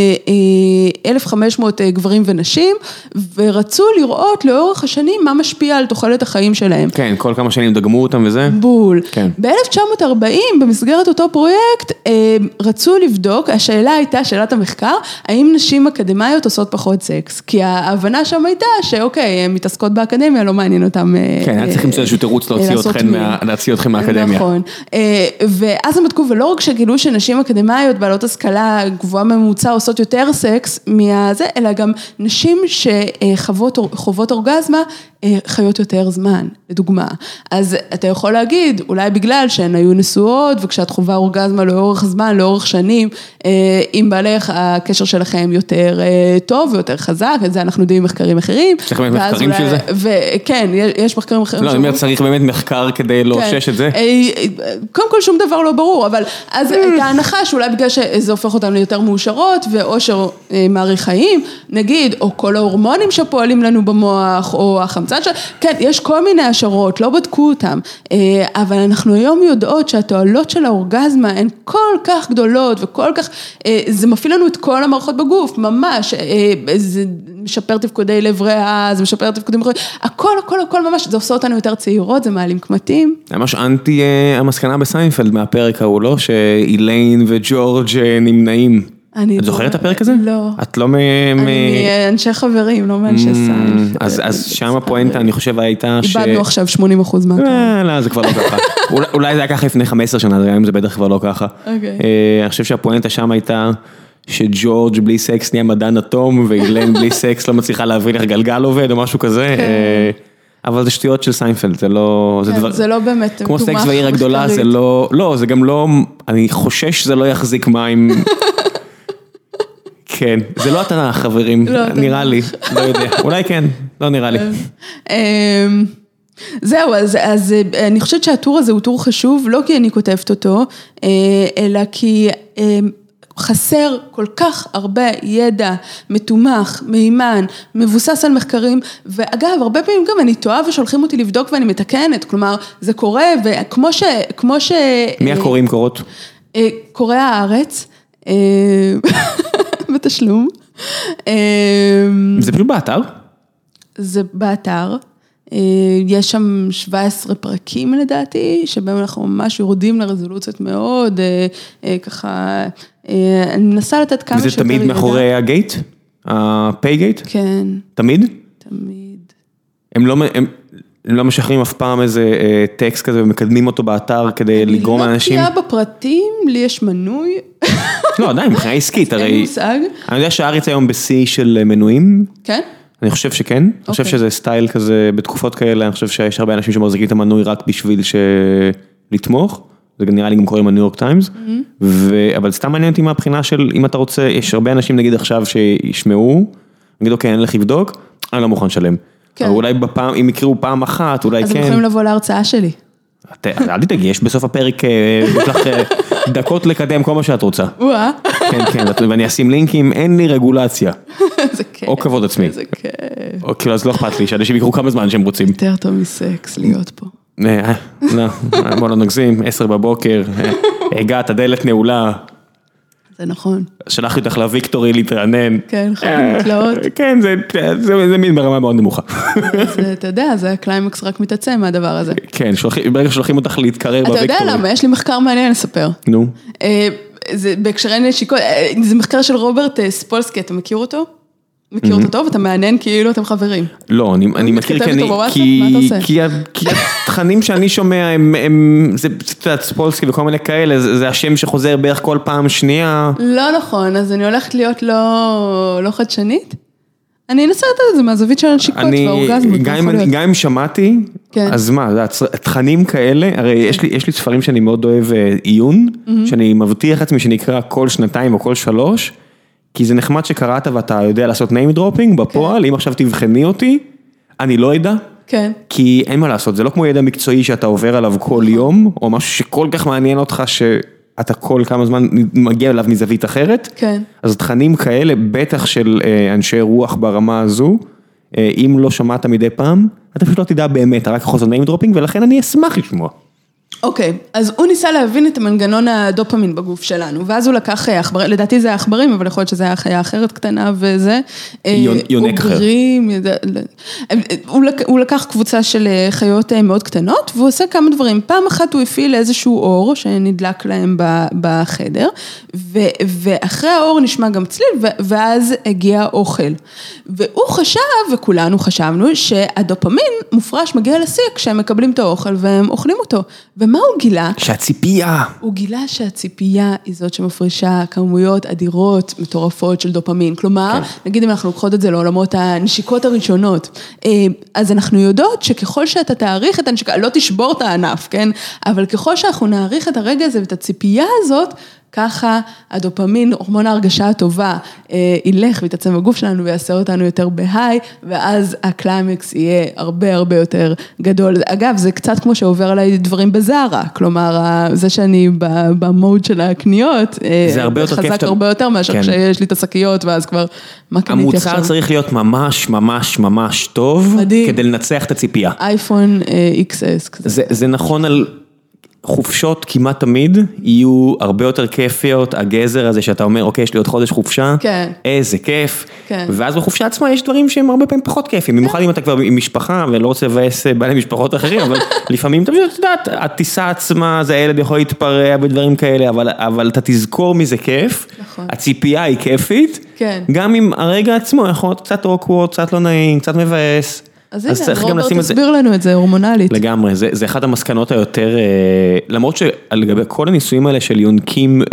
אלף וחמש מאות גברים ונשים, ורצו לראות לאורך השנים מה משפיע על תוחלת החיים שלהם. כן, כל כמה שנים דגמו אותם וזה. בול. כן. ב-אלף תשע מאות ארבעים, במסגרת אותו פרויקט, רצו לבדוק, השאלה הייתה, שאלת המחקר, האם נשים אקדמיות עושות פחות סקס? כי ההבנה שם הייתה שאוקיי, הן מתעסקות באקדמיה, לא מעניין אותם. כן, היה צריכים איזשהו תירוץ להוציא אתכם מהאקדמיה. נכון. ואז הם בדקו, ולא רק שגילו שנשים אקדמיות, בעלות השכלה גבוהה ממוצע, עושות יותר סקס מהזה, אלא גם נשים שחוות אורגזמה, חיות יותר זמן, לדוגמה. אז אתה יכול להגיד, אולי בגלל שהן היו נשואות, וכשאת חווה אורגזמה לאורך זמן, לאורך שנים, עם בעלך הקשר שלכם יותר טוב ויותר חזק, את זה אנחנו יודעים מחקרים אחרים. צריך באמת מחקרים של זה? וכן, יש מחקרים אחרים. לא, אני אומר, צריך באמת מחקר כדי לאושש את זה. קודם כל שום דבר לא ברור, אבל אז הייתה הנחה שאולי בגלל שזה הופך אותם ליותר מאושרות, ואושר מעריך חיים, נגיד, או כל ההורמונים שפועלים לנו במוח, או החמצן, כן, יש כל מיני השערות, לא בדקו אותם, אבל אנחנו היום יודעות שהתועלות של האורגזמה הן כל כך גדולות וכל כך, זה מפעיל לנו את כל המערכות בגוף, ממש, זה משפר תפקודי לב ריאה, זה משפר תפקודים, הכל, הכל, הכל ממש, זה עושה אותנו יותר צעירות, זה מעלים קמטים. זה ממש אנטי המסקנה בסיינפלד מהפרק ההוא, לא? שאיליין וג'ורג' נמנעים. את זוכרת את הפרק הזה? לא. את לא מ... אני מאנשי חברים, לא מאנשי סיינפלד. אז שם הפואנטה, אני חושב, הייתה ש... איבדנו עכשיו שמונים אחוז מהקהל. לא, זה כבר לא ככה. אולי זה היה ככה לפני חמש עשרה שנה, היום זה בטח כבר לא ככה. אני חושב שהפואנטה שם הייתה שג'ורג' בלי סקס נהיה מדען אטום, ואילן בלי סקס לא מצליחה להבין איך גלגל עובד, או משהו כזה. אבל זה שטויות של סיינפלד, זה לא... זה לא באמת... כמו סקס והעיר הגדולה, זה לא... לא, זה גם לא... אני חושש שזה לא יחזיק מים... כן, זה לא התנ"ך, חברים, נראה לי, לא יודע, אולי כן, לא נראה לי. זהו, אז אני חושבת שהטור הזה הוא טור חשוב, לא כי אני כותבת אותו, אלא כי חסר כל כך הרבה ידע מתומך, מהימן, מבוסס על מחקרים, ואגב, הרבה פעמים גם אני טועה ושולחים אותי לבדוק ואני מתקנת, כלומר, זה קורה, וכמו ש... כמו ש... מי הקוראים קורות? קוראי הארץ, בתשלום. זה פשוט באתר? זה באתר. יש שם שבעה עשר פרקים לדעתי, שבהם אנחנו ממש יורדים לרזולוציות מאוד, ככה, אני מנסה לתת כמה שיותר ידע. וזה תמיד מאחורי הגייט? הפי גייט? כן. תמיד? תמיד. הם לא... הם לא משחררים אף פעם איזה טקסט כזה ומקדמים אותו באתר כדי לגרום לאנשים. אני לא בקיאה בפרטים, לי יש מנוי. לא, עדיין, מבחינה עסקית, הרי... אין מושג. אני יודע שהארץ היום בשיא של מנויים. כן? אני חושב שכן. אני חושב שזה סטייל כזה, בתקופות כאלה, אני חושב שיש הרבה אנשים שמחזיקים את המנוי רק בשביל לתמוך. זה נראה לי גם קורה עם הניו יורק טיימס. אבל סתם מעניין אותי מהבחינה של, אם אתה רוצה, יש הרבה אנשים נגיד עכשיו שישמעו, נגיד אוקיי, אני לך לבדוק, אני לא מוכן לשלם. אבל אולי בפעם, אם יקראו פעם אחת, אולי כן. אז הם יכולים לבוא להרצאה שלי. אל תתגי, יש בסוף הפרק, יש לך דקות לקדם כל מה שאת רוצה. וואה. כן, כן, ואני אשים לינקים, אין לי רגולציה. זה כיף. או כבוד עצמי. זה כיף. או כאילו, אז לא אכפת לי, שאנשים יקראו כמה זמן שהם רוצים. יותר טוב מסקס להיות פה. לא, בוא לא נגזים, עשר בבוקר, הגעת, הדלת נעולה. זה נכון. שלחתי אותך לוויקטורי להתרענן. כן, חייבים תלאות. כן, זה מין ברמה מאוד נמוכה. אז אתה יודע, זה הקליימקס רק מתעצם מהדבר הזה. כן, ברגע שולחים אותך להתקרר בוויקטורי. אתה יודע למה, יש לי מחקר מעניין לספר. נו. זה בהקשרי נשיקות, זה מחקר של רוברט ספולסקי, אתה מכיר אותו? מכיר אותו טוב? אתה מעניין כאילו אתם חברים. לא, אני מכיר כי התכנים שאני שומע הם, זה קצת ספולסקי וכל מיני כאלה, זה השם שחוזר בערך כל פעם שנייה. לא נכון, אז אני הולכת להיות לא חדשנית. אני אנסה את זה מהזווית של הנשיקות והאורגזמות. גם אם שמעתי, אז מה, התכנים כאלה, הרי יש לי ספרים שאני מאוד אוהב עיון, שאני מבטיח עצמי שנקרא כל שנתיים או כל שלוש, כי זה נחמד שקראת ואתה יודע לעשות name dropping בפועל, אם עכשיו תבחני אותי, אני לא יודע, כי אין מה לעשות, זה לא כמו ידע מקצועי שאתה עובר עליו כל יום, או משהו שכל כך מעניין אותך שאתה כל כמה זמן מגיע אליו מזווית אחרת, אז תכנים כאלה, בטח של אנשי רוח ברמה הזו, אם לא שמעת מדי פעם, אתה פשוט לא תדע באמת, רק חוזר name dropping, ולכן אני אשמח לשמוע. אוקיי, אז הוא ניסה להבין את המנגנון הדופמין בגוף שלנו, ואז הוא לקח עכברים, לדעתי זה העכברים, אבל יכול להיות שזה היה חיה אחרת קטנה וזה. יונק אחר. הוא לקח קבוצה של חיות מאוד קטנות, והוא עושה כמה דברים. פעם אחת הוא הפעיל איזשהו אור שנדלק להם בחדר, ואחרי האור נשמע גם צליל, ואז הגיע אוכל. והוא חשב, וכולנו חשבנו, שהדופמין מופרש מגיע לשיא כשהם מקבלים את האוכל והם אוכלים אותו. ומה הוא גילה? שהציפייה. הוא גילה שהציפייה היא זאת שמפרישה כמויות אדירות, מטורפות של דופמין. כלומר, כן. נגיד אם אנחנו לוקחות את זה לעולמות הנשיקות הראשונות, אז אנחנו יודעות שככל שאתה תאריך את הנשיקה, לא תשבור את הענף, כן? אבל ככל שאנחנו נאריך את הרגע הזה ואת הציפייה הזאת, ככה הדופמין, הורמון ההרגשה הטובה, ילך ויתעצם בגוף שלנו ויעשה אותנו יותר בהיי, ואז הקליימקס יהיה הרבה הרבה יותר גדול. אגב, זה קצת כמו שעובר עליי דברים בזרה, כלומר, זה שאני במוד של הקניות, זה הרבה יותר חזק הרבה יותר מאשר כשיש לי את השקיות, ואז כבר, מה קניתי עכשיו? המוצר צריך להיות ממש ממש ממש טוב, כדי לנצח את הציפייה. אייפון אקס אס. זה נכון על... חופשות כמעט תמיד יהיו הרבה יותר כיפיות, הגזר הזה שאתה אומר, אוקיי, יש לי עוד חודש חופשה, כן. איזה כיף, כן. ואז בחופשה עצמה יש דברים שהם הרבה פעמים פחות כיפים, במיוחד כן. אם אתה כבר עם משפחה, ולא רוצה לבאס בעלי משפחות אחרים, אבל לפעמים אתה יודעת, הטיסה עצמה, זה הילד יכול להתפרע בדברים כאלה, אבל, אבל אתה תזכור מזה כיף, נכון. הציפייה היא כיפית, כן. גם אם הרגע עצמו יכול להיות קצת אוקוורד, קצת לא נעים, קצת מבאס, אז הנה, רוברט תסביר לנו את זה, הורמונלית. לגמרי, זה, זה אחד המסקנות היותר, למרות שלגבי כל הניסויים האלה של יונקים,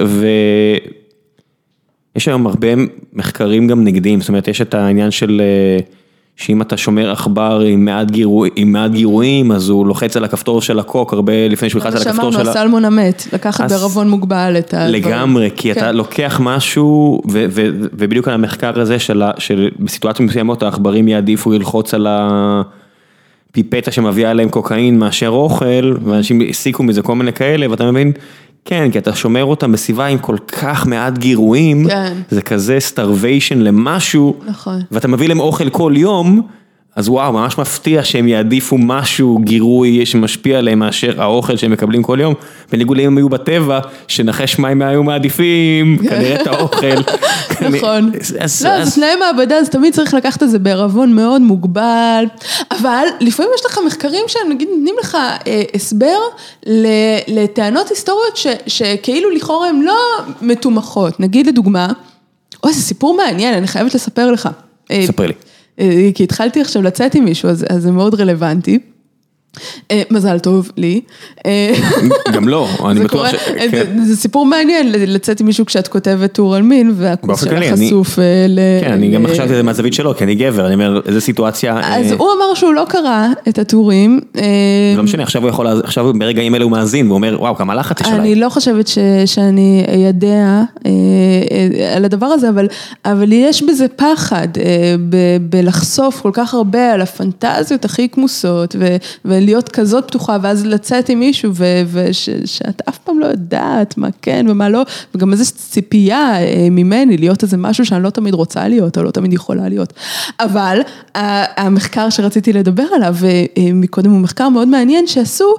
ויש היום הרבה מחקרים גם נגדיים, זאת אומרת, יש את העניין של, שאם אתה שומר עכבר עם מעט גירוי, עם מעט גירויים, אז הוא לוחץ על הכפתור של הקוק, הרבה לפני שהוא ילחץ על הכפתור של... שמרנו, הסלמון המת, לקחת בערבון מוגבל את הדברים. לגמרי, כי אתה לוקח משהו, ובדיוק על המחקר הזה, שבסיטואציה מסוימות, העכברים יעדיפו ללחוץ על הפיפטה שמביאה עליהם קוקאין מאשר אוכל, ואנשים הסיקו מזה כל מיני כאלה, ואתה מבין, כן, כי אתה שומר אותם בסביבה עם כל כך מעט גירויים, כן. זה כזה starvation למשהו, נכון. ואתה מביא להם אוכל כל יום, אז וואו, ממש מפתיע שהם יעדיפו משהו גירוי שמשפיע עליהם מאשר האוכל שהם מקבלים כל יום, בניגוד להם היו בטבע, שנחש מים היו מעדיפים, כנראה את האוכל. נכון. לא, זה תנאי מעבדה, אז תמיד צריך לקחת את זה בערבון מאוד מוגבל, אבל לפעמים יש לך מחקרים שהם נגיד נותנים לך הסבר לטענות היסטוריות שכאילו לכאורה הן לא מתומחות. נגיד לדוגמה, אוי, זה סיפור מעניין, אני חייבת לספר לך. ספר לי. כי התחלתי עכשיו לצאת עם מישהו, אז זה מאוד רלוונטי. מזל טוב לי. גם לא, אני בטוח ש... זה סיפור מעניין, לצאת עם מישהו כשאת כותבת טור על מין, והכוס שלה חשוף ל... כן, אני גם חשבתי את זה מהזווית שלו, כי אני גבר, אני אומר, איזו סיטואציה... אז הוא אמר שהוא לא קרא את הטורים. לא משנה, עכשיו הוא יכול, עכשיו ברגעים אלה הוא מאזין, והוא אומר, וואו, כמה לחץ יש עליי. אני לא חושבת שאני יודע על הדבר הזה, אבל יש בזה פחד, בלחשוף כל כך הרבה על הפנטזיות הכי כמוסות, ו... להיות כזאת פתוחה, ואז לצאת עם מישהו, ושאת אף פעם לא יודעת מה כן ומה לא, וגם איזו ציפייה ממני, להיות איזה משהו שאני לא תמיד רוצה להיות, או לא תמיד יכולה להיות. אבל המחקר שרציתי לדבר עליו, מקודם הוא מחקר מאוד מעניין, שעשו,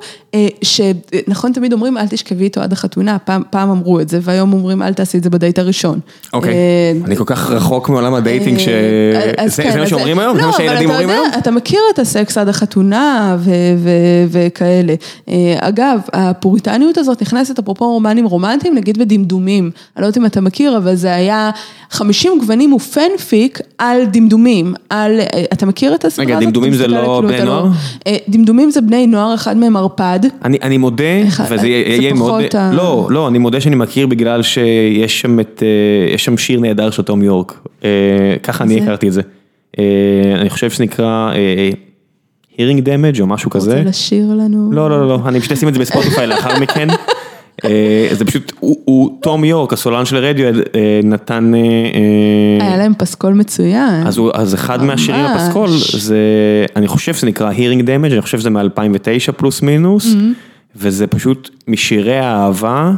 שנכון תמיד אומרים, אל תשכבי איתו עד החתונה, פעם, פעם אמרו את זה, והיום אומרים, אל תעשי את זה בדייט הראשון. אוקיי, אני כל כך רחוק מעולם הדייטינג, שזה מה שאומרים היום, זה מה שהילדים אומרים היום. אתה מכיר את הסקס עד החתונה, וכאלה. אגב, הפוריטניות הזאת נכנסת, אפרופו רומנים רומנטיים, נגיד בדמדומים. אני לא יודעת אם אתה מכיר, אבל זה היה חמישים גוונים ופנפיק על דמדומים. אתה מכיר את הסדרה הזאת? רגע, דמדומים זה לא בני נוער? דמדומים זה בני נוער, אחד מהם ערפד. אני מודה, וזה יהיה מאוד... לא, לא, אני מודה שאני מכיר בגלל שיש שם את... יש שם שיר נהדר של תום יורק. ככה אני הכרתי את זה. אני חושב שנקרא... hearing damage או משהו כזה. רוצה לשיר לנו? לא, לא, לא, אני פשוט אשים את זה בספוטיפיי לאחר מכן. זה פשוט, הוא תום יורק, הסולן של רדיו, נתן... היה להם פסקול מצוין. אז אחד מהשירים הפסקול, אני חושב שזה נקרא hearing damage, אני חושב שזה מ-אלפיים ותשע פלוס מינוס, וזה פשוט משירי האהבה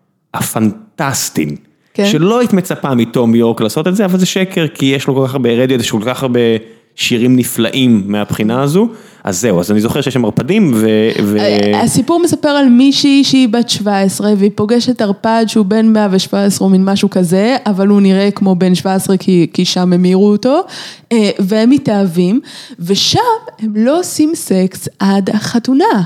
הפנטסטיים, שלא היית מצפה מתום יורק לעשות את זה, אבל זה שקר, כי יש לו כל כך הרבה רדיו, יש לו כל כך הרבה... שירים נפלאים מהבחינה הזו, אז זהו, אז אני זוכר שיש שם ערפדים ו... הסיפור מספר על מישהי שהיא בת שבע עשרה, והיא פוגשת ערפד שהוא בן מאה ושבע עשרה, או מין משהו כזה, אבל הוא נראה כמו בן שבע עשרה, כי, כי שם המירו אותו, והם מתאהבים, ושם הם לא עושים סקס עד החתונה.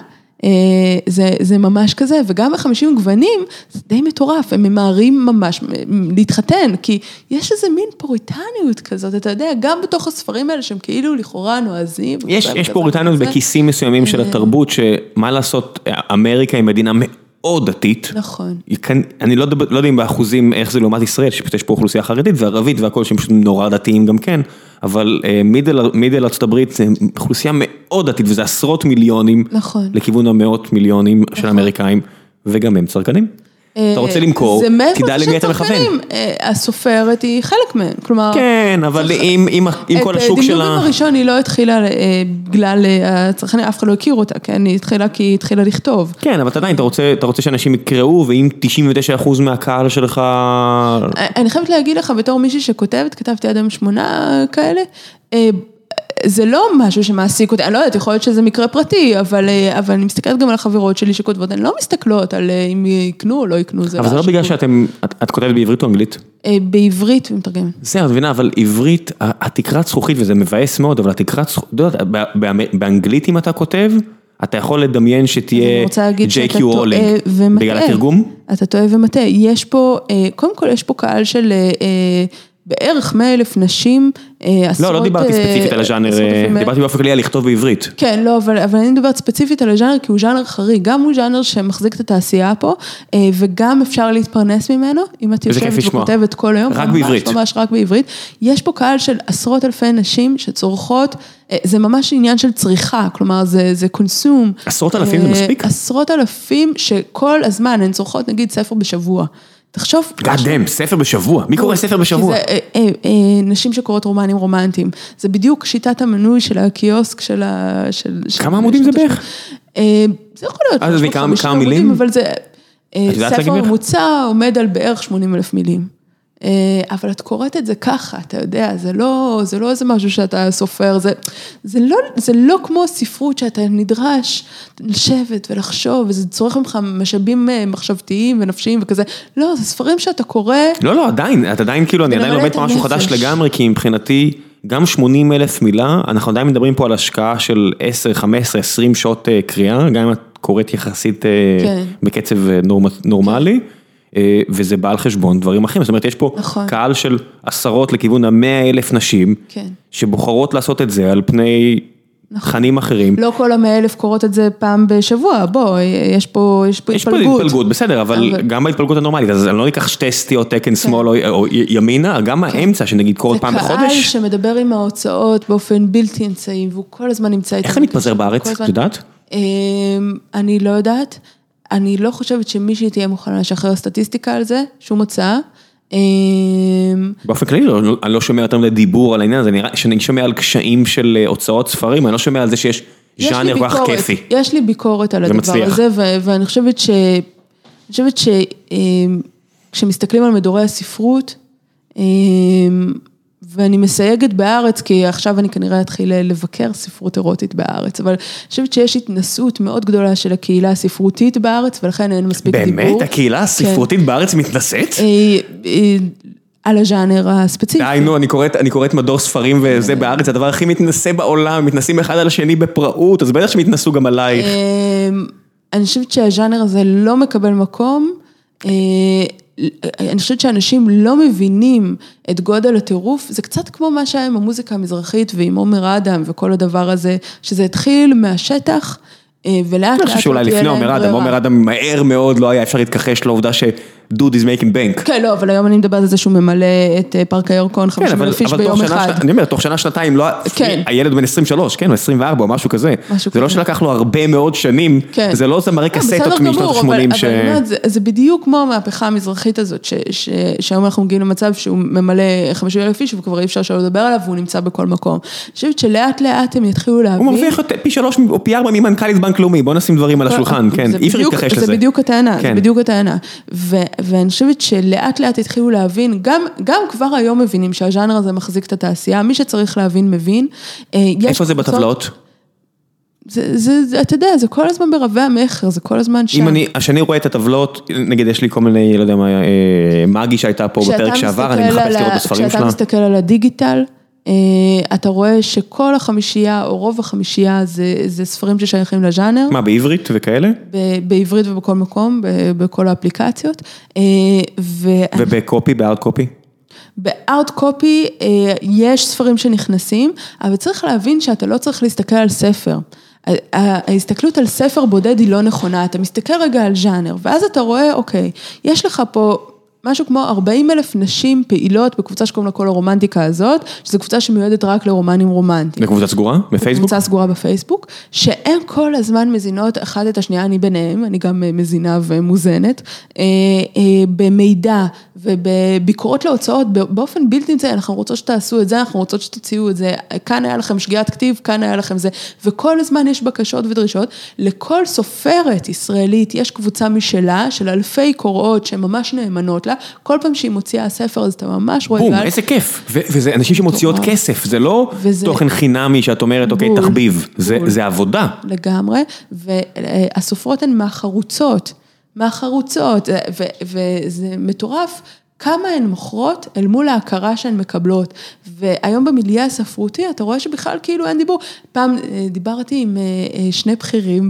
זה, זה ממש כזה, וגם בחמישים גוונים, זה די מטורף, הם ממהרים ממש להתחתן, כי יש איזה מין פוריטניות כזאת, אתה יודע, גם בתוך הספרים האלה, שהם כאילו לכאורה נועזים. יש, יש פוריטניות בכיסים מסוימים של התרבות, שמה לעשות, אמריקה היא מדינה מאוד דתית. נכון. אני לא, לא יודע אם באחוזים איך זה לעומת ישראל, שפשוט יש פה אוכלוסייה חרדית וערבית והכל שהם פשוט נורא דתיים גם כן, אבל מידל, מידל ארצות הברית זה אוכלוסייה מאוד דתית, וזה עשרות מיליונים, נכון. לכיוון המאות מיליונים נכון. של האמריקאים, וגם הם צרכנים. אתה רוצה למכור, תדע למי אתה מכוון. הסופרת היא חלק מהן, כלומר... כן, אבל עם כל השוק שלה... את דמדומים הראשון היא לא התחילה בגלל הצרכנים, אף אחד לא הכיר אותה, כן? היא התחילה כי היא התחילה לכתוב. כן, אבל עדיין, אתה רוצה שאנשים יקראו, ואם תשעים ותשעה אחוז מהקהל שלך... אני חייבת להגיד לך, בתור מישהי שכותבת, כתבתי עד היום שמונה כאלה, זה לא משהו שמעסיק אותי, אני לא יודעת, יכול להיות שזה מקרה פרטי, אבל, אבל אני מסתכלת גם על החברות שלי שכותבות, הן לא מסתכלות על אם יקנו או לא יקנו. אבל זה לא בגלל שאתם, את, את כותבת בעברית או אנגלית? בעברית ומתרגם. זה, את מבינה, אבל עברית, התקרת זכוכית, וזה מבאס מאוד, אבל התקרת זכוכית, אתה יודע, באנגלית אם אתה כותב, אתה יכול לדמיין שתהיה ג'יי קיו רולינג, בגלל התרגום? אתה טועה ומטעה, יש פה, קודם כל יש פה קהל של... בערך מאה אלף נשים, עשרות... לא, לא דיברתי ספציפית על הז'אנר, דיברתי באופן כללי על לכתוב בעברית. כן, לא, אבל, אבל אני מדברת ספציפית על הז'אנר, כי הוא ז'אנר חריג, גם הוא ז'אנר שמחזיק את התעשייה פה, וגם אפשר להתפרנס ממנו, אם את יושבת וכותבת כל היום, רק בעברית. ממש רק בעברית. יש פה קהל של עשרות אלפי נשים שצורכות, זה ממש עניין של צריכה, כלומר, זה, זה קונסום. עשרות אלפים זה מספיק? עשרות אלפים שכל הזמן הן צורכות, נגיד, ספר בשבוע. תחשוב... גאדם, ספר בשבוע. מי קורא ספר בשבוע? נשים שקוראות רומנים רומנטיים. זה בדיוק שיטת המנוי של הקיוסק של ה... כמה עמודים זה בערך? זה יכול להיות. כמה מילים? אבל זה... ספר ממוצע עומד על בערך שמונים אלף מילים. אבל את קוראת את זה ככה, אתה יודע, זה לא, זה לא איזה משהו שאתה סופר, זה, זה לא, זה לא כמו ספרות שאתה נדרש לשבת ולחשוב, וזה צורך ממך משאבים מחשבתיים ונפשיים וכזה, לא, זה ספרים שאתה קורא. לא, לא, עדיין, את עדיין כאילו, אני עדיין לומד משהו חדש לגמרי, כי מבחינתי, גם שמונים אלף מילה, אנחנו עדיין מדברים פה על השקעה של עשר, חמש עשרה, עשרים שעות קריאה, גם אם את קוראת יחסית בקצב נורמלי, וזה בא על חשבון דברים אחרים, זאת אומרת, יש פה קהל של עשרות לכיוון המאה אלף נשים, שבוחרות לעשות את זה על פני תכנים אחרים. לא כל המאה אלף קורות את זה פעם בשבוע, בוא, יש פה התפלגות. יש פה התפלגות, בסדר, אבל גם בהתפלגות הנורמלית, אז אני לא ניקח שתי סטיות תקן שמאל או ימינה, גם האמצע שנגיד קורות פעם בחודש. זה קהל שמדבר עם ההוצאות באופן בלתי אמצעי, והוא כל הזמן נמצא איתנו. איך זה מתפזר בארץ, את יודעת? אני לא יודעת. אני לא חושבת שמישהי תהיה מוכנה לשחרר סטטיסטיקה על זה, שום הצעה. באופן כללי, אני לא שומע יותר לדיבור על העניין הזה, שאני שומע על קשיים של הוצאות ספרים, אני לא שומע על זה שיש ז'אנר כל כך כיפי. יש לי ביקורת על הדבר הזה, ואני חושבת ש... אני חושבת שכשמסתכלים על מדורי הספרות, ואני מסייגת בארץ, כי עכשיו אני כנראה אתחיל לבקר ספרות אירוטית בארץ, אבל אני חושבת שיש התנסות מאוד גדולה של הקהילה הספרותית בארץ, ולכן אין מספיק דיבור. באמת? הקהילה הספרותית בארץ מתנסית? על הז'אנר הספציפי. די, נו, אני קוראת, אני קוראת מדור ספרים וזה בארץ, זה הדבר הכי מתנסה בעולם, מתנסים אחד על השני בפראות, אז בטח שמתנסו גם עלייך. אני חושבת שהז'אנר הזה לא מקבל מקום, אני חושבת שאנשים לא מבינים את גודל הטירוף, זה קצת כמו מה שהיה עם המוזיקה המזרחית ועם עומר אדם וכל הדבר הזה, שזה התחיל מהשטח, ולאט לאט... אני חושב שאולי לפני עומר אדם, עומר אדם מהר מאוד לא היה אפשר להתכחש לעובדה שדוד is making bank. כן, לא, אבל היום אני מדברת על זה שהוא ממלא את פארק הירקון חמישים אלף איש ביום אחד. אני אומר, תוך שנה, שנתיים, הילד בן עשרים ושלוש, כן, או עשרים וארבע או משהו כזה. זה לא שלקח לו הרבה מאוד שנים, זה לא זמרי קסטות משנות ה-שמונים. זה בדיוק כמו המהפכה המזרחית הזאת, שהיום אנחנו מגיעים למצב שהוא ממלא חמישים אלף איש, וכבר אי אפשר שלא לדבר עליו, והוא נמצא בכל מקום. אני חושבת שלאט לאט הם יתחילו להבין. הוא מרוויח פי שלוש או פי ארבע ממנכ"לית בנק לאומי. בוא נשים דברים על השולחן, כן. אי אפשר להתכחש לזה. זה בדיוק הטענה, זה בדיוק הטענה. ואני חושבת שלאט לאט התחילו להבין, גם, גם כבר היום מבינים שהז'אנר הזה מחזיק את התעשייה, מי שצריך להבין מבין. איפה זה בטבלאות? זה, זה, אתה יודע, זה כל הזמן ברבי המחר, זה כל הזמן שם. אם אני, השני רואה את הטבלאות, נגיד יש לי כל מיני, לא יודע מה, מגי שהייתה פה בפרק שעבר, אני מחפש לראות בספרים שלה. כשאתה מסתכל על הדיגיטל, אתה רואה שכל החמישייה, או רוב החמישייה, זה, זה ספרים ששייכים לז'אנר. מה, בעברית וכאלה? בעברית ובכל מקום, בכל האפליקציות. ו... ובקופי, בארט קופי? בארט קופי יש ספרים שנכנסים, אבל צריך להבין שאתה לא צריך להסתכל על ספר. ההסתכלות על ספר בודד היא לא נכונה, אתה מסתכל רגע על ז'אנר, ואז אתה רואה, אוקיי, יש לך פה... משהו כמו ארבעים אלף נשים פעילות בקבוצה שקוראים לה כל הרומנטיקה הזאת, שזו קבוצה שמיועדת רק לרומנים רומנטיים. בקבוצה סגורה? בפייסבוק? בקבוצה סגורה בפייסבוק, שהן כל הזמן מזינות אחת את השנייה, אני ביניהם, אני גם מזינה ומוזנת, במידע ובביקורות להוצאות, באופן בלתי נמצא, אנחנו רוצות שתעשו את זה, אנחנו רוצות שתציעו את זה, כאן היה לכם שגיאת כתיב, כאן היה לכם זה, וכל הזמן יש בקשות ודרישות, לכל סופרת ישראלית יש קבוצה משלה, של אלפי קוראות שממש נאמנות לה, כל פעם שהיא מוציאה הספר, אז אתה ממש רואה... בום, איזה כיף. וזה אנשים שמוציאות כסף, זה לא תוכן חינמי שאת אומרת, אוקיי, תחביב, זה עבודה. לגמרי, והסופרות הן מהחרוצות, מהחרוצות, וזה מטורף, כמה הן מוכרות אל מול ההכרה שהן מקבלות, והיום במיליה הספרותי, אתה רואה שבכלל כאילו אין דיבור, פעם דיברתי עם שני בכירים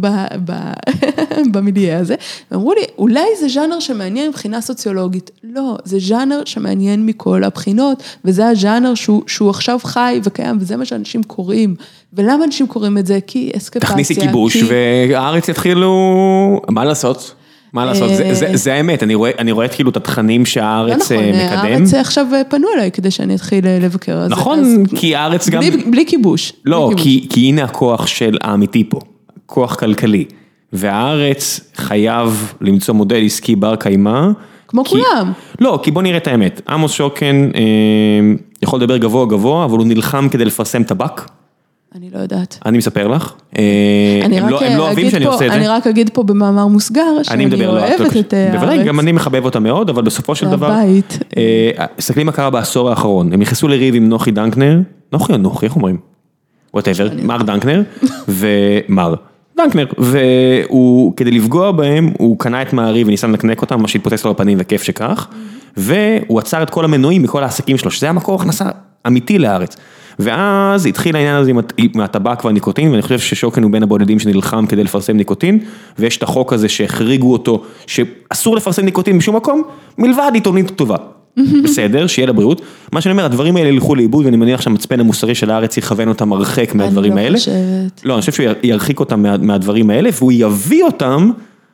במיליה הזה, ואמרו לי, אולי זה ז'אנר שמעניין מבחינה סוציולוגית, לא, זה ז'אנר שמעניין מכל הבחינות, וזה הז'אנר שהוא, שהוא עכשיו חי וקיים, וזה מה שאנשים קוראים, ולמה אנשים קוראים את זה? כי אסקפציה, תכניסי כיבוש, כי... והארץ יתחילו, מה לעשות? מה לעשות? זה, זה, זה האמת, אני רואה, אני רואה כאילו את התכנים שהארץ נכון, מקדם. הארץ עכשיו פנו אליי כדי שאני אתחיל לבקר. נכון, אז, כי הארץ גם... בלי, בלי כיבוש. לא, בלי כי, כיבוש. כי הנה הכוח של האמיתי פה, כוח כלכלי, והארץ חייב למצוא מודל עסקי בר קיימא. כמו כי, כולם. לא, כי בוא נראה את האמת, עמוס שוקן אה, יכול לדבר גבוה גבוה, אבל הוא נלחם כדי לפרסם טבק. אני לא יודעת. אני מספר לך, הם לא אוהבים שאני עושה את זה. אני רק אגיד פה במאמר מוסגר, שאני אוהבת את הארץ. בוודאי, גם אני מחבב אותה מאוד, אבל בסופו של דבר, סתכלי מה קרה בעשור האחרון, הם נכנסו לריב עם נוחי דנקנר, נוחי או נוחי, איך אומרים? whatever, מר דנקנר, ומר דנקנר, והוא, כדי לפגוע בהם, הוא קנה את מעריב וניסה לנקנק אותם, מה שהתפוצץ לו בפנים וכיף שכך, והוא עצר את כל המנויים מכל העסקים שלו, שזה המקור הכנסה אמיתי לארץ. ואז התחיל העניין הזה עם הטבק והניקוטין, ואני חושב ששוקן הוא בין הבודדים שנלחם כדי לפרסם ניקוטין, ויש את החוק הזה שהחריגו אותו, שאסור לפרסם ניקוטין בשום מקום, מלבד עיתונית טובה. בסדר, שיהיה לבריאות. מה שאני אומר, הדברים האלה ילכו לאיבוד, ואני מניח שהמצפן המוסרי של הארץ יכוון אותם הרחק מהדברים האלה. אני לא חושבת. לא, אני חושב שהוא ירחיק אותם מהדברים האלה, והוא יביא אותם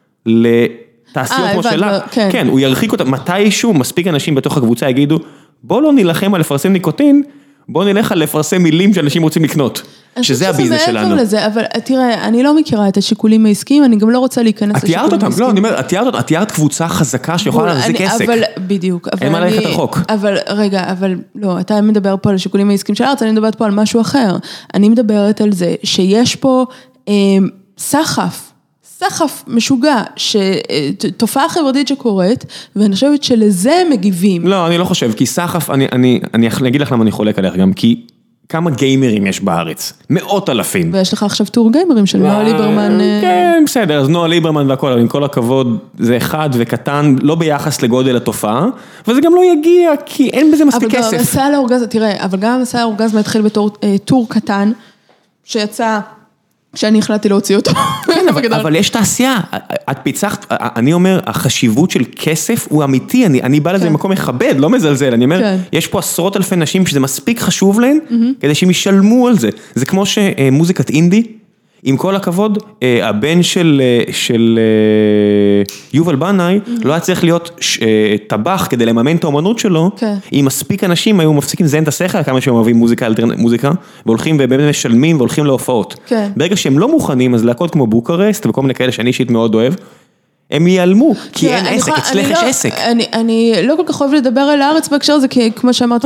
לתעשיות כמו שלה. כן, הוא ירחיק אותם. מתישהו מספיק אנשים בתוך הקבוצה יגידו, בוא לא נלחם על לפרסם ניקוטין, בוא נלך על לפרסם מילים שאנשים רוצים לקנות, שזה הביזנס שלנו. לזה, אבל תראה, אני לא מכירה את השיקולים העסקיים, אני גם לא רוצה להיכנס לשיקולים העסקיים. את תיארת אותם, לא, אני אומר, את תיארת, את תיארת קבוצה חזקה שיכולה להחזיק עסק. אבל, בדיוק. אין מה ללכת רחוק. אבל, רגע, אבל לא, אתה מדבר פה על השיקולים העסקיים של הארץ, אני מדברת פה על משהו אחר. אני מדברת על זה שיש פה סחף, סחף משוגע, תופעה חברתית שקורית, ואני חושבת שלזה הם מגיבים. לא, אני לא חושב, כי סחף, אני, אני, אני אגיד לך למה אני חולק עליך גם, כי כמה גיימרים יש בארץ? מאות אלפים. ויש לך עכשיו טור גיימרים של נועה ליברמן. כן, בסדר, אז נועה ליברמן והכל, אבל עם כל הכבוד, זה אחד וקטן, לא ביחס לגודל התופעה, וזה גם לא יגיע, כי אין בזה מספיק כסף. אבל גם המסע לאורגזמה, תראה, אבל גם המסע לאורגזמה התחיל בתור טור קטן, שיצא... שאני החלטתי להוציא אותו. כן, אבל, אבל יש תעשייה, את פיצחת, אני אומר, החשיבות של כסף הוא אמיתי, אני, אני בא לזה במקום מכבד, לא מזלזל, אני אומר, כן. יש פה עשרות אלפי נשים שזה מספיק חשוב להן, mm-hmm. כדי שהם ישלמו על זה. זה כמו שמוזיקת אינדי, עם כל הכבוד, הבן של, של יובל בנאי, לא היה צריך להיות טבח כדי לממן את האומנות שלו, אם מספיק אנשים היו מפסיקים לזיין את השכל, כמה שהם אוהבים מוזיקה, מוזיקה, והולכים ובאמת משלמים והולכים להופעות. ברגע שהם לא מוכנים, אז להקות כמו בוקרסט, וכל מיני כאלה שאני אישית מאוד אוהב, הם ייעלמו, כי אין עסק, אצלך יש עסק. אני לא כל כך אוהב לדבר על הארץ בהקשר הזה, כי כמו שאמרתי,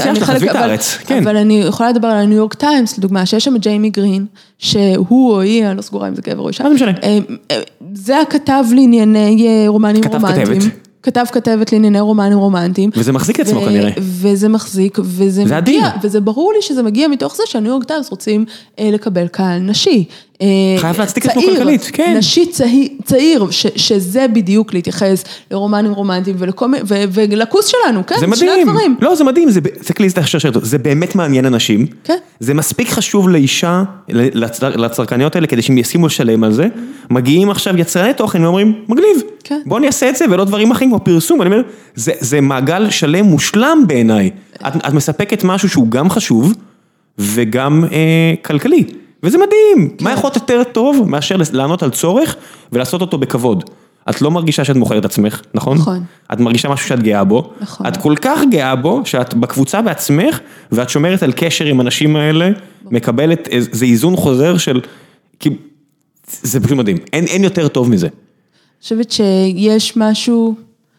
אבל אני יכולה לדבר על הניו יורק טיימס, לדוגמה, שיש שם ג'יימי גרין, שהוא או היא, אני לא סגורה אם זה גבר או אישה. מה זה משנה? זה הכתב לענייני רומנים רומנטיים. כתב כתבת לענייני רומנים רומנטיים. וזה מחזיק עצמו כנראה. וזה מחזיק, וזה מגיע, וזה ברור לי שזה מגיע מתוך זה שהניו יורק טיימס רוצים לקבל קהל נשי. חייב להצדיק עצמו כלכלית, כן. נשי צעיר, שזה בדיוק להתייחס לרומנים רומנטיים ולכוס שלנו, כן? זה מדהים. לא, זה מדהים, זה כלי, זה באמת מעניין אנשים. זה מספיק חשוב לאישה, לצרכניות האלה, כדי שהם ישימו לשלם על זה. מגיעים עכשיו יצרני תוכן ואומרים, מגניב, בוא נעשה את זה ולא דברים אחרים כמו פרסום. אני אומר, זה מעגל שלם מושלם בעיניי. את מספקת משהו שהוא גם חשוב וגם כלכלי. וזה מדהים, מה יכול להיות יותר טוב מאשר לענות על צורך ולעשות אותו בכבוד. את לא מרגישה שאת מוכרת עצמך, נכון? נכון. את מרגישה משהו שאת גאה בו. נכון. את כל כך גאה בו שאת בקבוצה בעצמך ואת שומרת על קשר עם אנשים האלה, מקבלת איזה איזון חוזר של, כי זה פשוט מדהים, אין, אין יותר טוב מזה. אני חושבת שיש משהו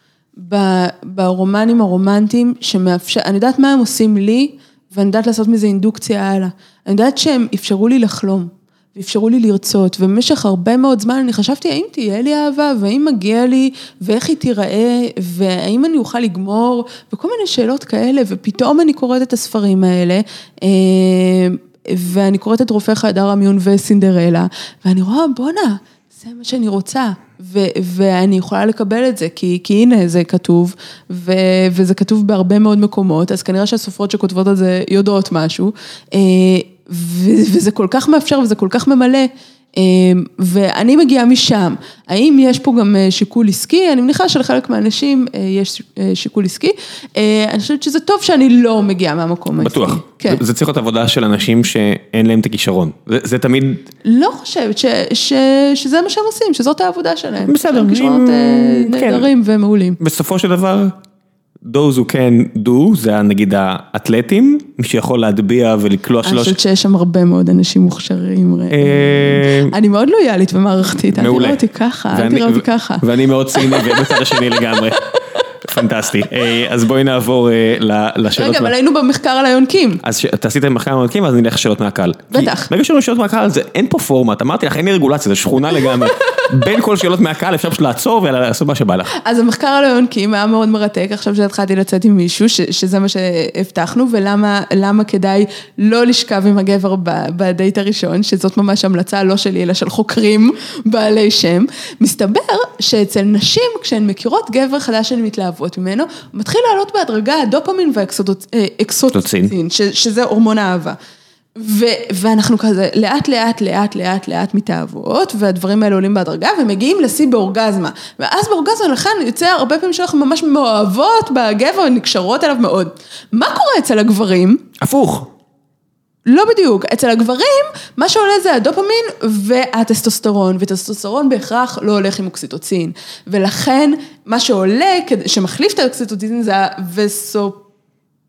ברומנים הרומנטיים שמאפשר, אני יודעת מה הם עושים לי, ואני יודעת לעשות מזה אינדוקציה הלאה. אני יודעת שהם אפשרו לי לחלום, ואפשרו לי לרצות, ובמשך הרבה מאוד זמן אני חשבתי, האם תהיה לי אהבה, והאם מגיע לי, ואיך היא תיראה, והאם אני אוכל לגמור, וכל מיני שאלות כאלה, ופתאום אני קוראת את הספרים האלה, ואני קוראת את רופא חדר המיון וסינדרלה, ואני רואה, בונה, זה מה שאני רוצה, ו- ואני יכולה לקבל את זה, כי, כי הנה זה כתוב, ו- וזה כתוב בהרבה מאוד מקומות, אז כנראה שהסופרות שכותבות על זה יודעות משהו, ו- וזה כל כך מאפשר וזה כל כך ממלא, ואני מגיעה משם. האם יש פה גם שיקול עסקי? אני מניחה שלחלק מהאנשים יש שיקול עסקי. אני חושבת שזה טוב שאני לא מגיעה מהמקום העסקי. בטוח. כן. זה צריך להיות עבודה של אנשים שאין להם את הכישרון. זה, זה תמיד... לא חושבת ש, ש, שזה מה שהם עושים, שזאת העבודה שלהם. בסדר. כישרונות נהדרים כן. ומעולים. בסופו של דבר... those who can do, זה נגיד האתלטים, מי שיכול להטביע ולקלוע שלוש... אני חושבת שיש שם הרבה מאוד אנשים מוכשרים. אני מאוד לויאלית ומערכתית, אל תראה אותי ככה, אל תראה אותי ככה. ואני מאוד ציני ובצד השני לגמרי. פנטסטי. אז בואי נעבור לשאלות. רגע, אבל היינו במחקר על היונקים. אז תעשית מחקר על היונקים, אז נלך לשאלות מהקהל. בטח. ברגע שיש שאלות מהקהל, אין פה פורמט, אמרתי לך, אין לי רגולציה, זה שכונה לגמרי. בין כל שאלות מהקהל אפשר פשוט לעצור ולעשות מה שבא לך. אז המחקר על היונקים היה מאוד מרתק, עכשיו שהתחלתי לצאת עם מישהו, שזה מה שהבטחנו, ולמה כדאי לא לשכב עם הגבר בדייט הראשון, שזאת ממש המלצה לא שלי, אלא של חוקרים בעלי שם. מסתבר שאצל נשים, כשהן מכירות גבר חדש שהן מתלהבות ממנו, מתחיל לעלות בהדרגה הדופמין והאקסוטוצין, שזה הורמון האהבה. ואנחנו כזה לאט לאט לאט לאט לאט מתאהבות, והדברים האלה עולים בהדרגה, ומגיעים לשיא באורגזמה. ואז באורגזמה לכן יוצא הרבה פעמים שאנחנו ממש מאוהבות בגבר, ונקשרות אליו מאוד. מה קורה אצל הגברים? הפוך. לא בדיוק. אצל הגברים, מה שעולה זה הדופמין והטסטוסטרון, וטסטוסטרון בהכרח לא הולך עם אוקסיטוצין. ולכן, מה שעולה, שמחליף את האוקסיטוצין, זה הווסופ...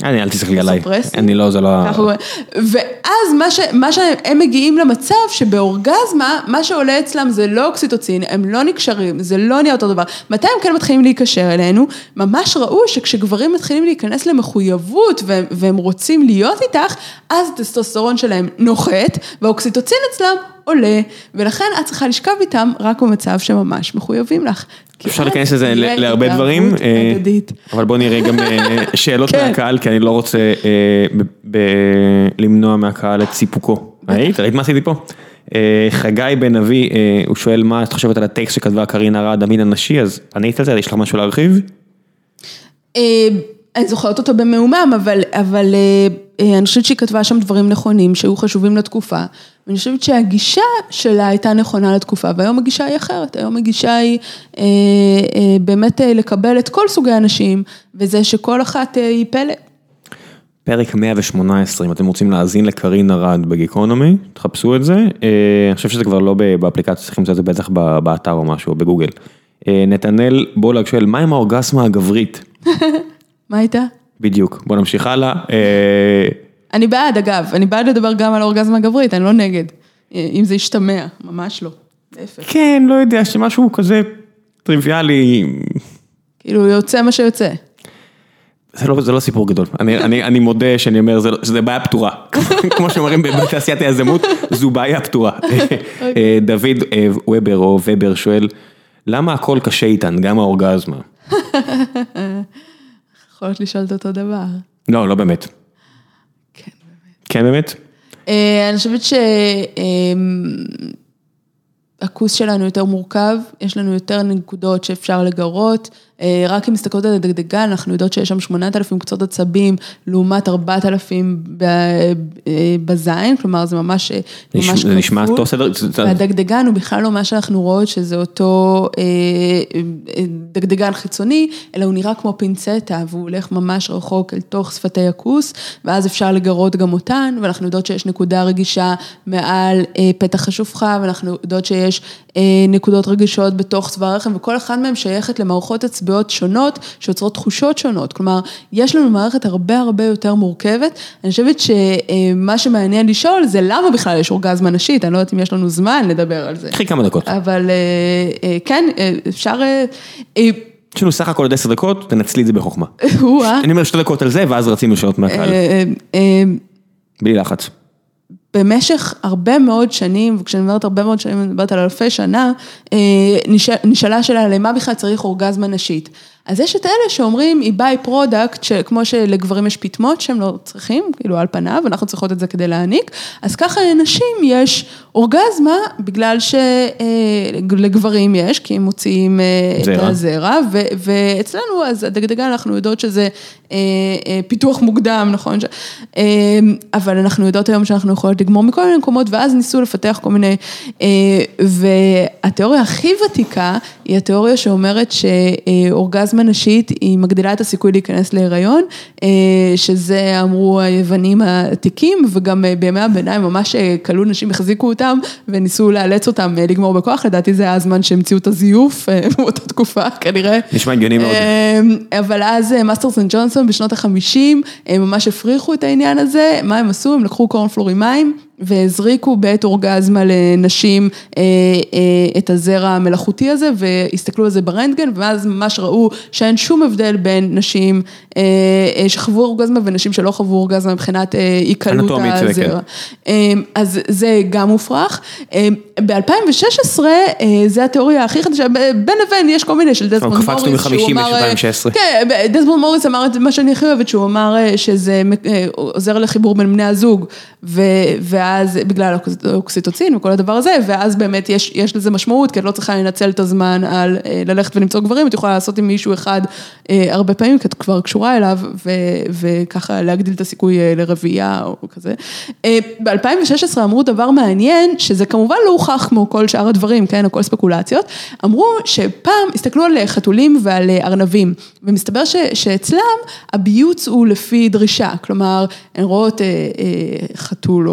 אני, אל תסתכלי עליי. אני לא, זה לא... ואז מה, ש, מה שהם מגיעים למצב שבאורגזמה, מה שעולה אצלם זה לא אוקסיטוצין, הם לא נקשרים, זה לא נהיה אותו דבר. מתי הם כן מתחילים להיקשר אלינו? ממש ראו שכשגברים מתחילים להיכנס למחויבות, והם, והם רוצים להיות איתך, אז הטסטוסטרון שלהם נוחת, והאוקסיטוצין אצלם עולה, ולכן את צריכה לשכב איתם רק במצב שממש מחויבים לך. אפשר להיכנס לזה להרבה דברים, אבל בואו נראה גם שאלות מהקהל, כי אני לא רוצה למנוע מהקהל את סיפוקו. ראית? ראית מה עשיתי פה? חגי בן אבי, הוא שואל מה את חושבת על הטקסט שכתבה קרין ארד, המין הנשי, אז אני אתן את זה, יש לך משהו להרחיב? אני זוכרת אותו במאומם, אבל, אבל אני חושבת שהיא כתבה שם דברים נכונים, שהיו חשובים לתקופה, ואני חושבת שהגישה שלה הייתה נכונה לתקופה, והיום הגישה היא אחרת, היום הגישה היא אה, אה, באמת אה, לקבל את כל סוגי האנשים, וזה שכל אחת אה, היא פלא. פרק מאה ושמונה עשרה, אם אתם רוצים להאזין לקרין ארד בגיקונומי, תחפשו את זה, אה, אני חושב שזה כבר לא באפליקציה, צריכים למצוא את זה בטח באתר או משהו, או בגוגל. אה, נתנאל בולג שואל, מה עם האורגסמה הגברית? מה הייתה? בדיוק, בוא נמשיך הלאה. אני בעד, אגב, אני בעד לדבר גם על האורגזמה הגברית, אני לא נגד, אם זה ישתמע, ממש לא. כן, לא יודע, שמשהו כזה טריוויאלי. כאילו, יוצא מה שיוצא. זה לא, זה לא סיפור גדול. אני, אני, אני מודה שאני אומר, זה, זה בעיה פתורה. כמו שאומרים בתעשיית היזמות, זו בעיה פתורה. דוד וובר או ובר שואל, למה הכל קשה איתן, גם האורגזמה? יכולת לשאול את אותו דבר. לא, לא באמת. כן, באמת. כן, באמת? אני חושבת שהכוס שלנו יותר מורכב, יש לנו יותר נקודות שאפשר לגרות, רק אם מסתכלות על הדגדגן, אנחנו יודעות שיש שם שמונת אלפים קצות עצבים, לעומת ארבעת אלפים בזין, כלומר זה ממש כפול. זה נשמע אותו סדר. והדגדגן הוא בכלל לא מה שאנחנו רואות, שזה אותו דגדגן חיצוני, אלא הוא נראה כמו פינצטה, והוא הולך ממש רחוק אל תוך שפתי הכוס, ואז אפשר לגרות גם אותן, ואנחנו יודעות שיש נקודה רגישה מעל פתח השופחה, ואנחנו יודעות שיש נקודות רגישות בתוך צוואר הרחם, וכל אחד מהם שייכת למערכות עצביות שונות, שיוצרות תחושות שונות, כלומר, יש לנו מערכת הרבה הרבה יותר מורכבת, אני חושבת שמה שמעניין לשאול, זה למה בכלל יש אורגזמה נשית, אני לא יודעת אם יש לנו זמן לדבר על זה. קחי כמה דקות. אבל כן, אפשר... יש לנו סך הכל עד עשר דקות, תנצלי את זה בחוכמה. אני אומר שתי דקות על זה, ואז רצינו שאלות מהקהל. בלי לחץ. במשך הרבה מאוד שנים, וכשאני אומרת הרבה מאוד שנים, אני מדברת על אלפי שנה, נשאלה שאלה למה בכלל צריך אורגזמה נשית. אז יש את אלה שאומרים, היא ביי פרודקט, כמו שלגברים יש פתמות שהם לא צריכים, כאילו על פניו, אנחנו צריכות את זה כדי להעניק, אז ככה לנשים יש אורגזמה, בגלל שלגברים יש, כי הם מוציאים את הזרע, ואצלנו, אז הדגדגן אנחנו יודעות שזה פיתוח מוקדם, נכון? אבל אנחנו יודעות היום שאנחנו יכולות לגמור מכל מיני מקומות, ואז ניסו לפתח כל מיני, והתיאוריה הכי ותיקה, היא התיאוריה שאומרת שאורגזמה נשית היא מגדילה את הסיכוי להיכנס להיריון, שזה אמרו היוונים העתיקים, וגם בימי הביניים ממש קלו נשים, החזיקו אותם, וניסו לאלץ אותם לגמור בכוח, לדעתי זה היה הזמן שהמציאו את הזיוף, באותה תקופה כנראה. נשמע הגיוני מאוד. אבל אז מאסטרס אנד ג'ונסון בשנות החמישים, הם ממש הפריחו את העניין הזה, מה הם עשו? הם לקחו קורנפלור עם מים, והזריקו בעת אורגזמה לנשים אה, אה, את הזרע המלאכותי הזה, והסתכלו על זה ברנטגן, ואז ממש ראו שאין שום הבדל בין נשים אה, אה, שחוו אורגזמה, ונשים שלא חוו אורגזמה מבחינת עיקלות אה, הזרע. אה, אז זה גם מופרך. אה, ב-אלפיים ושש עשרה, אה, זה התיאוריה הכי חדשה, בין לבין יש כל מיני של דסמונד מוריס, קפצנו מ-חמישים ל-אלפיים ושש עשרה. כן, דסמונד מוריס אמר את מה שאני הכי אוהבת, שהוא אמר שזה עוזר לחיבור בין בני הזוג, ואז בגלל האוקסיטוצין וכל הדבר הזה, ואז באמת יש, יש לזה משמעות, כי את לא צריכה לנצל את הזמן על ללכת ולמצוא גברים, את יכולה לעשות עם מישהו אחד הרבה פעמים, כי את כבר קשורה אליו, ו, וככה להגדיל את הסיכוי לרבייה או כזה. ב-אלפיים ושש עשרה אמרו דבר מעניין, שזה כמובן לא הוכח כמו כל שאר הדברים, כן, או כל ספקולציות, אמרו שפעם הסתכלו על חתולים ועל ארנבים, ומסתבר ש, שאצלם הביוץ הוא לפי דרישה, כלומר, הן רואות חתול או ארנב,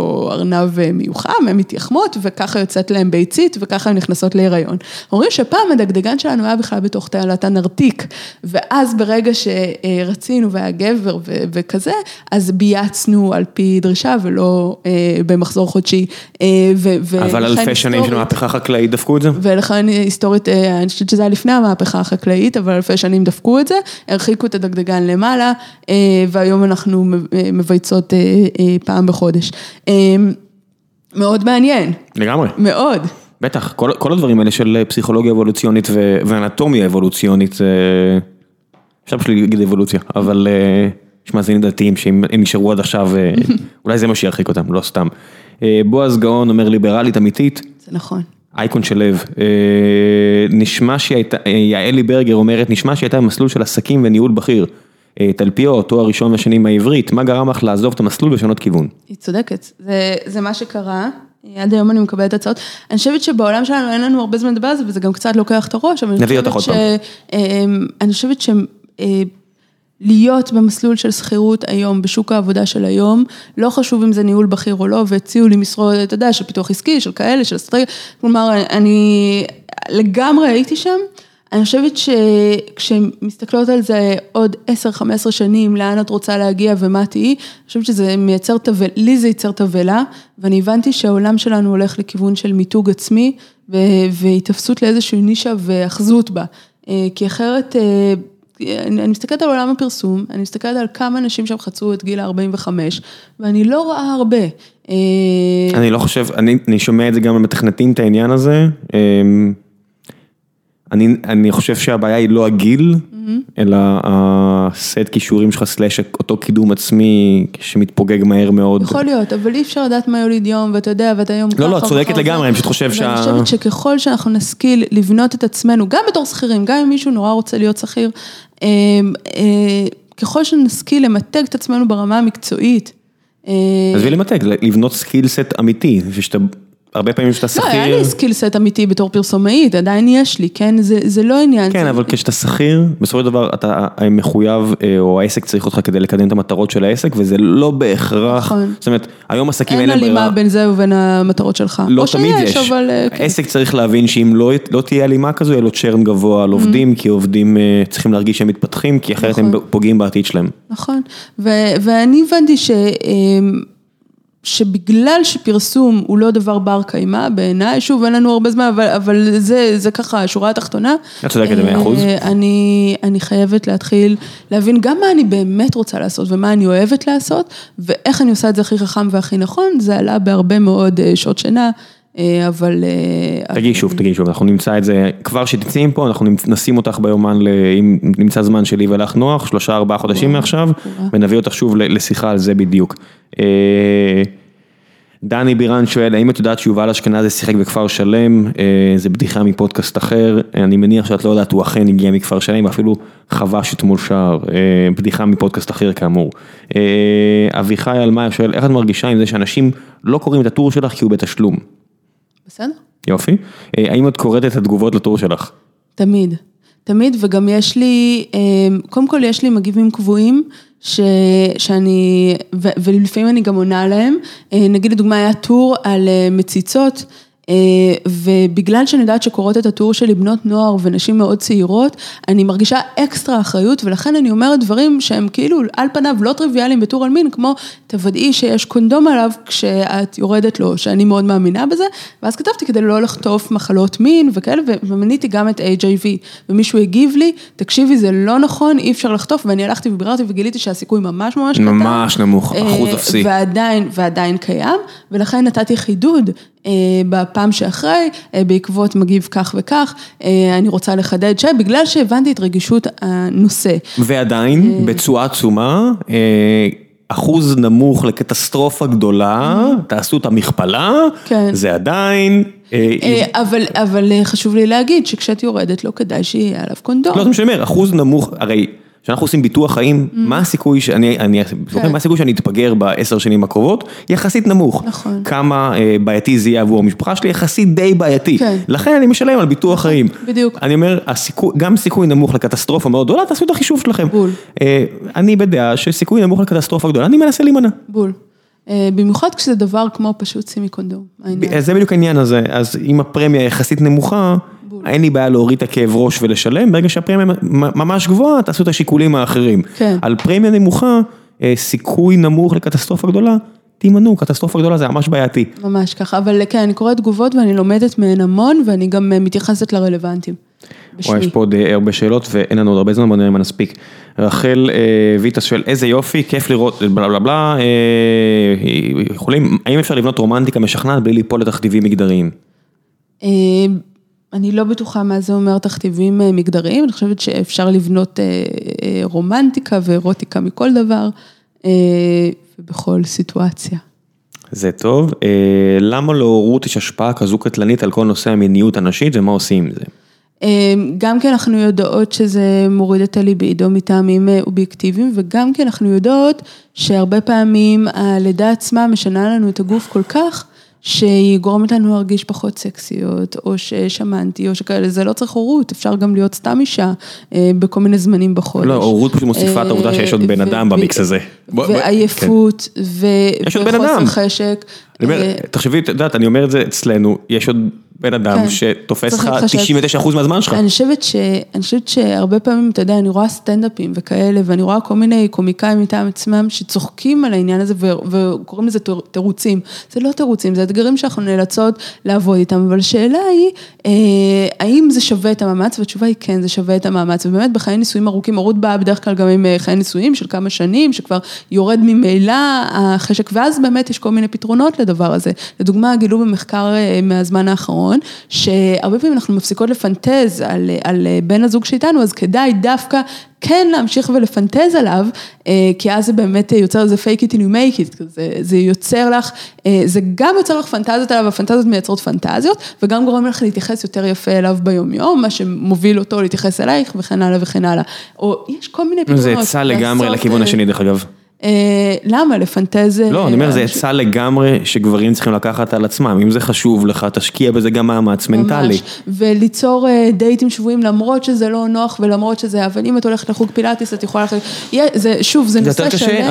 ארנב מיוחם, הן מתייחמות, וככה יוצאת להן ביצית, וככה הן נכנסות להיריון. אומרים שפעם הדגדגן שלנו היה בכלל בתוך תעלת הנרתיק, ואז ברגע שרצינו והיה גבר וכזה, אז בייצנו על פי דרישה, ולא במחזור חודשי. אבל אלפי שנים של מהפכה חקלאית דפקו את זה? ולכן היסטורית, אני חושבת שזה היה לפני המהפכה החקלאית, אבל אלפי שנים דפקו את זה, הרחיקו את הדגדגן למעלה, והיום אנחנו מבייצות פעם בחודש. מאוד מעניין. לגמרי. מאוד. בטח, כל, כל הדברים האלה של פסיכולוגיה אבולוציונית ו- ואנטומיה אבולוציונית, אפשר פשוט להגיד אבולוציה, אבל יש מאזינים דתיים שהם נשארו עד עכשיו, אולי זה מה שירחיק אותם, לא סתם. בועז גאון אומר ליברלית אמיתית. זה נכון. אייקון של לב. נשמע שהייתה, יעלי ברגר אומרת, נשמע שהייתה במסלול של עסקים וניהול בכיר. תלפיות, תואר ראשון ושנים מהעברית, מה גרם לך לעזוב את המסלול ושנות כיוון? היא צודקת, זה, זה מה שקרה, עד היום אני מקבלת הצעות, אני חושבת שבעולם שלנו אין לנו הרבה זמן לדבר על זה, וזה גם קצת לוקח את הראש, אבל נביא אותך עוד פעם. אני חושבת שלהיות במסלול של שכירות היום, בשוק העבודה של היום, לא חשוב אם זה ניהול בכיר או לא, והציעו לי משרות, אתה יודע, של פיתוח עסקי, של כאלה, של אסטרטגיה, כלומר, אני לגמרי הייתי שם, אני חושבת שכשמסתכלות על זה עוד עשר חמש עשרה שנים, לאן את רוצה להגיע ומה תהי, אני חושבת שזה מייצר תבל, לי זה ייצר תבלה, ואני הבנתי שהעולם שלנו הולך לכיוון של מיתוג עצמי, והתאפסות לאיזושהי נישה ואחזות בה, כי אחרת, אני מסתכלת על עולם הפרסום, אני מסתכלת על כמה אנשים שם חצו את גיל ה-ארבעים וחמש, ואני לא רואה הרבה. אני לא חושב, אני, אני שומע את זה גם במתכנתים את העניין הזה, אני, אני חושב שהבעיה היא לא הגיל, mm-hmm. אלא הסט כישורים שלך סלש אותו קידום עצמי שמתפוגג מהר מאוד. יכול להיות, אבל אי אפשר לדעת מה יוליד יום, ואתה יודע, ואתה היום ככה. לא, לא, צודקת לגמרי, אני פשוט חושב שה... ואני חושבת שככל שאנחנו נשכיל לבנות את עצמנו, גם בתור שכירים, גם אם מישהו נורא רוצה להיות שכיר, ככל שנשכיל למתג את עצמנו ברמה המקצועית. אז ולמתג, לבנות סקיל סט אמיתי, ושאתה... הרבה פעמים שאתה שכיר... לא, היה לי סקיל סט אמיתי בתור פרסומאית, עדיין יש לי, כן? זה, זה לא עניין. כן, אבל כשאתה שכיר, בסופו של דבר אתה מחויב, או העסק צריך אותך כדי לקדם את המטרות של העסק, וזה לא בהכרח... נכון. זאת אומרת, היום עסקים אין הלימה בין זה ובין המטרות שלך. לא תמיד יש. אבל... העסק צריך להבין שאם לא, לא תהיה הלימה כזו, יהיה לו צ'רן גבוה על עובדים, כי עובדים צריכים להרגיש שהם מתפתחים, כי אחרת הם פוגעים בעתיד שלהם. נכון. ו- ואני הבנתי ש... שבגלל שפרסום הוא לא דבר בר קיימה, בעיניי, שוב, אין לנו הרבה זמן, אבל, אבל זה, זה ככה, השורה התחתונה. את צודקת במאה אחוז. אני, אני חייבת להתחיל להבין גם מה אני באמת רוצה לעשות, ומה אני אוהבת לעשות, ואיך אני עושה את זה הכי חכם והכי נכון, זה עלה בהרבה מאוד שעות שינה, אבל... תגיעי שוב, תגיעי שוב, אנחנו נמצא את זה, כבר שתצאים פה, אנחנו נשים אותך ביומן, אם נמצא זמן שלי ולך נוח, שלושה, ארבעה חודשים מעכשיו, ונביא אותך שוב לשיחה על זה בדיוק. דני בירן שואל, האם את יודעת שיובל אשכנזי שיחק בכפר שלם, זה בדיחה מפודקאסט אחר, אני מניח שאת לא יודעת, הוא אכן הגיע מכפר שלם, ואפילו חבש את מול שער, בדיחה מפודקאסט אחר כאמור. אביחי אלמאי שואל, איך את מרגישה עם זה שאנשים לא קוראים את הטור שלך כי הוא בתשלום? בסדר. יופי. האם את קוראת את התגובות לטור שלך? תמיד. תמיד, וגם יש לי, קודם כל יש לי מגיבים קבועים, ש, שאני, ו, ולפעמים אני גם עונה להם, נגיד לדוגמה היה טור על מציצות, ובגלל שאני יודעת שקורות את הטור שלי בנות נוער ונשים מאוד צעירות, אני מרגישה אקסטרה אחריות, ולכן אני אומרת דברים שהם כאילו על פניו לא טריוויאליים בטור על מין, כמו תוודאי שיש קונדום עליו כשאת יורדת לו, שאני מאוד מאמינה בזה, ואז כתבתי כדי לא לחטוף מחלות מין וכאלה, ומניתי גם את אייץ' איי וי, ומישהו הגיב לי, תקשיבי זה לא נכון, אי אפשר לחטוף, ואני הלכתי וביררתי וגיליתי שהסיכוי ממש ממש קטן. ממש נמוך, אחוז אפסי. ועדיין, ועדיין קיים, ולכן נתתי חידוד בפעם שאחרי, בעקבות מגיב כך וכך, אני רוצה לחדד שבגלל שהבנתי את רגישות הנושא. ועדיין, בצורה עצומה, אחוז נמוך לקטסטרופה גדולה, תעשו את המכפלה, זה עדיין... אבל, אבל חשוב לי להגיד שכשאת יורדת לא כדאי שיהיה עליו קונדום. לא, זה משנה, אחוז נמוך, הרי... כשאנחנו עושים ביטוח חיים, מה הסיכוי שאני, אני, מה הסיכוי שאני אתפגר בעשר שנים הקרובות? יחסית נמוך. נכון. כמה בעייתי זה יהיה עבור המשפחה שלי, יחסית די בעייתי. לכן אני משלם על ביטוח חיים. בדיוק. אני אומר, גם סיכוי נמוך לקטסטרופה מאוד גדולה, תעשו את החישוב שלכם. בול. אני בדעה שסיכוי נמוך לקטסטרופה גדולה, אני מנסה להימנע. בול. במיוחד כשזה דבר כמו פשוט שימי קונדום. זה בדיוק העניין הזה, אז אם הפרמיה יחסית נמוכה, אין לי בעיה להוריד את הכאב ראש ולשלם, ברגע שהפרמיה ממש גבוהה, תעשו את השיקולים האחרים. על פרמיה נמוכה, סיכוי נמוך לקטסטרופה גדולה, תימנו, קטסטרופה גדולה זה ממש בעייתי. ממש ככה, אבל כן, אני קוראת תגובות ואני לומדת מהן המון, ואני גם מתייחסת לרלוונטיים. יש פה עוד הרבה שאלות, ואין לנו עוד הרבה זמן, בוא נראה מה נספיק. רחל ויטס שואל, איזה יופי, כיף לראות, בלה בלה בלה, יכולים, האם אפשר לבנות רומנטיקה משכנעת בלי ליפול לתכתיבים מגדריים? אני לא בטוחה מה זה אומר תכתיבים מגדריים, אני חושבת שאפשר לבנות רומנטיקה ואירוטיקה מכל דבר, ובכל סיטואציה. זה טוב. למה להורות יש השפעה כזו קטלנית על כל נושא המיניות הנשית, ומה עושים עם זה? גם כי אנחנו יודעות שזה מוריד את הליבידו מטעמים אובייקטיביים, וגם כי אנחנו יודעות שהרבה פעמים הלידה עצמה משנה לנו את הגוף כל כך, שהיא גורמת לנו להרגיש פחות סקסיות, או ששמנתי, או שכאלה, זה לא צריך הורות, אפשר גם להיות סתם אישה, בכל מיני זמנים בחודש. לא, הורות פשוט מוסיפה את העובדה שיש עוד בן אדם במיקס הזה. ועייפות, וחוסר חשק. תחשבי, את יודעת, אני אומר את זה אצלנו, יש עוד בן אדם שתופס לך תשעים ותשעה אחוז מהזמן שלך. אני חושבת שהרבה פעמים, אתה יודע, אני רואה סטנדאפים וכאלה, ואני רואה כל מיני קומיקאים מטעם עצמם, שצוחקים על העניין הזה, וקוראים לזה תירוצים. זה לא תירוצים, זה אתגרים שאנחנו נאלצות לעבוד איתם, אבל השאלה היא, האם זה שווה את המאמץ, והתשובה היא כן, זה שווה את המאמץ, ובאמת בחיי ניסויים ארוכים, הורות באה בדרך כלל גם עם חיי ניסויים של כמה שנים, שכבר יורד ממילא החשק, ואז באמת יש כל מיני פתרונות לדבר הזה. לדוגמה, גילו במחקר מהזמן האחרון, שהרבה פעמים אנחנו מפסיקות לפנטז על, על בן הזוג שאיתנו, אז כדאי דווקא כן להמשיך ולפנטז עליו, כי אז זה באמת יוצר איזה fake it and you make it, זה, זה יוצר לך, זה גם יוצר לך פנטזיות עליו, הפנטזיות מייצרות פנטזיות, וגם גורם לך להתייחס יותר יפה אליו ביום יום, מה שמוביל אותו להתייחס אלייך וכן הלאה וכן הלאה, או יש כל מיני פתרונות. זה יצא לגמרי לכיוון השני דרך אגב. למה? לפנטז... לא, אני אומר, זה יצא לגמרי שגברים צריכים לקחת על עצמם, אם זה חשוב לך, תשקיע בזה גם מאמץ מנטלי. ממש, וליצור דייטים שבועים, למרות שזה לא נוח ולמרות שזה, אבל אם את הולכת לחוג פילאטיס, את יכולה ללכת... שוב, זה נושא שלם. זה יותר קשה,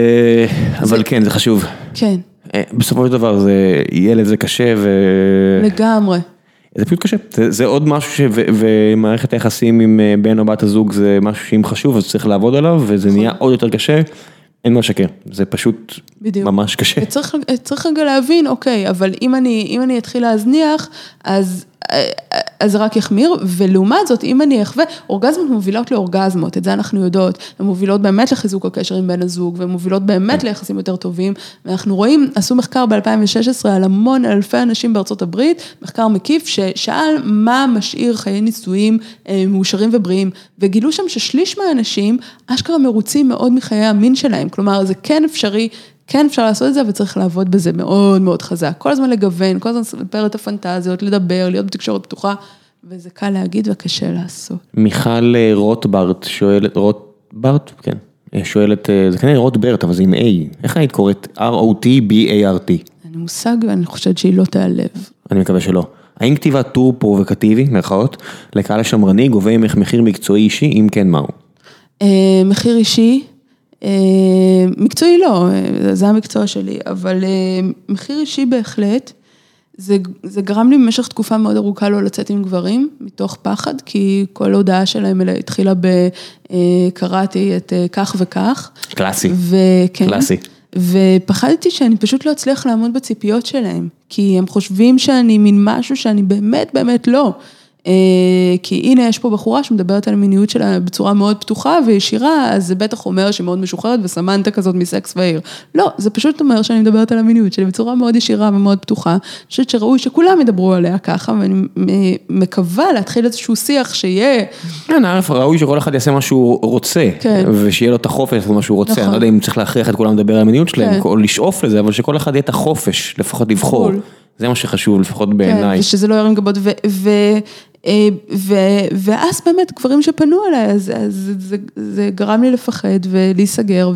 אבל כן, זה חשוב. כן. בסופו של דבר, ילד זה קשה ו... לגמרי. זה פשוט קשה, זה עוד משהו ומערכת היחסים עם בן או בת הזוג זה משהו שאם חשוב, אז צריך לעבוד עליו, וזה נהיה עוד יותר קשה. אין מה שקר, זה פשוט בדיוק. ממש קשה. צריך, צריך רגע להבין, אוקיי, אבל אם אני, אם אני אתחיל להזניח, אז, אז זה רק יחמיר, ולעומת זאת, אם אני אחווה, אורגזמות מובילות לאורגזמות, את זה אנחנו יודעות, הן מובילות באמת לחיזוק הקשר עם בן הזוג, והן מובילות באמת ליחסים יותר טובים, ואנחנו רואים, עשו מחקר ב-אלפיים ושש עשרה על המון אלפי אנשים בארצות הברית, מחקר מקיף ששאל מה משאיר חיי נישואים מאושרים ובריאים, וגילו שם ששליש מהאנשים, אשכרה מרוצים מאוד מחיי המין שלהם, כלומר, זה כן אפשרי, כן אפשר לעשות את זה, וצריך לעבוד בזה מאוד מאוד חזק. כל הזמן לגוון, כל הזמן לספר את הפנטזיות, לדבר, להיות בתקשורת פתוחה, וזה קל להגיד וקשה לעשות. מיכל רוטברט שואלת, רוטברט, כן, שואלת, זה כנראה רוטברט, אבל זה עם A. איך היית קוראת? R-O-T-B-A-R-T. אני מושג, ואני חושבת שהיא לא תעלב. אני מקווה שלא. האם כתיבת טור פרובוקטיבי, מרכאות, לקהל השמרני, גובה ממך מחיר מקצועי אישי, אם כן מהו? מחיר אישי, מקצועי לא, זה המקצוע שלי, אבל מחיר אישי בהחלט, זה, זה גרם לי במשך תקופה מאוד ארוכה לא לצאת עם גברים, מתוך פחד, כי כל הודעה שלהם התחילה בקראתי את כך וכך. קלאסי, וכן, קלאסי. ופחדתי שאני פשוט לא אצליח לעמוד בציפיות שלהם, כי הם חושבים שאני מין משהו שאני באמת באמת לא. כי הנה יש פה בחורה שמדברת על המיניות שלה בצורה מאוד פתוחה וישירה, אז זה בטח אומר שהיא מאוד משוחררת וסמנתה כזאת מסקס ועיר. לא, זה פשוט אומר שאני מדברת על המיניות שלי בצורה מאוד ישירה ומאוד פתוחה. אני חושבת שראוי שכולם ידברו עליה ככה, ואני מקווה להתחיל איזשהו שיח שיהיה... כן, ראוי שכל אחד יעשה מה שהוא רוצה, ושיהיה לו את החופש לעשות מה שהוא רוצה. אני לא יודע אם צריך להכריח את כולם לדבר על המיניות שלהם, או לשאוף לזה, אבל שכל אחד יהיה את החופש, לפחות לבחור. זה מה שחשוב, לפחות בעיניי. ושזה לא ירים גבות, ואז באמת גברים שפנו עליי, אז זה גרם לי לפחד ולהיסגר,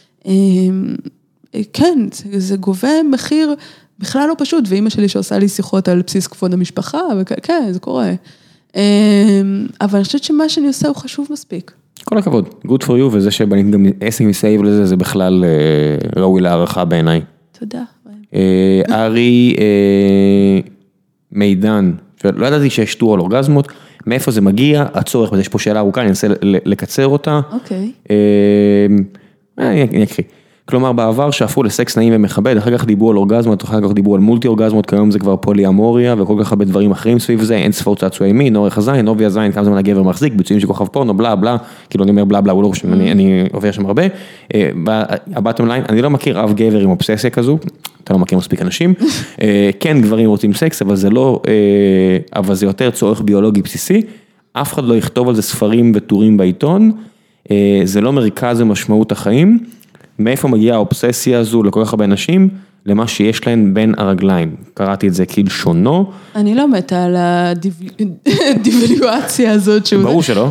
וכן, זה גובה מחיר בכלל לא פשוט, ואמא שלי שעושה לי שיחות על בסיס כבוד המשפחה, וכן, זה קורה. אבל אני חושבת שמה שאני עושה הוא חשוב מספיק. כל הכבוד, good for you, וזה שבנית גם עסק מסייב לזה, זה בכלל ראוי להערכה בעיניי. תודה. ארי מידן, לא ידעתי שיש טור על אורגזמות, מאיפה זה מגיע, הצורך, יש פה שאלה ארוכה, אני אנסה לקצר אותה. אוקיי. אני אקריא. כלומר, בעבר שהפכו לסקס נעים ומכבד, אחר כך דיברו על אורגזמות, אחר כך דיברו על מולטי אורגזמות, כיום זה כבר פולי-אמוריה, וכל כך הרבה דברים אחרים סביב זה, אין ספור צעצועי מין, אורך הזין, עובי הזין, כמה זמן הגבר מחזיק, ביצועים של כוכב פורנו, בלה בלה, כאילו אני אומר בלה בלה, הוא לא חושב, אני עובר שם הרבה. הבטום ליין, אני לא מכיר אף גבר עם אובססיה כזו, אתה לא מכיר מספיק אנשים, כן, גברים רוצים סקס, אבל זה לא, אבל זה יותר צורך ביולוגי בסיסי, אף אחד לא יכתוב על זה ספרים וטורים בעיתון, זה לא מרכז ומשמעות החיים, מאיפה מגיעה האובססיה הזו לכל כך הרבה אנשים, למה שיש להן בין הרגליים. קראתי את זה כלשונו. אני לא מתה על הדיבליואציה הזאת. ברור שלא.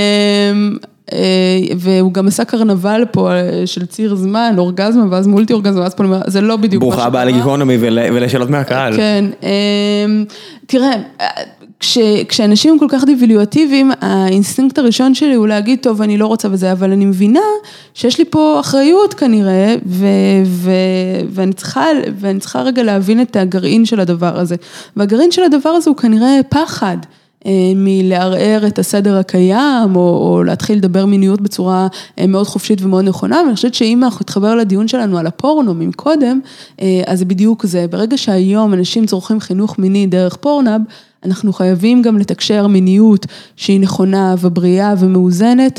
והוא גם עשה קרנבל פה של ציר זמן, אורגזמה, ואז מולטי אורגזמה, ואז פולימר, זה לא בדיוק מה שקרה. ברוכה הבאה לגיקונומי ולשאלות מהקהל. כן. תראה, כש, כשאנשים הם כל כך דיבליואטיביים, האינסטינקט הראשון שלי הוא להגיד, טוב, אני לא רוצה בזה, אבל אני מבינה שיש לי פה אחריות כנראה, ו, ו, ואני צריכה, ואני צריכה רגע להבין את הגרעין של הדבר הזה. והגרעין של הדבר הזה הוא כנראה פחד, מלערער את הסדר הקיים, או, או להתחיל לדבר מיניות בצורה מאוד חופשית ומאוד נכונה, ואני חושבת שאם אנחנו נתחבר לדיון שלנו על הפורנו ממקודם, אז זה בדיוק זה. ברגע שהיום אנשים צורכים חינוך מיני דרך פורנאב, אנחנו חייבים גם לתקשר מיניות שהיא נכונה ובריאה ומאוזנת,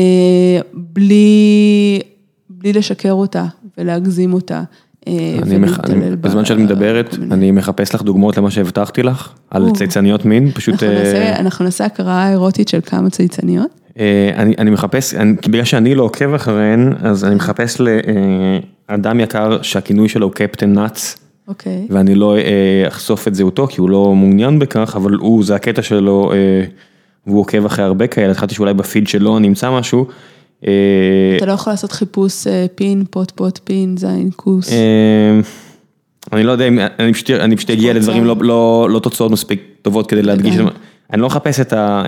בלי, בלי לשקר אותה ולהגזים אותה. בזמן שאת מדברת, אני מחפש לך דוגמאות למה שהבטחתי לך, על צייצניות מין, פשוט... אנחנו נעשה הכרה אירוטית של כמה צייצניות. אני מחפש, בגלל שאני לא עוקב אחריהן, אז אני מחפש לאדם יקר שהכינוי שלו הוא קפטן נאץ, ואני לא אחשוף את זהותו, כי הוא לא מעוניין בכך, אבל הוא, זה הקטע שלו, והוא עוקב אחרי הרבה כאלה, התחלתי שאולי בפיד שלו נמצא משהו, אתה לא יכול לעשות חיפוש פין, פוט פוט פין, זין, כוס. אני לא יודע, אני פשוט אגיע לדברים לא תוצאות מספיק טובות כדי להדגיש, אני לא מחפש את ה...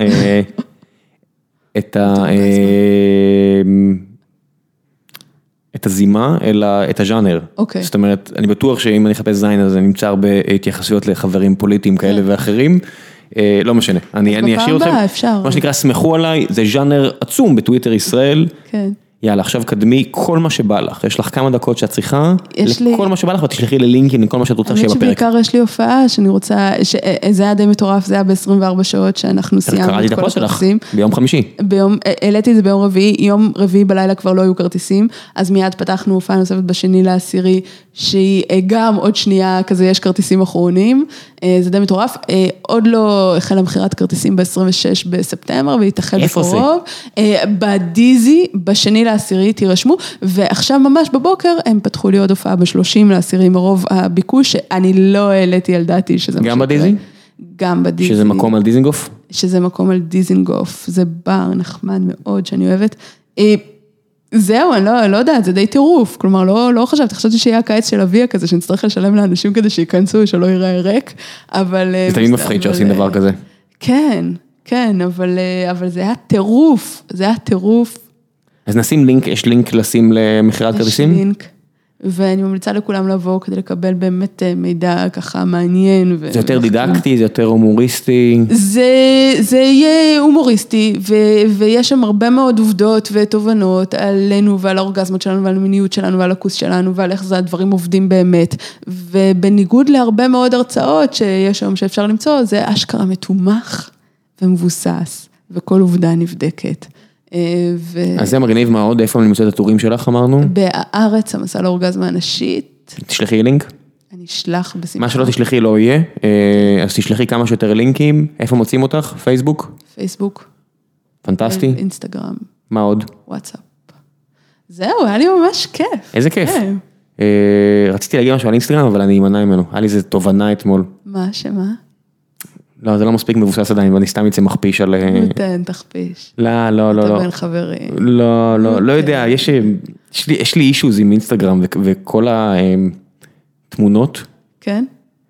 את ה... את הזימה, אלא את הז'אנר. אוקיי. זאת אומרת, אני בטוח שאם אני אחפש זין, אז אני נמצא הרבה התייחסויות לחברים פוליטיים כאלה ואחרים, לא משנה, אני אשאיר אתכם, מה שנקרא, סמכו עליי, זה ז'אנר עצום בטוויטר ישראל, כן. יאללה, עכשיו קדמי כל מה שבא לך, יש לך כמה דקות שאת צריכה, לכל מה שבא לך, ותשלחי ללינקים, לכל מה שאת רוצה שיהיה בפרק. האמת שבעיקר יש לי הופעה, שאני רוצה, זה היה די מטורף, זה היה ב-עשרים וארבע שעות, שאנחנו סיימנו את כל הכרטיסים. ביום חמישי. העליתי את זה ביום רביעי, יום רביעי בלילה כבר לא היו כרטיסים, אז מיד פתחנו הופעה נוספת בשני לעשירי, שהיא גם עוד שנייה, כזה יש כרטיסים אחרונים, זה די מטורף, עוד לא החלה מכירת כרטיסים ב-עשרים ושש בספטמבר, והיא תחל בקרוב. בדיזי, בשני לעשירי, תירשמו, ועכשיו ממש בבוקר, הם פתחו לי עוד הופעה ב-שלושים לעשירי, מרוב הביקוש, שאני לא העליתי על דעתי, שזה גם בדיזי? גם בדיזי. שזה מקום על דיזינגוף? שזה מקום על דיזינגוף, זה בר נחמד מאוד, שאני אוהבת. זהו, אני לא, לא יודעת, זה די טירוף, כלומר, לא, לא חשבתי, חשבתי שיהיה הקיץ של אביה כזה, שנצטרך לשלם לאנשים כדי שיכנסו, שלא ייראה ריק, אבל... זה תמיד מפחיד שעושים דבר כזה. כן, כן, אבל, אבל זה היה טירוף, זה היה טירוף. אז נשים לינק, יש לינק לשים למכירת כרטיסים? יש לינק, ואני ממליצה לכולם לבוא כדי לקבל באמת מידע ככה מעניין. זה יותר דידקטי, זה יותר הומוריסטי? זה, זה יהיה הומוריסטי, ו, ויש שם הרבה מאוד עובדות ותובנות עלינו ועל האורגזמות שלנו ועל המיניות שלנו ועל הכוס שלנו ועל איך זה הדברים עובדים באמת. ובניגוד להרבה מאוד הרצאות שיש שם שאפשר למצוא, זה אשכרה מתומך ומבוסס, וכל עובדה נבדקת. אז זה מגניב מה עוד, איפה אני מוצא את הטורים שלך אמרנו? בארץ, המסע לאורגזמה הנשית. תשלחי לינק? אני אשלח בשמחה. מה שלא תשלחי לא יהיה, אז תשלחי כמה שיותר לינקים, איפה מוצאים אותך? פייסבוק? פייסבוק. פנטסטי. אינסטגרם. מה עוד? וואטסאפ. זהו, היה לי ממש כיף. איזה כיף. רציתי להגיד משהו על אינסטגרם, אבל אני אמנע ממנו. היה לי איזה תובנה אתמול. מה, שמה? לא, זה לא מספיק מבוסס עדיין, ואני סתם יצא מכפיש על... נותן, תחפיש. לא, לא, לא. אתה בין חברים. לא, לא, לא יודע, יש לי, יש לי אישוז עם אינסטגרם, וכל התמונות. כן?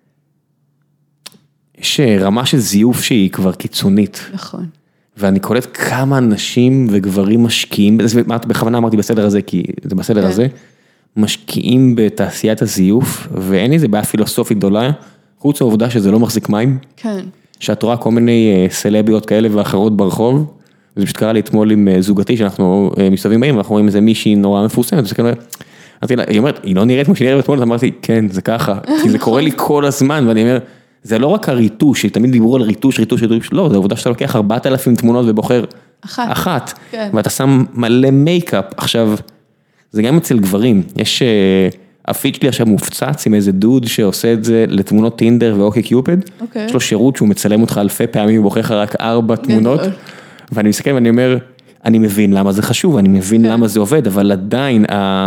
יש רמה של זיוף שהיא כבר קיצונית. נכון. ואני קולט כמה אנשים וגברים משקיעים, בכוונה אמרתי בסדר הזה, כי זה בסדר הזה, משקיעים בתעשיית הזיוף, ואין לי זה בעיה פילוסופית גדולה, חוץ מהעובדה שזה לא מחזיק מים. כן. שאת רואה כל מיני סלביות כאלה ואחרות ברחוב, וזה פשוט קרה לי אתמול עם זוגתי, שאנחנו מסתובבים בהם, ואנחנו רואים איזה מישהי נורא מפורסמת, וזה כנראה, היא אומרת, היא לא נראית כמו שהיא נראית אתמול, אז אמרתי, כן, זה ככה, כי זה קורה לי כל הזמן, ואני אומר, זה לא רק הריטוש, שתמיד דיברו על ריטוש, ריטוש, ריטוש, לא, זה עבודה שאתה לוקח ארבעת אלפים תמונות ובוחר אחת, אחת, כן. ואתה שם מלא מייקאפ, עכשיו, זה גם אצל גברים, יש, הפיד שלי עכשיו מופצץ עם איזה דוד שעושה את זה לתמונות טינדר ואוקי קיופד, אוקיי. יש לו שירות שהוא מצלם אותך אלפי פעמים, ובוחר לך רק ארבע תמונות, ואני מסתכל ואני אומר, אני מבין למה זה חשוב, אני מבין למה זה עובד, אבל עדיין,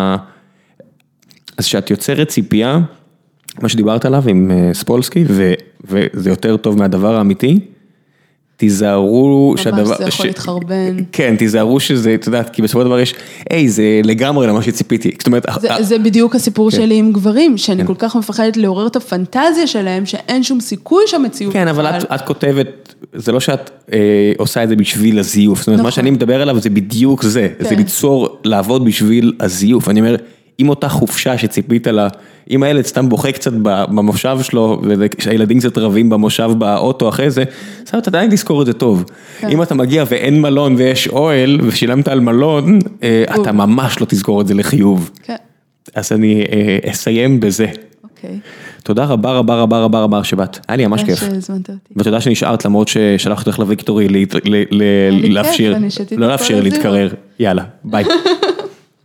אז שאת יוצרת ציפייה, מה שדיברת עליו עם ספולסקי, וזה יותר טוב מהדבר האמיתי, תיזהרו שהדבר... ממש, זה יכול להתחרבן. כן, תיזהרו שזה, אתה יודעת, כי בסופו של דבר יש, היי, זה לגמרי למה שציפיתי. זאת אומרת... זה בדיוק הסיפור שלי עם גברים, שאני כל כך מפחדת לעורר את הפנטזיה שלהם, שאין שום סיכוי שהמציאות... כן, אבל את כותבת, זה לא שאת עושה את זה בשביל הזיוף. זאת אומרת, מה שאני מדבר עליו זה בדיוק זה. זה ליצור, לעבוד בשביל הזיוף. אני אומר, אם אותה חופשה שציפית לה, אם הילד סתם בוכה קצת במושב שלו, והילדים קצת רבים במושב באוטו אחרי זה, אתה עדיין תזכור את זה טוב. אם אתה מגיע ואין מלון ויש אוהל, ושילמת על מלון, אתה ממש לא תזכור את זה לחיוב. אז אני אסיים בזה. תודה רבה רבה רבה רבה רבה שבאת. היה לי ממש כיף. ותודה שנשארת למרות ששלחת אותך לוויקטורי להפשיר, לא להפשיר, להתקרר. יאללה, ביי.